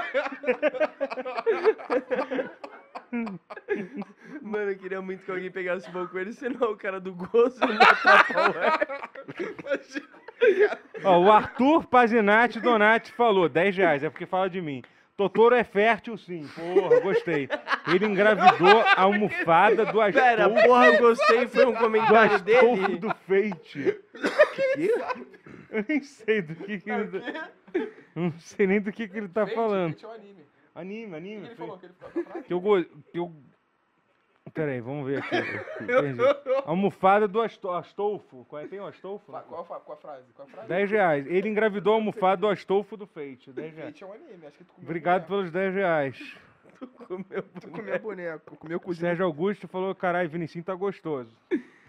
Mano, eu queria muito que alguém pegasse o bom com ele, senão o cara do gozo não tapa Ó, o Arthur Pazinati Donati falou dez reais, é porque fala de mim. Totoro é fértil, sim. Porra, gostei. Ele engravidou a almofada do Astolfo. Pera, porra, eu gostei, foi um do comentário Astolfo dele. do Fate. Eu nem sei do que, que ele tá... Não sei nem do que, que ele tá falando. Fate é um anime. Anime, O anime. que ele Fate. falou? Que ele falou? Que eu go... que eu... Pera aí, vamos ver aqui. Perdi. Almofada do Asto- Astolfo. Qual é? Tem o Astolfo? Qual, qual, a fa- qual a frase? Qual a frase? dez reais. Ele engravidou a almofada do Astolfo do Fate. dez reais. Fate é um anime, acho que tu comeu Obrigado boneco. pelos dez reais. Tu comeu boneco, comeu cozinha. Sérgio Augusto falou, caralho, Vinicinho tá gostoso.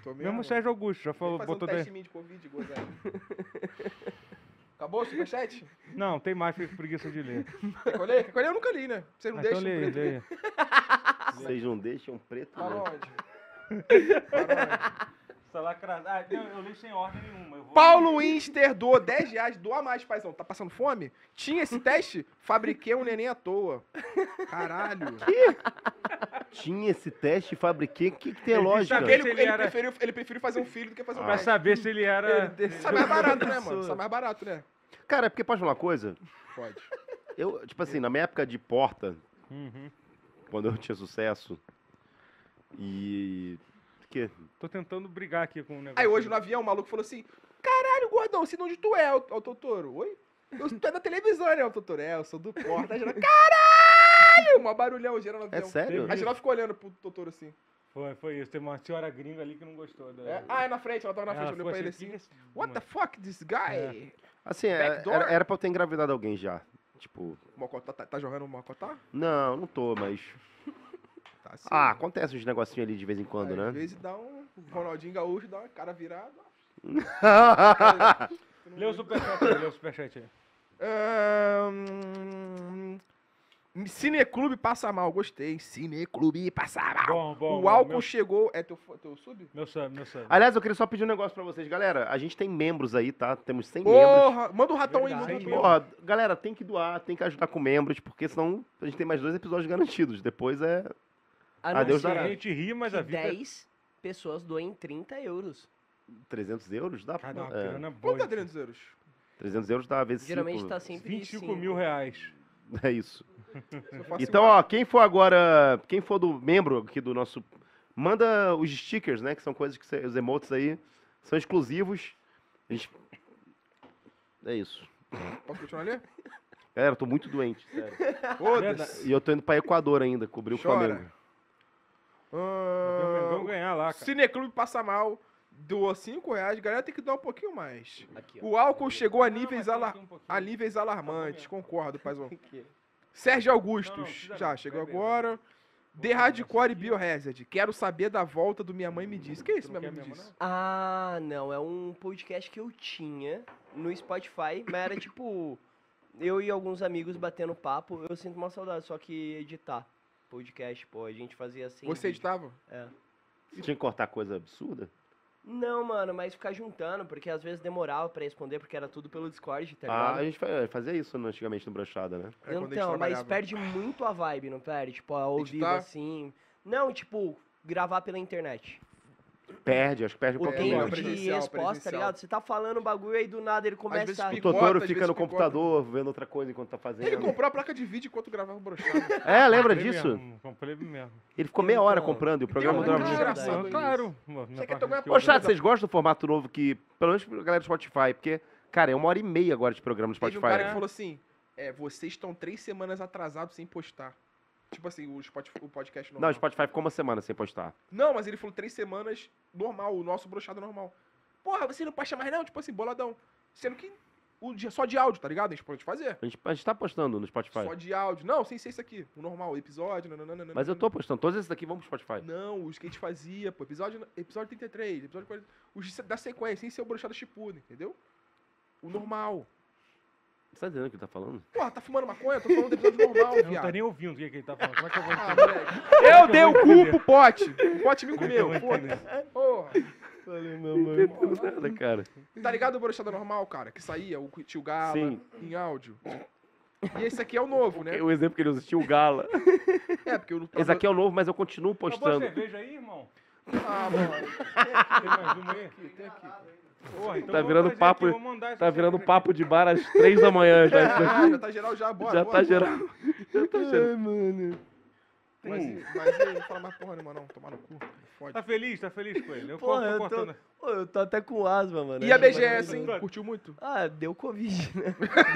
Tô mesmo. Mesmo o Sérgio Augusto, já Vem falou, fazer um botou teste daí. em mim de Covid, gozado. Acabou o superchat? Não, tem mais, fiquei com preguiça de ler. Quer que eu leia? Quer que eu leia? Eu nunca li, né? Vocês não Ah, deixam então o leia, preto ler. leia. Vocês não deixam um preto, Para né? onde? Para onde? Essa lacrada. Ah, não, eu li sem ordem nenhuma. Eu vou... Paulo Winster doou dez reais. Doa mais, paizão. Tá passando fome? Tinha esse teste? Fabriquei um neném à toa. Caralho. Tinha esse teste, fabriquei. O que, que tem Ele lógica? sabia Ele, se ele, ele era- preferiu, ele preferiu fazer um filho do que fazer um Pra teste. saber se ele era... Isso é mais barato, né, mano? Isso é mais barato, né? Cara, é porque pode falar uma coisa? Pode. Eu, tipo assim, na minha época de porta, Uhum. quando eu tinha sucesso, e... O quê? Tô tentando brigar aqui com o negócio. Aí hoje no avião o maluco falou assim: caralho, gordão, sei de onde tu é, o, o Totoro. Oi? Eu, tu é da televisão, né, o Totoro? É, eu sou do porta. Aí geral, caralho! Uma barulhão geral no É avião. sério? A geral ficou olhando pro Totoro assim. Foi, foi isso. Tem uma senhora gringa ali que não gostou. Da... É. Ah, é na frente, ela tava na Ela frente, olhou ficou pra ele assim, assim. "Que que é esse- What the fuck, this guy? Assim, é- Backdoor? era, era pra eu ter engravidado alguém já. Tipo, Mocotó, tá, tá jogando o Mocotó? não, não tô, mas... Tá assim. Ah, acontece uns negocinhos ali de vez em quando, Aí, né? Às vezes dá um Ronaldinho Gaúcho, dá uma cara virada. Lê o superchat aí, lê o superchat aí. Ahn, Cineclube passa mal, gostei. Cineclube passa mal. Bom, bom. o bom, álcool meu- chegou. É teu, teu sub? Meu sub, meu sub. Aliás, eu queria só pedir um negócio pra vocês. Galera, a gente tem membros aí, tá? Temos cem membros. Porra, manda o ratão aí, manda o Verdade, ratão. Porra, galera, tem que doar, tem que ajudar com membros, porque senão a gente tem mais dois episódios garantidos. Depois é... A não Adeus, ser dará. A gente ri, mas que a vida... dez pessoas doem trinta euros. trezentos euros? Dá Cara, dá uma é, grana boa. Quanto tá trezentos euros? trezentos euros dá vezes Geralmente cinco. tá sempre vinte e cinco cinco. mil reais. É isso. Eu faço Então, igual. ó, quem for agora, quem for do membro aqui do nosso, manda os stickers, né, que são coisas que cê- os emotes aí são exclusivos. A gente... É isso. Posso continuar a ler? Galera, eu tô muito doente, sério. Foda-se. E eu tô indo pra Equador ainda, cobrir o Chora. Flamengo. Vamos vamos ganhar lá, cara. Cineclube passa mal. Doou cinco reais. Galera, tem que doar um pouquinho mais. Aqui, ó. O álcool chegou a níveis, mas tem ala... aqui um pouquinho. a níveis alarmantes. Concordo, paizão. Aqui. Sérgio Augustos. Não, não, precisa Já, não, chegou bebe, agora. The Hardcore e Biohazard. Quero saber da volta do Minha Mãe Me Disse. Que é isso, Tu não Minha Mãe quer Me mesmo, Disse? Ah, não. É um podcast que eu tinha no Spotify, mas era tipo eu e alguns amigos batendo papo. Eu sinto uma saudade, só que editar podcast, pô, a gente fazia assim. Você vídeo. editava? É. Você tinha que cortar coisa absurda? Não, mano, mas ficar juntando, porque às vezes demorava pra responder, porque era tudo pelo Discord, tá Ah, ligado? a gente fa- fazia isso no- antigamente no Brochada, né? É, quando a gente Então, mas trabalhava. perde muito a vibe, não perde? Tipo, ao vivo Editar? assim. Não, tipo, gravar pela internet. Perde, acho que perde um O É, pouquinho. não, tempo mais. de presencial, resposta, tá presencial. ligado? Você tá falando um bagulho aí do nada ele começa vezes a... O picota, Totoro às fica vezes no picota. computador vendo outra coisa enquanto tá Ele fazendo. comprou a placa de vídeo enquanto gravava o brochado. É, lembra Comprei disso? mesmo, comprei mesmo. Ele ficou meia hora Então, comprando e o programa um durava muito muito. engraçado. Claro, claro. Mano, Você na quer parte tomar- que Ô, eu- chat, vocês gostam do formato novo que, pelo menos pra galera do Spotify, porque, cara, é uma hora e meia agora de programa no Teve Spotify. um cara que né? falou assim, é, vocês estão três semanas atrasados sem postar. Tipo assim, o, Spotify, o podcast normal. Não, o Spotify ficou uma semana sem postar. Não, mas ele falou três semanas normal, o nosso brochado normal. Porra, você não posta mais não? Tipo assim, boladão. Sendo que o dia, só de áudio, tá ligado? A gente pode fazer. A gente, a gente tá postando no Spotify. Só de áudio. Não, sem ser isso aqui. O normal, o episódio. Nananana, Mas eu tô postando. Todos esses daqui vão pro Spotify. Não, os que a gente fazia, pô. Episódio, episódio trinta e três, episódio quarenta. Os de- da sequência, sem ser o brochado Shippuden, entendeu? O normal. Você tá entendendo o que ele tá falando? Porra, tá fumando maconha? Eu tô falando do episódio normal, Eu não tô viado. nem ouvindo o que, que ele tá falando. Como é que eu vou Ah, entender? moleque. Eu dei o vou cu entender? pro pote. O pote me Como é que eu comeu. vou entender? Foda-se. Porra. Nada, cara. Tá ligado o brochada normal, cara? Que saía, o tio Gala, Sim. em áudio. E esse aqui é o novo, né? O exemplo que ele usa, tio Gala. É, porque eu... Esse aqui é o novo, mas eu continuo Acabou a postando. cerveja aí, irmão? Ah, mano. Tem mais uma aí? Aqui, tem aqui. Porra, então Tá vou virando trazer papo- aqui, vou mandar essa Tá virando cerveja papo de bar às três da manhã. Já, Ah, já tá geral já, bora. já bora, tá bora. geral. Já tá geral. mano. Mas, mas aí, não fala mais porra nenhuma não, tomar no cu. Fode. Tá feliz? Tá feliz com ele? Eu Porra, tô eu tô, cortando. pô, eu tô até com asma, mano. E a Acho B G S, maravilhoso. hein? Curtiu muito? Ah, deu Covid, né?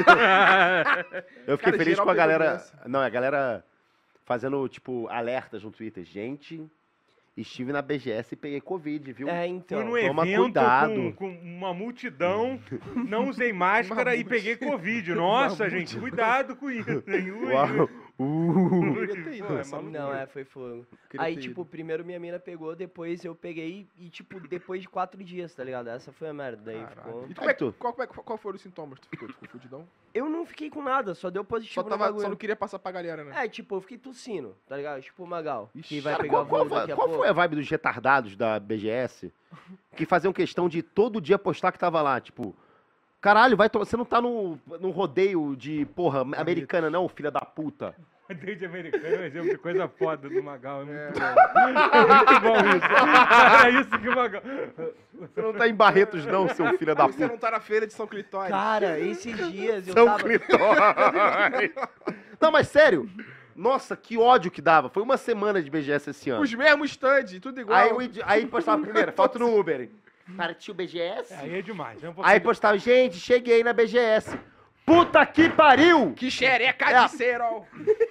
Eu fiquei Cara, feliz geral com a pegou galera. doença. Não, a galera fazendo, tipo, alertas no Twitter. Gente, estive na B G S e peguei Covid, viu? É, Fui então. num toma evento cuidado. com, com uma multidão, não usei máscara e Mamute. peguei Covid. Nossa, gente, cuidado com isso. hein? Ui, O, Al- Uh. Queria ter ido Pô, é nessa maluco. Não, é, foi fogo. Queria Aí, ter tipo, primeiro minha mina pegou, depois eu peguei e, tipo, depois de quatro dias, tá ligado? Essa foi a merda. Daí ficou... Caralho. E como é, que- qual, qual, qual foram os sintomas? Tu ficou, tu ficou fudidão? Eu não fiquei com nada, só deu positivo Só, no tava, bagulho. só não queria passar pra galera, né? É, tipo, eu fiquei tossindo, tá ligado? Tipo o Magal, Ixi. que vai Cara, pegar qual, o qual voo foi, daqui a qual pouco. foi a vibe dos retardados da B G S que faziam questão de todo dia postar que tava lá? Tipo, caralho, vai to- você não tá no, no rodeio de, porra, americana não, filha da puta. Desde americano é um exemplo de coisa foda do Magal. É muito bom. É muito bom isso. É isso que o Magal. Você não tá em Barretos não, seu filho da Você puta. não tá na feira de São Clitóris. Cara, esses dias eu São tava... Clitóris. Não, mas sério. Nossa, que ódio que dava. Foi uma semana de B G S esse ano. Os mesmos stand, tudo igual. Aí, o idi- aí postava primeiro, foto no Uber. Partiu B G S? Aí é demais. É um Aí pouquinho... postava, gente, cheguei na B G S. Puta que pariu! Que xereca É. de cerol.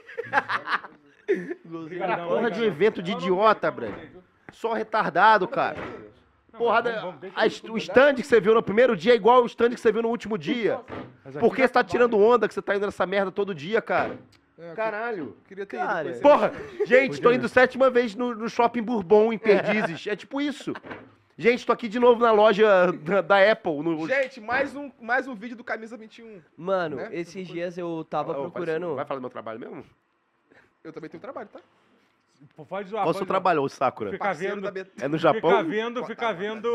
Obrigadão, Porra de um obrigadão. evento de Não, não, idiota, não, Breno. não, não, não. Só retardado, cara. Não, Porra, vamos- vamos- deixa a- eu- o stand que você viu no primeiro dia é igual o stand que você viu no último dia. Mas aqui Por que já você tá acabaram. tirando onda que você tá indo nessa merda todo dia, cara? É, Caralho. Queria ter Cara, ido. conhecer. Porra, gente, tô indo sétima vez no, no Shopping Bourbon, em Perdizes. É tipo isso. Gente, tô aqui de novo na loja da, da Apple. No... Gente, mais um, mais um vídeo do Camisa vinte e um. Mano, Né? esses dias eu tava Ô, procurando... Vai falar do meu trabalho mesmo? Eu também tenho trabalho, tá? Pô, pode zoar. Qual o pode seu zoar. trabalho, ô Sakura? Fica Parceiro vendo... da B... É no Fica Japão? vendo, fica vendo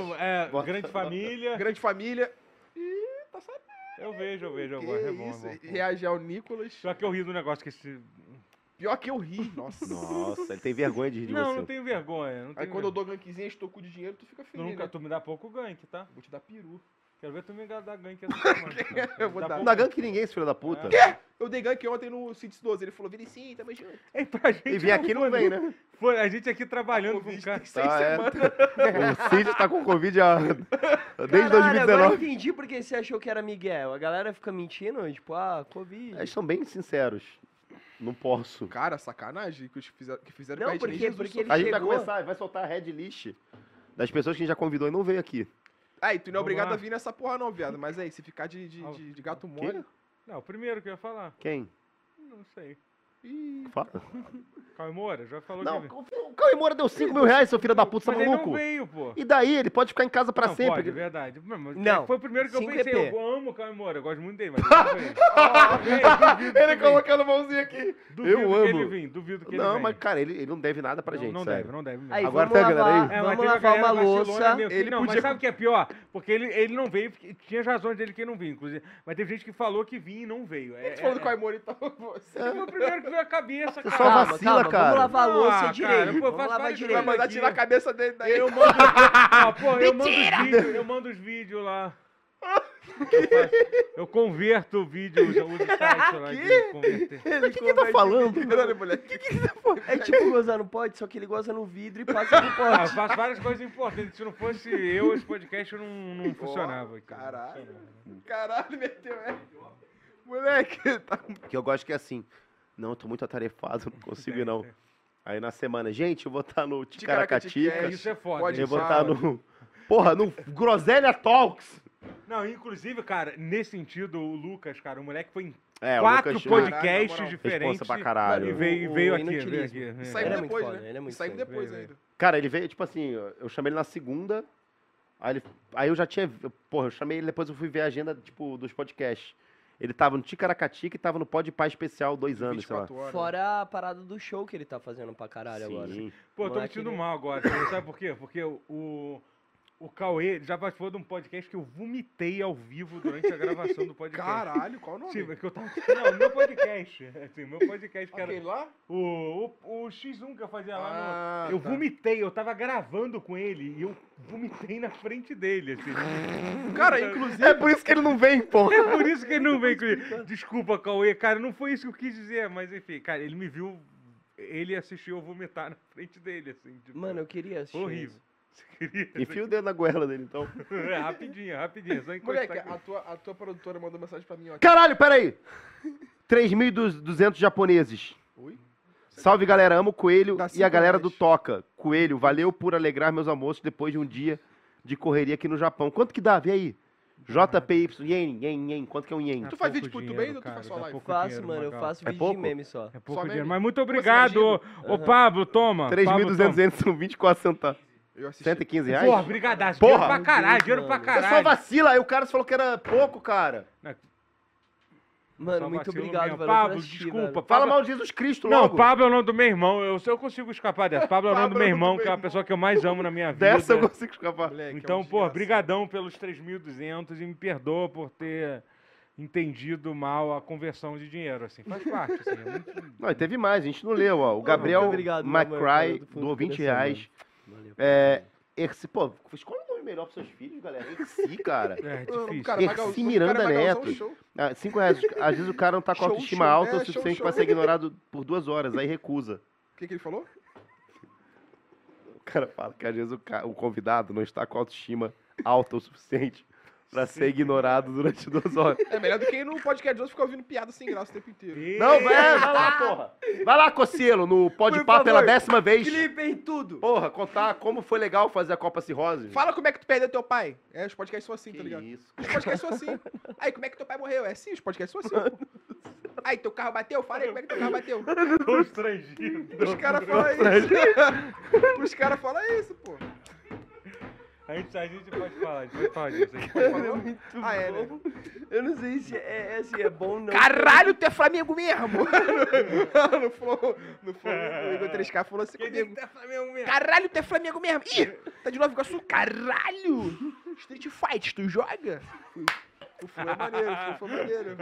é, Grande Família. Grande Família. Ih, tá sabendo. Eu vejo, eu vejo. Eu Que gosto, é bom, isso. é bom. Reagir ao Nicolas. Só que eu ri do negócio que esse... Pior que eu ri. Nossa. Nossa, ele tem vergonha de rir de Não, você. não tenho vergonha. Não Aí tenho quando eu vergonha. dou gankzinha, estoco de dinheiro, tu fica Tu feliz, nunca, né? tu me dá pouco gank, tá? Vou te dar peru. Quero ver tu me dar gank essa semana. Eu vou Dá dar. Não pouco- dá gank ninguém, esse filho da puta. Eu dei gank ontem no Cits doze. Ele falou, Vinicinho, tamo junto. Ei, pra gente E vem aqui não foi, vem, né? Foi, a gente aqui trabalhando com o Covid cara. tem seis Ah, é. semanas. O Cid tá com Covid há... desde Caralho, dois mil e agora eu dezenove. entendi porque você achou que era Miguel. A galera fica mentindo, tipo, ah, Covid. Eles são bem sinceros. Não posso. Cara, sacanagem que, os fizeram, que fizeram Não, com a gente. porque- nem Jesus porque só- ele A gente vai chegou- começar, vai soltar a red list das pessoas que a gente já convidou e não veio aqui. Aí, tu não é Vamos obrigado lá. a vir nessa porra não, viado. Mas aí, se ficar de, de, de, de gato mole... Não, o primeiro que eu ia falar. Quem? Não sei. Ih, Fala. Cauê Moura, já falou Não, que... o Cauê Moura deu cinco mil reais, seu filho da puta, você Mas tá ele maluco? não veio, pô. E daí? Ele pode ficar em casa pra não, sempre. Pode, é verdade. Mas Não, Foi o primeiro que eu cinco pensei. E P. Eu amo o Cauê Moura, eu gosto muito dele, mas ele não veio. Não veio, duvido que Ele venha. colocando a mãozinha aqui. Duvido Eu que amo. ele vem, duvido que ele Não, venha. mas cara, ele, ele não deve nada pra não, gente, não sério. deve, não deve mesmo. Aí, Agora vamos tem a galera lavar, aí? É, mas vamos teve a lavar uma galera vacilona louça. mesmo. Ele não, podia- mas sabe o que é pior? Porque ele, ele não veio, porque tinha as razões dele que ele não veio, inclusive. Mas teve gente que falou que vinha e não veio. É, tu falou do é, Caio Moura, então... Você é, foi o primeiro que veio a cabeça, cara. Só Calma, vacila, calma, cara. vamos lavar a louça Ah, cara, direito. pô, eu vamos faço lavar várias direito. vai mandar aqui. tirar a cabeça dele daí. Eu mando, ah, pô, eu mando os vídeos, eu mando os vídeos lá. Eu, faço- eu converto o vídeo, eu uso o site lá de converter. O que que tá falando? Caralho, moleque. É tipo gozar no pote, só que ele goza no vidro e passa no Ah, eu pote. faço várias coisas importantes. Se não fosse eu, esse podcast não, não funcionava. aqui. Caralho. Caralho, meteu essa. Moleque, tá com... Que eu gosto que é assim. Não, eu tô muito atarefado, não consigo ir, não. Aí na semana, gente, eu vou estar no Ticaracatica. É, isso é foda. Pode Eu vou falar. estar no... Porra, no Groselha Talks. Não, inclusive, cara, nesse sentido, o Lucas, cara, o moleque foi em É, o quatro Lucas- podcasts Caralho, na moral. diferentes. Responsa pra caralho. E veio, O- veio o aqui, veio inutilismo. aqui. é. Saímos Ele é muito depois, foda, né? ele é muito Saímos foda. depois Veio, ainda. Cara, ele veio, tipo assim, eu chamei ele na segunda, aí, ele, aí eu já tinha, porra, eu chamei ele, depois eu fui ver a agenda, tipo, dos podcasts. Ele tava no Ticaracatica e tava no Pode Pá Especial dois anos, sei lá. vinte e quatro horas. Fora a parada do show que ele tá fazendo pra caralho agora. Sim. Pô, eu tô me Moleque, sentindo né? mal agora. Sabe sabe por quê? Porque o, o, o Cauê já participou de um podcast que eu vomitei ao vivo durante a gravação do podcast. Caralho, qual o nome? Sim, que eu tava... Não, meu podcast. Assim, meu podcast que era Aquele lá? o, o, o X um que eu fazia lá Ah, no... Eu tá. vomitei, eu tava gravando com ele e eu vomitei na frente dele, assim. Cara, inclusive... É por isso que ele não vem, pô. É por isso que ele não veio comigo. Desculpa, Cauê, cara, não foi isso que eu quis dizer, mas enfim, cara, ele me viu, ele assistiu eu vomitar na frente dele, assim. Tipo, Mano, eu queria assistir. horrível. isso. Você queria? Enfia o dedo na goela dele, então. É, rapidinho, rapidinho, só encostar Moleque, aqui. a tua, a tua produtora mandou mensagem pra mim, ó. Caralho, peraí. três mil e duzentos japoneses. Oi? Salve, galera. Amo o Coelho Dá e a cinco galera reais. do Toca. Coelho, valeu por alegrar meus almoços depois de um dia de correria aqui no Japão. Quanto que dá? Vê aí. J P Y, ien, ien, ien. Quanto que é um ien? É Tu faz pouco vídeo pro YouTube dinheiro, ainda ou tu cara, faz só dá live? pouco Faço, dinheiro, mano, eu Magal. faço É vídeo pouco? de meme só. É pouco Só dinheiro. meme? Mas muito Pô, obrigado, ô, ô Aham. Pablo, toma. três mil e Pablo, duzentos toma. reais são vinte e quatro centavos. Eu assisti. cento e quinze Porra, reais? brigadaço. Porra! Dinheiro pra caralho, Meu dinheiro Deus, pra mano. Você só caralho. vacila, aí o cara falou que era pouco, cara. Mano, Só muito vacilo obrigado, mesmo. valeu Pablo, por assistir, desculpa. velho. Fala Pablo- mal de Jesus Cristo Não, logo. Pablo é o nome do meu irmão. Eu, eu consigo escapar dessa. Pablo é o nome do Pablo meu é o nome irmão, do que é a meu pessoa que eu mais amo na minha vida. Dessa eu consigo escapar. Moleque, é um Então, pô, desgraçado. brigadão pelos três mil e duzentos e me perdoa por ter entendido mal a conversão de dinheiro, assim. Faz parte, assim. É muito... Não, e teve mais, a gente não leu, ó. O Gabriel Muito obrigado, meu amor, valeu McCry do fundo doou do vinte coração, reais. mano. Valeu. É, Erci, pô, escolha um nome melhor pros seus filhos, galera. Erci, cara. É O difícil. cara, Erci Magal- o Miranda cara é Magalzão, Neto. show. Ah, cinco reais. Às vezes o cara não tá com a Show, autoestima show. alta É, o show, suficiente show. pra ser ignorado por duas horas, aí recusa. O que, que ele falou? O cara fala que às vezes o, ca- o convidado não está com a autoestima alta o suficiente pra ser ignorado durante duas horas. É melhor do que ir no podcast de outros ficar ouvindo piada sem graça o tempo inteiro. Não, vai, vai lá, porra. Vai lá, Cocielo, no Pode Por Pá pela favor, décima vez. Clipe em tudo. Porra, contar como foi legal fazer a Copa Cirrose. Fala como é que tu perdeu teu pai. É, os podcasts são assim, Que tá ligado? isso. Os podcasts são assim. Aí, como é que teu pai morreu? É sim, os podcasts são assim. Pô. Aí, teu carro bateu? Fala aí como é que teu carro bateu. Constrangido. Os caras falam isso. Os caras falam isso, pô. A gente, a gente pode falar, a gente pode falar disso. A gente Pode pode falar? Muito Ah, é, bom. Eu não sei se é, é assim, é bom ou não. Caralho, tu é Flamengo mesmo! no Flow, no Flow, o Igor três K falou assim comigo. Caralho, tu é Flamengo mesmo! Ih, tá de Nova Iguaçu? Caralho! Street Fight, tu joga? O Flow é maneiro, o Flow foi maneiro.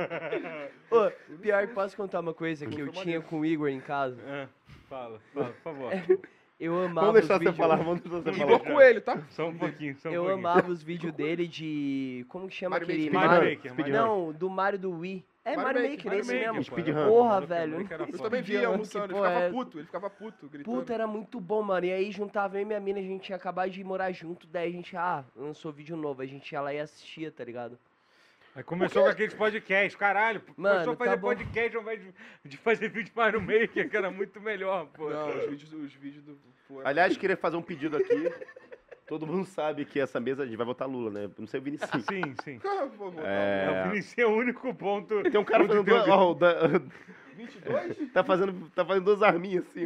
Ô, pior que posso contar uma coisa que Foi eu maneiro. tinha com o Igor em casa. É, fala, fala, por favor. Eu amava Vamos deixar os você vídeos... falar, vamos deixar você Igor falar. Coelho, tá? Só um pouquinho, só um Eu pouquinho. amava os vídeos dele de... Como que chama Mario aquele... Maker. Mario Mario- Maker, Speed Mario Não, do Mario do Wii. É Mario Mario Maker, Maker, Mario esse Maker, mesmo. pô, Speed era- Run. Porra, Mario velho. Maker era Eu foda. também via almoçando, ele Que porra ficava é? puto, ele ficava puto, gritando. Puta, era muito bom, mano. E aí juntava eu e minha mina, a gente tinha acabado de morar junto, daí a gente, ah, lançou vídeo novo, a gente ia lá e assistia, tá ligado? Aí começou com aqueles podcasts, caralho. Mano, começou a tá fazer bom. podcast ao invés de, de fazer vídeo Mario Maker, que era muito melhor, pô. Não, os vídeos, os vídeos do Flow. é- Aliás, queria fazer um pedido aqui. Todo mundo sabe que essa mesa a gente vai votar Lula, né? Não sei o Vinicius. Sim, sim. Por favor, É. É, o Vinicius é o único ponto. Tem um cara onde fazendo tem duas, o- ó, o da- vinte e dois? tá fazendo, tá fazendo duas arminhas assim.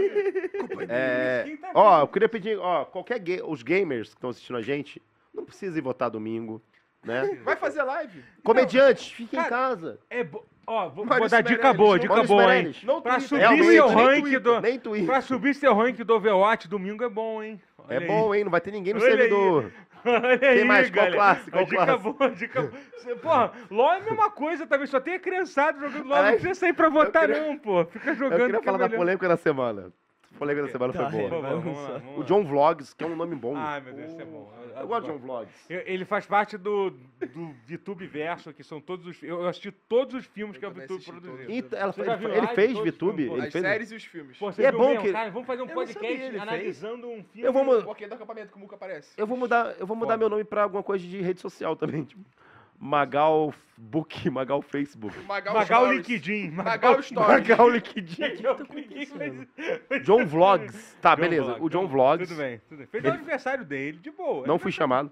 ó. É, Quem tá ó, eu queria pedir, ó, qualquer ga- os gamers que estão assistindo a gente, não precisa ir votar domingo, né? Vai fazer live? Comediantes, fiquem em cara, casa. É bo... Ó, vou, vou Maurício dar dica Meirelles, boa, não- dica Maurício boa, hein? Meirelles. Não Pra Twitter, subir Realmente, seu nem ranking Twitter, do... nem Twitter. Pra subir seu ranking do Overwatch domingo é bom, hein? Olha É aí. bom, hein? Não vai ter ninguém no Olha aí. servidor. Olha Quem aí, mais? Qual galera. classe? Qual A dica classe? boa, dica boa. Cê- Porra, LOL é a mesma coisa também, só tem a criançada jogando LOL, não Aliás, precisa sair pra votar queria- não, pô. Fica Eu jogando queria que falar é da melhor. polêmica da semana. A polêmica da semana Tá, foi Por boa. favor, vamos lá, vamos O lá. John Vlogs, que é um nome bom. Ai, meu Deus, isso é bom. Eu gosto de John Vlogs. Eu- Ele faz parte do, do VTube Verso, que são todos os... Eu assisti todos os filmes Eu que a também VTube assisti produziu. todos. Então, ela- Você já ele, viu ele live fez todos? VTube? Pô, Ele As fez... séries e os filmes. Pô, você E é viu bom mesmo, que- cara, vamos fazer um Eu não sabia, podcast ele fez? analisando um filme. Eu vou mu- O Porquê do acampamento que o Muca aparece. Eu vou mudar, eu vou mudar Foda. meu nome pra alguma coisa de rede social também. Tipo, Magal Book, Magal Facebook. Magal, Pagar o Stories. LinkedIn. Magal Stories. Magal LinkedIn. Eu cliquei, mas- John Vlogs. Tá, John beleza. Vlogs, O John Vlogs. Tudo bem, tudo bem. Fez Ele- o aniversário dele, de boa. Não fui chamado.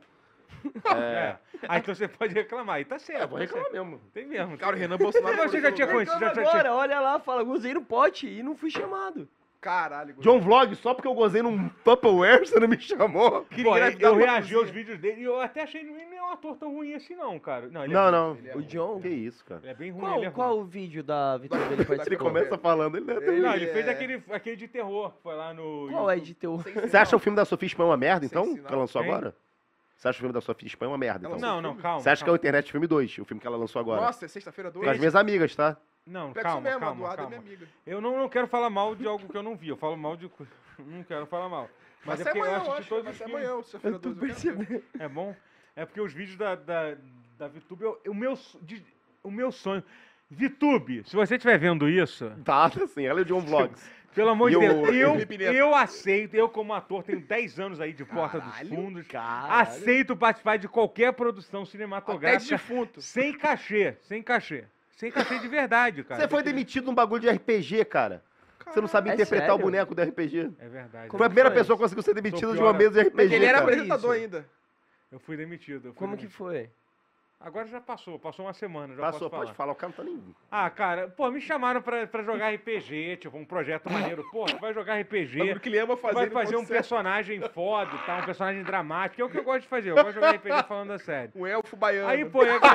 É. Ah, então você pode reclamar. E tá certo. É, vou tá reclamar certo. mesmo. Tem mesmo. Cara, o Renan Bolsonaro... Mas você já tinha conhecido, já, já Agora, tinha... olha lá, fala, gozei no pote e não fui chamado. Caralho. John Vlogs, só porque eu gozei num Tupperware, você não me chamou? Pô, engravidar eu uma reagi aos cozinha. vídeos dele e eu até achei que ele não é um ator tão ruim assim não, cara. Não, ele é Não, ruim. não. Ele é O ruim. John? Que isso, cara. Ele é bem ruim, Qual, ele é qual ruim. o vídeo da Vitória dele Ele participou? começa falando, ele não é tão- Ele Não, ele fez é- aquele, aquele de terror, foi lá no... Qual é YouTube. de teu... Você acha o filme da Sofia Spam uma merda, Sem então? sinal. Que ela lançou Hein? agora? Você acha o filme da Sofia Spam uma merda, então? Ela Não, não, calma. Você acha que é o calma. Internet Filme dois, o filme que ela lançou agora? Nossa, é sexta-feira dois? Com as minhas amigas, tá? Não, Pega calma, isso mesmo, calma, a Eduardo é calma. minha amiga. Eu não, não quero falar mal de algo que eu não vi, eu falo mal de... co- Não quero falar mal. Mas, Mas é é porque amanhã, eu eu assisti acho. todos Vai os ser filmes. amanhã, sexta-feira dois. eu quero ver. É bom? É porque os vídeos da, da, da VTube, eu- o, meu, so- de- o meu sonho... VTube, se você estiver vendo isso, Tá, assim, ela é o John Vlogs. pelo amor de E o- Deus, eu, Felipe Neto. eu aceito, eu como ator, tenho dez anos aí de Porta dos Caralho, Fundos, caralho. aceito participar de qualquer produção Até de cinematográfica defunto. sem cachê, sem cachê. Sem cachê de verdade, cara. Você foi demitido num bagulho de R P G, cara. Você não sabe É interpretar o sério? boneco do R P G. É verdade. Foi a primeira foi? pessoa que conseguiu ser demitida Sou de uma pior. mesa de R P G, Ele era cara. apresentador Isso. ainda. Eu fui demitido. eu fui Como que demitido. foi? Agora já passou, passou uma semana, já Passou, posso falar. pode falar, o cara não tá nem... Ah, cara, pô, me chamaram pra, pra jogar R P G, tipo, um projeto maneiro. Pô, tu vai jogar R P G, Bagulho que ele ama tu fazer, vai não fazer pode um ser. personagem foda e tal, um personagem dramático, que é o que eu gosto de fazer. Eu gosto de jogar R P G falando a sério. Um elfo baiano. Aí, pô, eu...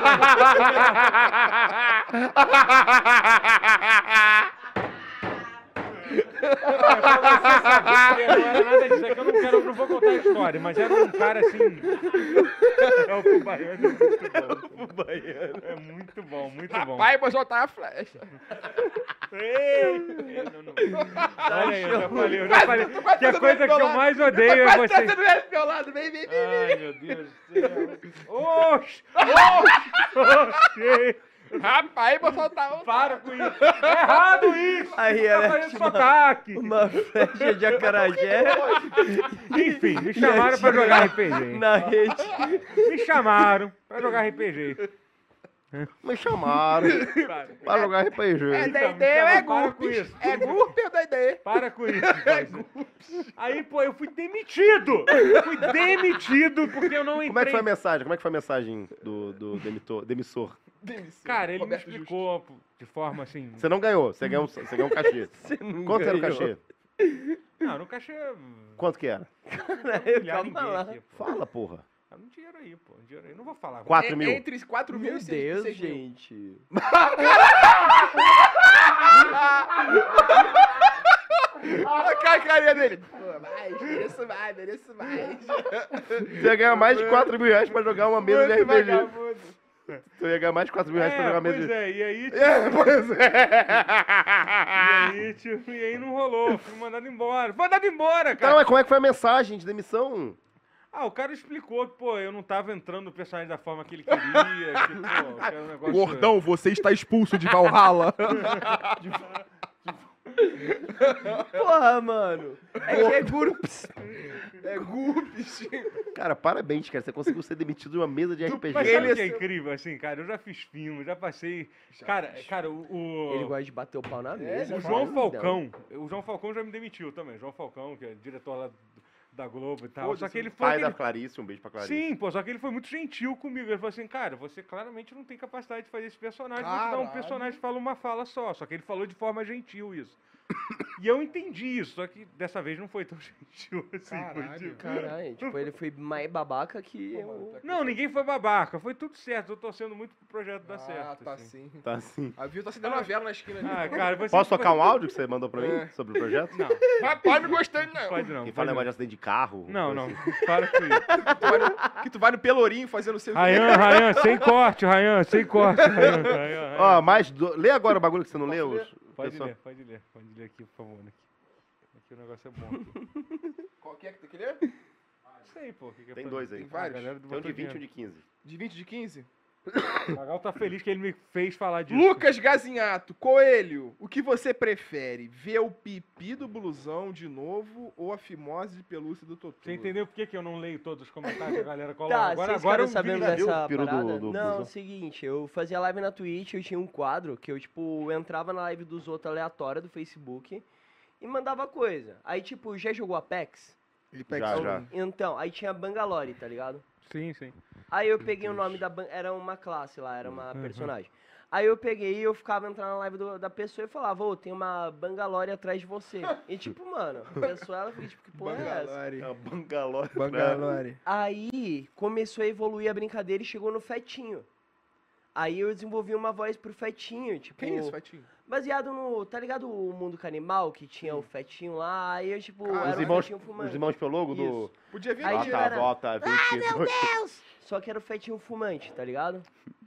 Não era nada disso, é que eu não, quero, não vou contar a história, mas era um cara assim. É o baiano, é muito bom. O baiano. É muito bom, muito bom. Rapaz, vou soltar a flecha. Ei, ei, não, não. Olha aí, eu já falei, eu já Quase- falei. tô quase Que a trazendo coisa ele que pro eu lado. mais odeio é Quase você. trazendo ele pro meu lado, vem, vem, vem. Ai, meu Deus do céu. Oxi! Oxi! Oxi! Rapaz, vou soltar um. Para com isso! É errado isso! Aí Tá era fazendo tipo sotaque! uma flecha de acarajé Enfim, me chamaram pra jogar R P G. na rede. Me chamaram pra jogar R P G. Me chamaram Para, pra jogar R P G. É Então, D e D então, ou é para com GURPS? isso. É GURPS ou D e D? Para com isso, coisa. Aí, pô, eu fui demitido! Fui demitido porque eu não entrei. Como é que foi a mensagem? Como é que foi a mensagem do, do demitor, demissor? Demissão. Cara, ele Roberto me explicou de forma assim... Você não ganhou, você ganhou, você ganhou um cachê. Você não Quanto era o ganhou. cachê? Não, no cachê... Quanto que era? Humilhar ninguém Calma lá. aqui, pô. Fala, porra. Tá no dinheiro aí, pô. no Dinheiro aí. Não vou falar. Quatro É- mil. Entre quatro mil Meu e seis Deus, seis mil. gente. Olha a carinha dele. Pô, mais, mereço mais, mereço mais. Você ia ganhar mais de quatro mil reais pra jogar uma mesa de R P G. Vagabundo. Você ia ganhar mais de quatro mil reais pra É, jogar uma pois mesa de... é, e aí, tipo, É, pois é. e aí, tipo, e aí não rolou. Fui mandado embora. Fui mandado embora, cara. Então, mas como é que foi a mensagem de demissão? Ah, o cara explicou que, pô, eu não tava entrando no personagem da forma que ele queria, que, pô, que era um negócio... Gordão, você está expulso de Valhalla. Porra, mano. É que é GURPS. É GURPS. Cara, parabéns, cara. Você conseguiu ser demitido de uma mesa de R P G. Mas Ele sabe o que é é seu- incrível, assim, cara? Eu já fiz filme, já passei... Cara, cara, o... o- Ele gosta de bater o pau na mesa. O cara. João Não. Falcão, o João Falcão já me demitiu também. João Falcão, que é diretor lá do- da Globo e tal. Foda-se, Só que ele foi. Pai aquele- da Clarice, um beijo pra Clarice. Sim, pô, só que ele foi muito gentil comigo. Ele falou assim, cara, você claramente não tem capacidade de fazer esse personagem. Vou te dar um Caralho. personagem que fala uma fala só. Só que ele falou de forma gentil isso. E eu entendi isso, só que dessa vez não foi tão gentil assim. Foi Caralho. tipo- Caralho, tipo, ele foi mais babaca que eu. Não, ninguém foi babaca, foi tudo certo. Eu tô torcendo muito pro projeto dar Ah, certo. tá assim. sim. Tá assim. A Viu tá acendendo uma vela na esquina ali. Ah, cara, você. Posso tocar um áudio que você mandou pra mim É. sobre o projeto? Não, Rapaz, não gostei não. pode não. Que pode fala não. negócio de acidente de carro. Não, coisa não. assim. Para com isso. Tu vai no- que tu vai no Pelourinho fazendo o seu... Rayan, Rayan, sem corte, Rayan, sem corte, Rayan, Rayan, Ó, Rayan. mais. Do... Lê agora o bagulho que você não leu. os- Pode pessoal. ler, pode ler, pode ler aqui, por favor. Aqui, aqui o negócio é bom. Aqui. Qual que é que tem que ler? Isso aí, pô. Que que é Tem pra- dois aí. Tem vários? A galera Tem um botou de vinte e um dinheiro. de quinze. De vinte, de quinze? O Magal tá feliz que ele me fez falar disso. Lucas Gazinhato, Coelho, o que você prefere? Ver o pipi do blusão de novo ou a fimose de pelúcia do Totoro? Você entendeu por que, que eu não leio todos os comentários que a galera coloca? Tá, agora vocês agora ficaram eu vi. sabendo já viu dessa o peru do- parada? do Não, é busão? o seguinte, eu fazia live na Twitch, eu tinha um quadro que eu, tipo, entrava na live dos outros aleatória do Facebook e mandava coisa. Aí, tipo, já jogou Apex? Ele Já, já. Então, aí tinha Bangalore, tá ligado? Sim, sim. Aí eu peguei o nome da... ban- Era uma classe lá, era uma personagem. Aí eu peguei e eu ficava entrando na live do- da pessoa e falava, ô, tem uma Bangalore atrás de você. E tipo, mano, a pessoa, ela fica tipo, que porra é essa? Bangalore. É Bangalore. Bangalore. Aí começou a evoluir a brincadeira e chegou no Fetinho. Aí eu desenvolvi uma voz pro Fetinho, tipo... Quem é esse, Fatinho? Baseado no... Tá ligado o Mundo Canibal, que tinha o Fetinho lá? Aí eu, tipo, Ah, era Os o irmãos, Fetinho fumante. os irmãos Pelogo do. Isso. Podia vir Aí aqui. tinha- Volta, volta, vinte e dois. Só que era o Fetinho fumante, tá ligado?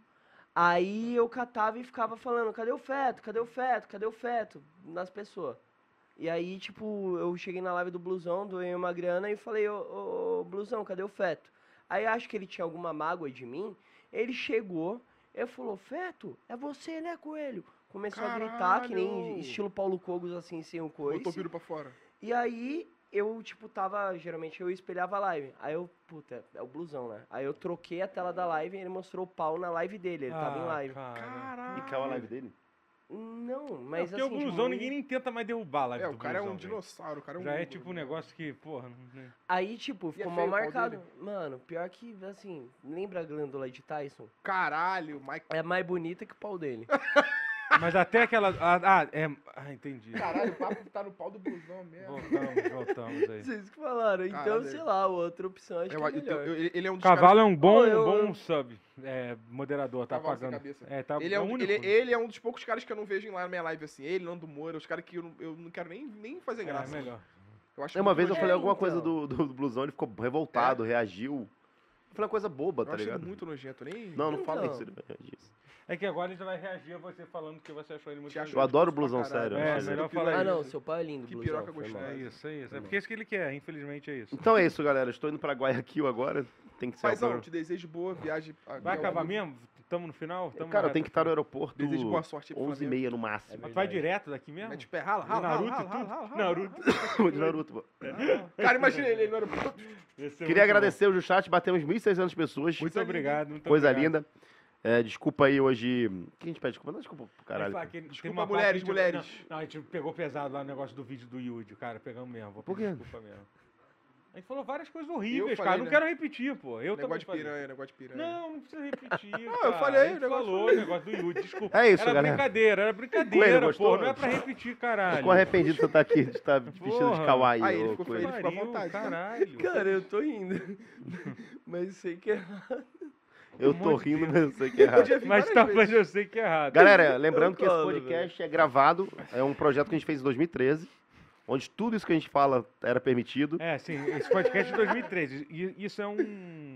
Aí eu catava e ficava falando, cadê o feto? Cadê o feto? Cadê o feto? Nas pessoas. E aí, tipo, eu cheguei na live do Blusão, doei uma grana e falei, ô, ô, ô, Blusão, cadê o feto? Aí acho que ele tinha alguma mágoa de mim, ele chegou, ele falou, feto, é você, né, coelho? Começou a gritar, que nem Caralho! estilo Paulo Cogos, assim, sem o Botou o coice. piro pra fora. E aí, eu, tipo, tava... Geralmente eu espelhava a live. Aí eu... Puta, é o blusão, né? Aí eu troquei a tela da live e ele mostrou o pau na live dele. Ele tava em Ah, live. cara. Caralho. E caiu a live dele? Não, Mas mas porque assim... o tipo, blusão ninguém nem tenta mais derrubar a live É, do o cara é um blusão, velho. dinossauro, o cara é um... Já é ogro, tipo um né? negócio que, porra... não- né? Aí, tipo, ficou é mal feio o pau marcado. dele? Mano, pior que, assim, lembra a glândula de Tyson? Caralho, Mike... É mais bonita que o pau dele. Mas até aquela... Ah, ah, é... ah entendi. Caralho, o papo tá no pau do blusão mesmo. Voltamos, voltamos aí. Vocês que falaram. Então, Caralho. sei lá, outra opção acho Eu- que é então, melhor. eu- ele é um dos Cavalo é um bom, Pô, eu- bom sub, é, moderador, tá Cavalo sem pagando. cabeça. É, tá Ele é, o um, único. ele, ele é um dos poucos caras que eu não vejo em lá na minha live, assim. Ele, Nando Moura, os caras que eu não, eu não quero nem, nem fazer É, graça. melhor. Eu acho É, uma muito vez eu nojento. falei alguma então. coisa do, do, do blusão, ele ficou revoltado, reagiu. Eu falei uma coisa boba, Eu tá acho ele ligado? muito nojento, nem... Não, não fala Então. isso, ele vai reagir. É que agora ele já vai reagir a você falando que você achou ele muito Te acho Eu adoro o gostoso pra blusão, caralho. sério. É, Nossa, melhor que falar piroca- Ah, não, isso. seu pai é lindo, Que blusão, piroca foi gostosa. mal. É isso, é isso. É porque é isso que ele quer, infelizmente é isso. Então é isso, galera. Estou indo pra Guayaquil agora. Tem que ser Paizão, te desejo boa viagem. a- Vai ao acabar vivo. mesmo? Tamo no final? Tamo Cara, na eu tenho que reta estar no aeroporto Desejo boa sorte aí pro onze e meia no máximo. Mas tu vai direto daqui mesmo? Mete o pé, rala, De rala, Naruto rala, e rala, tudo? rala, rala. Naruto. de Naruto. pô. Cara, imagina ele, ele no aeroporto. Esse é Queria muito agradecer o chat, batemos mil e seiscentas pessoas. bom. Muito obrigado. Muito Coisa obrigado. linda. É, desculpa aí hoje. Quem a gente pede desculpa? Não, desculpa pro caralho. Vai falar que tem Desculpa, uma parte mulheres, que a gente- mulheres. Não, não, a gente pegou pesado lá no negócio do vídeo do Yuji, cara. Pegamos mesmo. Vou Por pedir quê? desculpa mesmo. A gente falou várias coisas horríveis, falei, cara. Não né? quero repetir, pô. Eu também Negócio de falei. piranha, negócio de piranha. Não, não precisa repetir. Não, cara. eu falei, A gente o negócio falou foi- o negócio do Yuji, desculpa. É isso, era galera. brincadeira, era Coelho, brincadeira, gostou? pô. Não é pra repetir, caralho. Ficou arrependido de você estar aqui, de estar vestido de Porra. kawaii. Aí, ele ô, ficou Coelho. feliz. fica à Pariu, vontade, tá? caralho. Cara, eu tô indo. Mas sei que é errado. Eu Um tô monte de rindo, vezes. mas eu sei que é errado. Podia vir Mas várias tá, vezes. mas eu sei que é errado. Galera, lembrando que esse colo, podcast é gravado, é um projeto que a gente fez em dois mil e treze, onde tudo isso que a gente fala era permitido. É, sim, esse podcast é de dois mil e treze. E isso é um.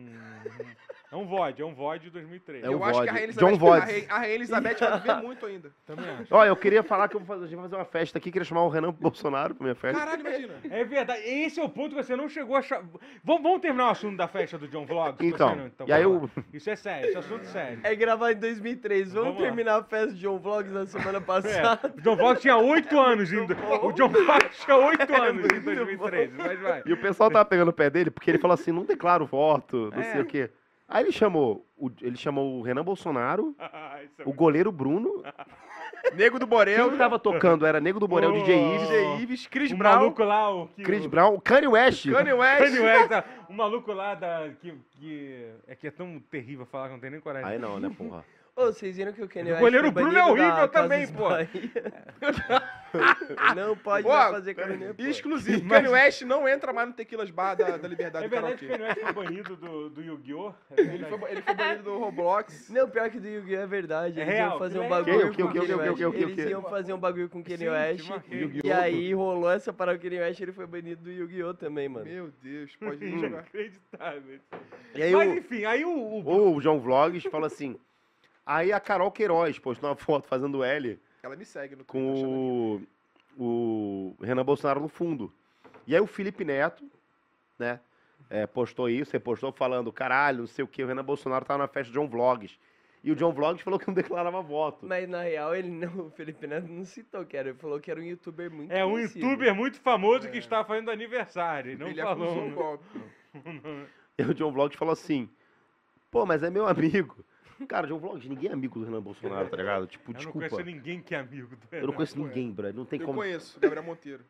É um V O D, é um V O D de dois mil e treze. É um Eu acho que a Vod. Rainha John Elizabeth, Vod. a Rainha- a Rainha Elizabeth vai viver muito ainda. Também acho. Ó, eu queria falar que eu vou fazer, a gente vai fazer uma festa aqui, queria chamar o Renan Bolsonaro pra minha festa. Caralho, imagina. É verdade. Esse é o ponto que você não chegou a achar. Vamos, vamos terminar o assunto da festa do John Vlogs? Então, Você não- então e aí vamos eu- lá. Isso é sério, isso é assunto sério. É gravar em dois mil e três. Vamos, Vamos lá. terminar a festa de John Vlogs na semana É, passada. o John Vlogs tinha oito anos ainda. O John Vlogs tinha oito É anos em dois mil e treze. Mas vai. E o pessoal tava pegando o pé dele porque ele falou assim, não declaro voto, não É. sei o quê. Aí ele chamou, o, ele chamou o Renan Bolsonaro, Ah, isso é o goleiro Bruno, Nego do quem Borel, que tava tocando era Nego do Borel, Oh. D J Ives, D J Ives, Chris o Brown, maluco lá, o que. Chris o- Brown, o Kanye West. Kanye West. Kanye West, ah, o maluco lá da. Que, que. É que é tão terrível falar que não tem nem coragem. Aí não, né, porra. Ô, vocês viram que o Kanye O West goleiro foi Bruno é banido da horrível Casas também, pô. Bahia? Não pode Boa, mais fazer caminho, pô. Exclusivo. Mas- Kanye West não entra mais no Tequilas Bar da, da Liberdade É do verdade que o Karaokê. Kanye West foi banido do, do Yu-Gi-Oh! É Ele verdade. foi, ele foi banido do Roblox. Não, pior que do Yu-Gi-Oh! É verdade. É Eles real, iam fazer é um real. bagulho O quê? com O quê? O quê? o Kanye O quê? O West. quê? O quê? Eles iam fazer um bagulho com o Kanye Sim, West. te marquei. E aí rolou essa parada com o Kanye West e ele foi banido do Yu-Gi-Oh! Também, mano. Meu Deus, pode nem jogar. Inacreditável. E aí Mas o, enfim, aí o. o- o João Vlogs falou assim, aí a Carol Queiroz postou uma foto fazendo L Ela me segue no Twitter. com achando o, o Renan Bolsonaro no fundo. E aí o Felipe Neto, né, é, postou isso, repostou falando, caralho, não sei o que, o Renan Bolsonaro tava na festa do John Vlogs. E o John Vlogs falou que não declarava voto. Mas na real, ele não, o Felipe Neto não citou que era. Ele falou que era um youtuber muito É um conhecido. youtuber muito famoso que está fazendo aniversário. Não Ele falou. acusou o né? golpe. E o John Vlogs falou assim, pô, mas é meu amigo. Cara, John Vlogs, ninguém é amigo do Renan Bolsonaro, tá ligado? Tipo, Eu não desculpa. conheço ninguém que é amigo do Eu não conheço ninguém, bro. Não tem Eu como. conheço, Gabriel Monteiro.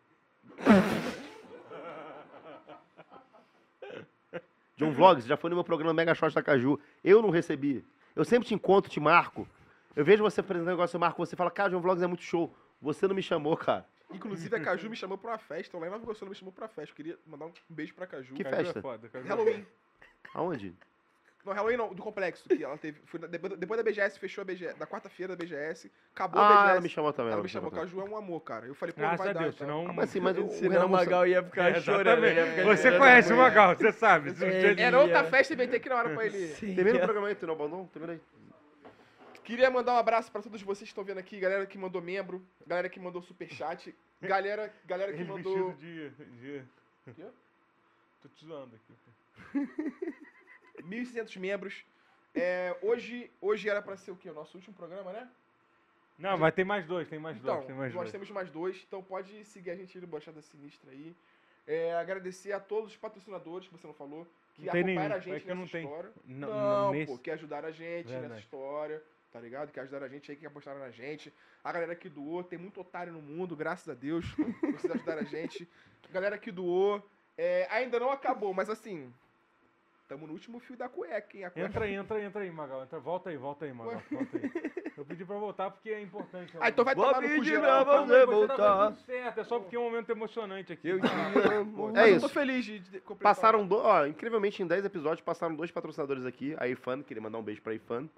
John Vlogs já foi no meu programa Mega Shot da Caju. Eu não recebi. Eu sempre te encontro, te marco. Eu vejo você apresentando um negócio, eu marco você fala, cara, John Vlogs é muito show. Você não me chamou, cara. Inclusive, a Caju me chamou pra uma festa. Lá em Nova Iguaçu, ela me chamou pra uma festa. Eu queria mandar um beijo pra Caju. Que Caju festa? É foda, Caju é Halloween. Aonde? Não, Halloween não, do complexo. Que ela teve. Foi na- depois, depois da B G S, fechou a B G S. Da quarta-feira da B G S. Acabou a Ah, B G S. ela me chamou também. Ela ela me chamou. também. Caju é um amor, cara. Eu falei, pô, não Graças vai a dar. Deus, então. senão. Ah, mas assim, mas o, o Senão Renan o Magal ia ficar É, chorando. Ele ia exatamente. ficar Você chorando. conhece o Magal, você sabe. Ele Era outra ia- festa e veio aqui na hora pra ele. Sim. Termina o programa aí, tu não abandonou? Termina aí. Queria mandar um abraço pra todos vocês que estão vendo aqui. Galera que mandou membro. Galera que mandou superchat. Galera, galera que Ele mandou. vestido de. de... Quê? Tô te zoando aqui. mil e seiscentos membros. É, hoje, hoje era pra ser o quê? O nosso último programa, né? Não, mas tem mais dois, tem mais Então, dois, tem mais nós dois. temos mais dois, então pode seguir a gente aí no Baixada Sinistra aí. É, agradecer a todos os patrocinadores que você não falou, que Não tem acompanharam nenhum, a gente é que eu nessa não tenho. história. Não, Não, nesse- pô, que ajudaram a gente Verdade. nessa história. tá ligado? Que ajudaram a gente aí, que apostaram na gente. A galera que doou, tem muito otário no mundo, graças a Deus. Vocês ajudaram a gente. A galera que doou, é, ainda não acabou, mas assim, tamo no último fio da cueca, hein? A cueca... Entra aí, entra aí, entra aí, Magal. Entra, volta aí, volta aí, Magal. Volta aí. Eu pedi pra voltar porque é importante. Ah, então vai Vou tomar no cu pedir geral. pra Calma você aí, voltar. Tá tudo certo, é só porque é um momento emocionante aqui. Eu te amo. Mas É eu tô isso. feliz de, de completar. Passaram, do, ó, incrivelmente, em dez episódios, passaram dois patrocinadores aqui. A iFan, queria mandar um beijo pra iFan.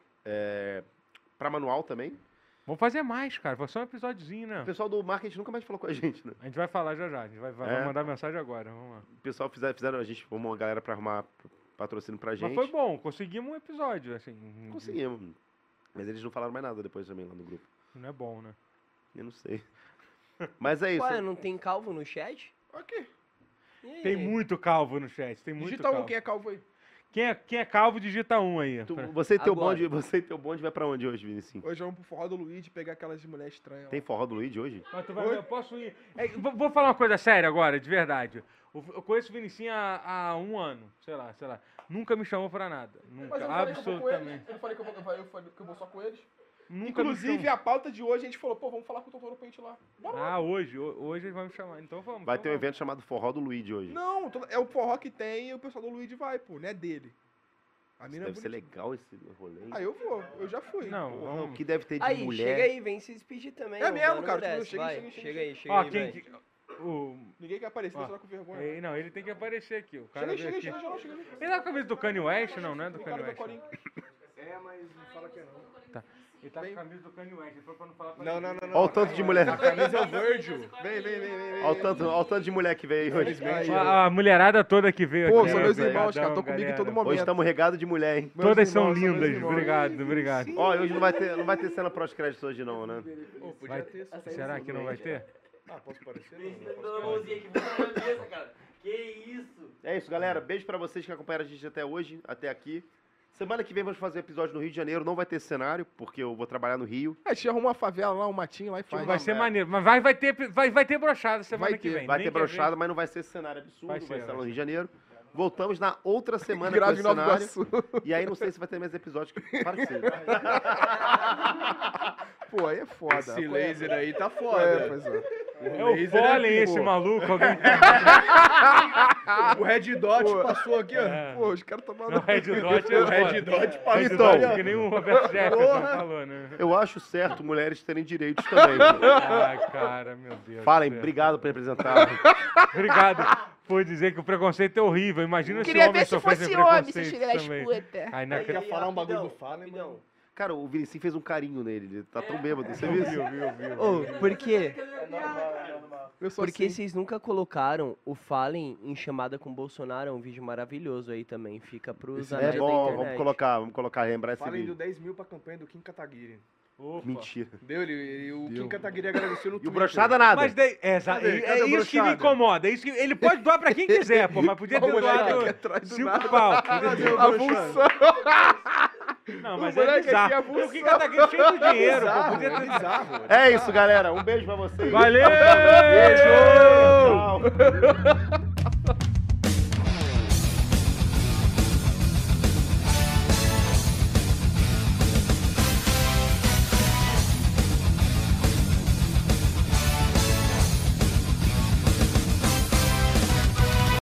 É, pra Manual também. Vamos fazer mais, cara. Vai ser um episódiozinho, O né? pessoal do marketing nunca mais falou com a gente, né? A gente vai falar já já. A gente vai, vai É. mandar mensagem agora. Vamos lá. O pessoal fizeram, fizeram a gente, uma galera pra arrumar patrocínio pra gente. Mas foi bom, conseguimos um episódio, assim. Conseguimos. Mas eles não falaram mais nada depois também lá no grupo. Não é bom, né? Eu não sei. Mas é isso. Ué, não tem calvo no chat? Ok. E aí? Tem muito calvo no chat, tem muito Digita calvo. um, quem é calvo aí? Quem é, quem é calvo, digita um aí. Tu- Pra- você e teu Agora. bonde, você e teu bonde vai pra onde hoje, Vinicinho? Hoje vamos pro forró do Luigi pegar aquelas mulheres estranhas. Tem forró do Luigi hoje? Mas tu vai, Oi? eu posso ir. É, vou, vou falar uma coisa séria agora, de verdade. Eu, eu conheço o Vinicinho há, há um ano, sei lá, sei lá. Nunca me chamou pra nada. Nunca, Mas eu não falei que eu vou com eles. absolutamente. Eu não falei que eu vou, eu falei que eu vou só com eles. Nunca me Inclusive, chamou. a pauta de hoje, a gente falou, pô, vamos falar com o Totoro pra gente ir lá. Bora lá. Ah, hoje, ho- hoje ele vai me chamar. Então vamos. Vai então ter um vamos. evento chamado Forró do Luigi hoje. Não, to- é o forró que tem e o pessoal do Luigi vai, pô, não é dele. A mina é Deve ser bonita. legal esse rolê. hein? Ah, eu vou, eu já fui. Não, Porra, vamos. o que deve ter de Aí, mulher. chega aí, vem se despedir também. É ô, mesmo, mano, cara, merece, chega, vai. chega, chega, Chega aí, chega Ó, aí, quem vai. que. O, Ninguém quer aparecer, Ó, você tá com vergonha. é, não, ele tem que aparecer aqui. O cara Chega aí, veio chega aí, aqui. chega aí, chega aí. Ele tá com a camisa do Kanye West? Não, não é do O Kanye cara da West. Corinha. É, mas não fala que é não. Ele tá com a camisa do Kanye West. Ele foi pra não falar pra Não, ninguém. não, não, não. Olha o tanto de mulher. A camisa é o Virgil. Vem, vem, vem, vem, vem. Olha o tanto, olha o tanto de mulher que veio hoje. Aí, ó. A, a mulherada toda que veio Pô, aqui. são ó, meus irmãos, cara, obrigadão, tô comigo em galera. todo momento. Hoje estamos regados de mulher, hein? Meus Todas são irmãos, são meus lindas. irmãos. Obrigado, obrigado. Ó, hoje não vai ter, não vai ter cena pós-crédito hoje não, né? Pô, podia Vai- ter só Será que não vai ter? Ah, posso aparecer? Não, não Dando posso. uma mãozinha aqui na cabeça, cara. Que isso? É isso, galera. Beijo pra vocês que acompanharam a gente até hoje, até aqui. Semana que vem vamos fazer episódio no Rio de Janeiro. Não vai ter cenário, porque eu vou trabalhar no Rio. A gente arruma uma favela lá, um matinho lá e faz. Vai ser é. maneiro. Mas vai, vai ter, vai, vai ter brochada semana Vai que ter, vem. Vai Nem ter quer ver. brochada, mas não vai ser esse cenário absurdo. Vai Vai, ser, ser vai lá no ser. Rio de Janeiro. Voltamos na outra semana com Grave esse em Nova cenário. Iguaçu. E aí não sei se vai ter mais episódios. Que... Para que seja. Pô, aí é foda. Esse Qual é? laser aí tá É, foda. pois é. É o Fallen esse maluco. Alguém... O Red Dot Pô. passou aqui, ó. É. Pô, os caras tomando. Não, Red Dot é O Red foda. Dot passou. Red Então. Dot, que nem o Roberto Jefferson Porra. falou, né? Eu acho certo mulheres terem direitos também. Ai, cara, meu Deus. Falem, do céu. obrigado por apresentar. Obrigado por dizer que o preconceito é horrível. Imagina se Queria homens ver se sofressem fosse homem, preconceito seus filhos das também. puta. Ai, não Quer acredito. falar um bagulho do Rapidão, Fallen, rapidão. mano? Cara, o Vinicius fez um carinho nele. Ele tá tão bêbado. Você viu isso? Viu, viu, viu. Ô, por quê? Eu sou Porque assim. vocês nunca colocaram o Fallen em chamada com Bolsonaro, é um vídeo maravilhoso aí também. Fica pros É anais da bom, internet. vamos colocar, vamos colocar, lembrar esse Fallen vídeo. deu dez mil pra campanha do Kim Kataguiri. Opa. Mentira. Deu, ele, ele- o Deu. Kim Kataguiri agradeceu no E o Twitter. brochada nada. Mas daí, é, exa- Cadê? é, Cadê é o isso que me brochada? incomoda. É isso que, ele pode doar pra quem quiser, pô, mas podia ter A mulher doado aqui atrás do cinco nada. pau. Podia ter- A função. Não, mas O é moleque aqui é bizarro. avulso. O Kika tá aqui cheio de dinheiro, pô. Bizarro, Podia é ter... bizarro. É isso, galera. Um beijo pra vocês. Valeu! Beijo! Tchau.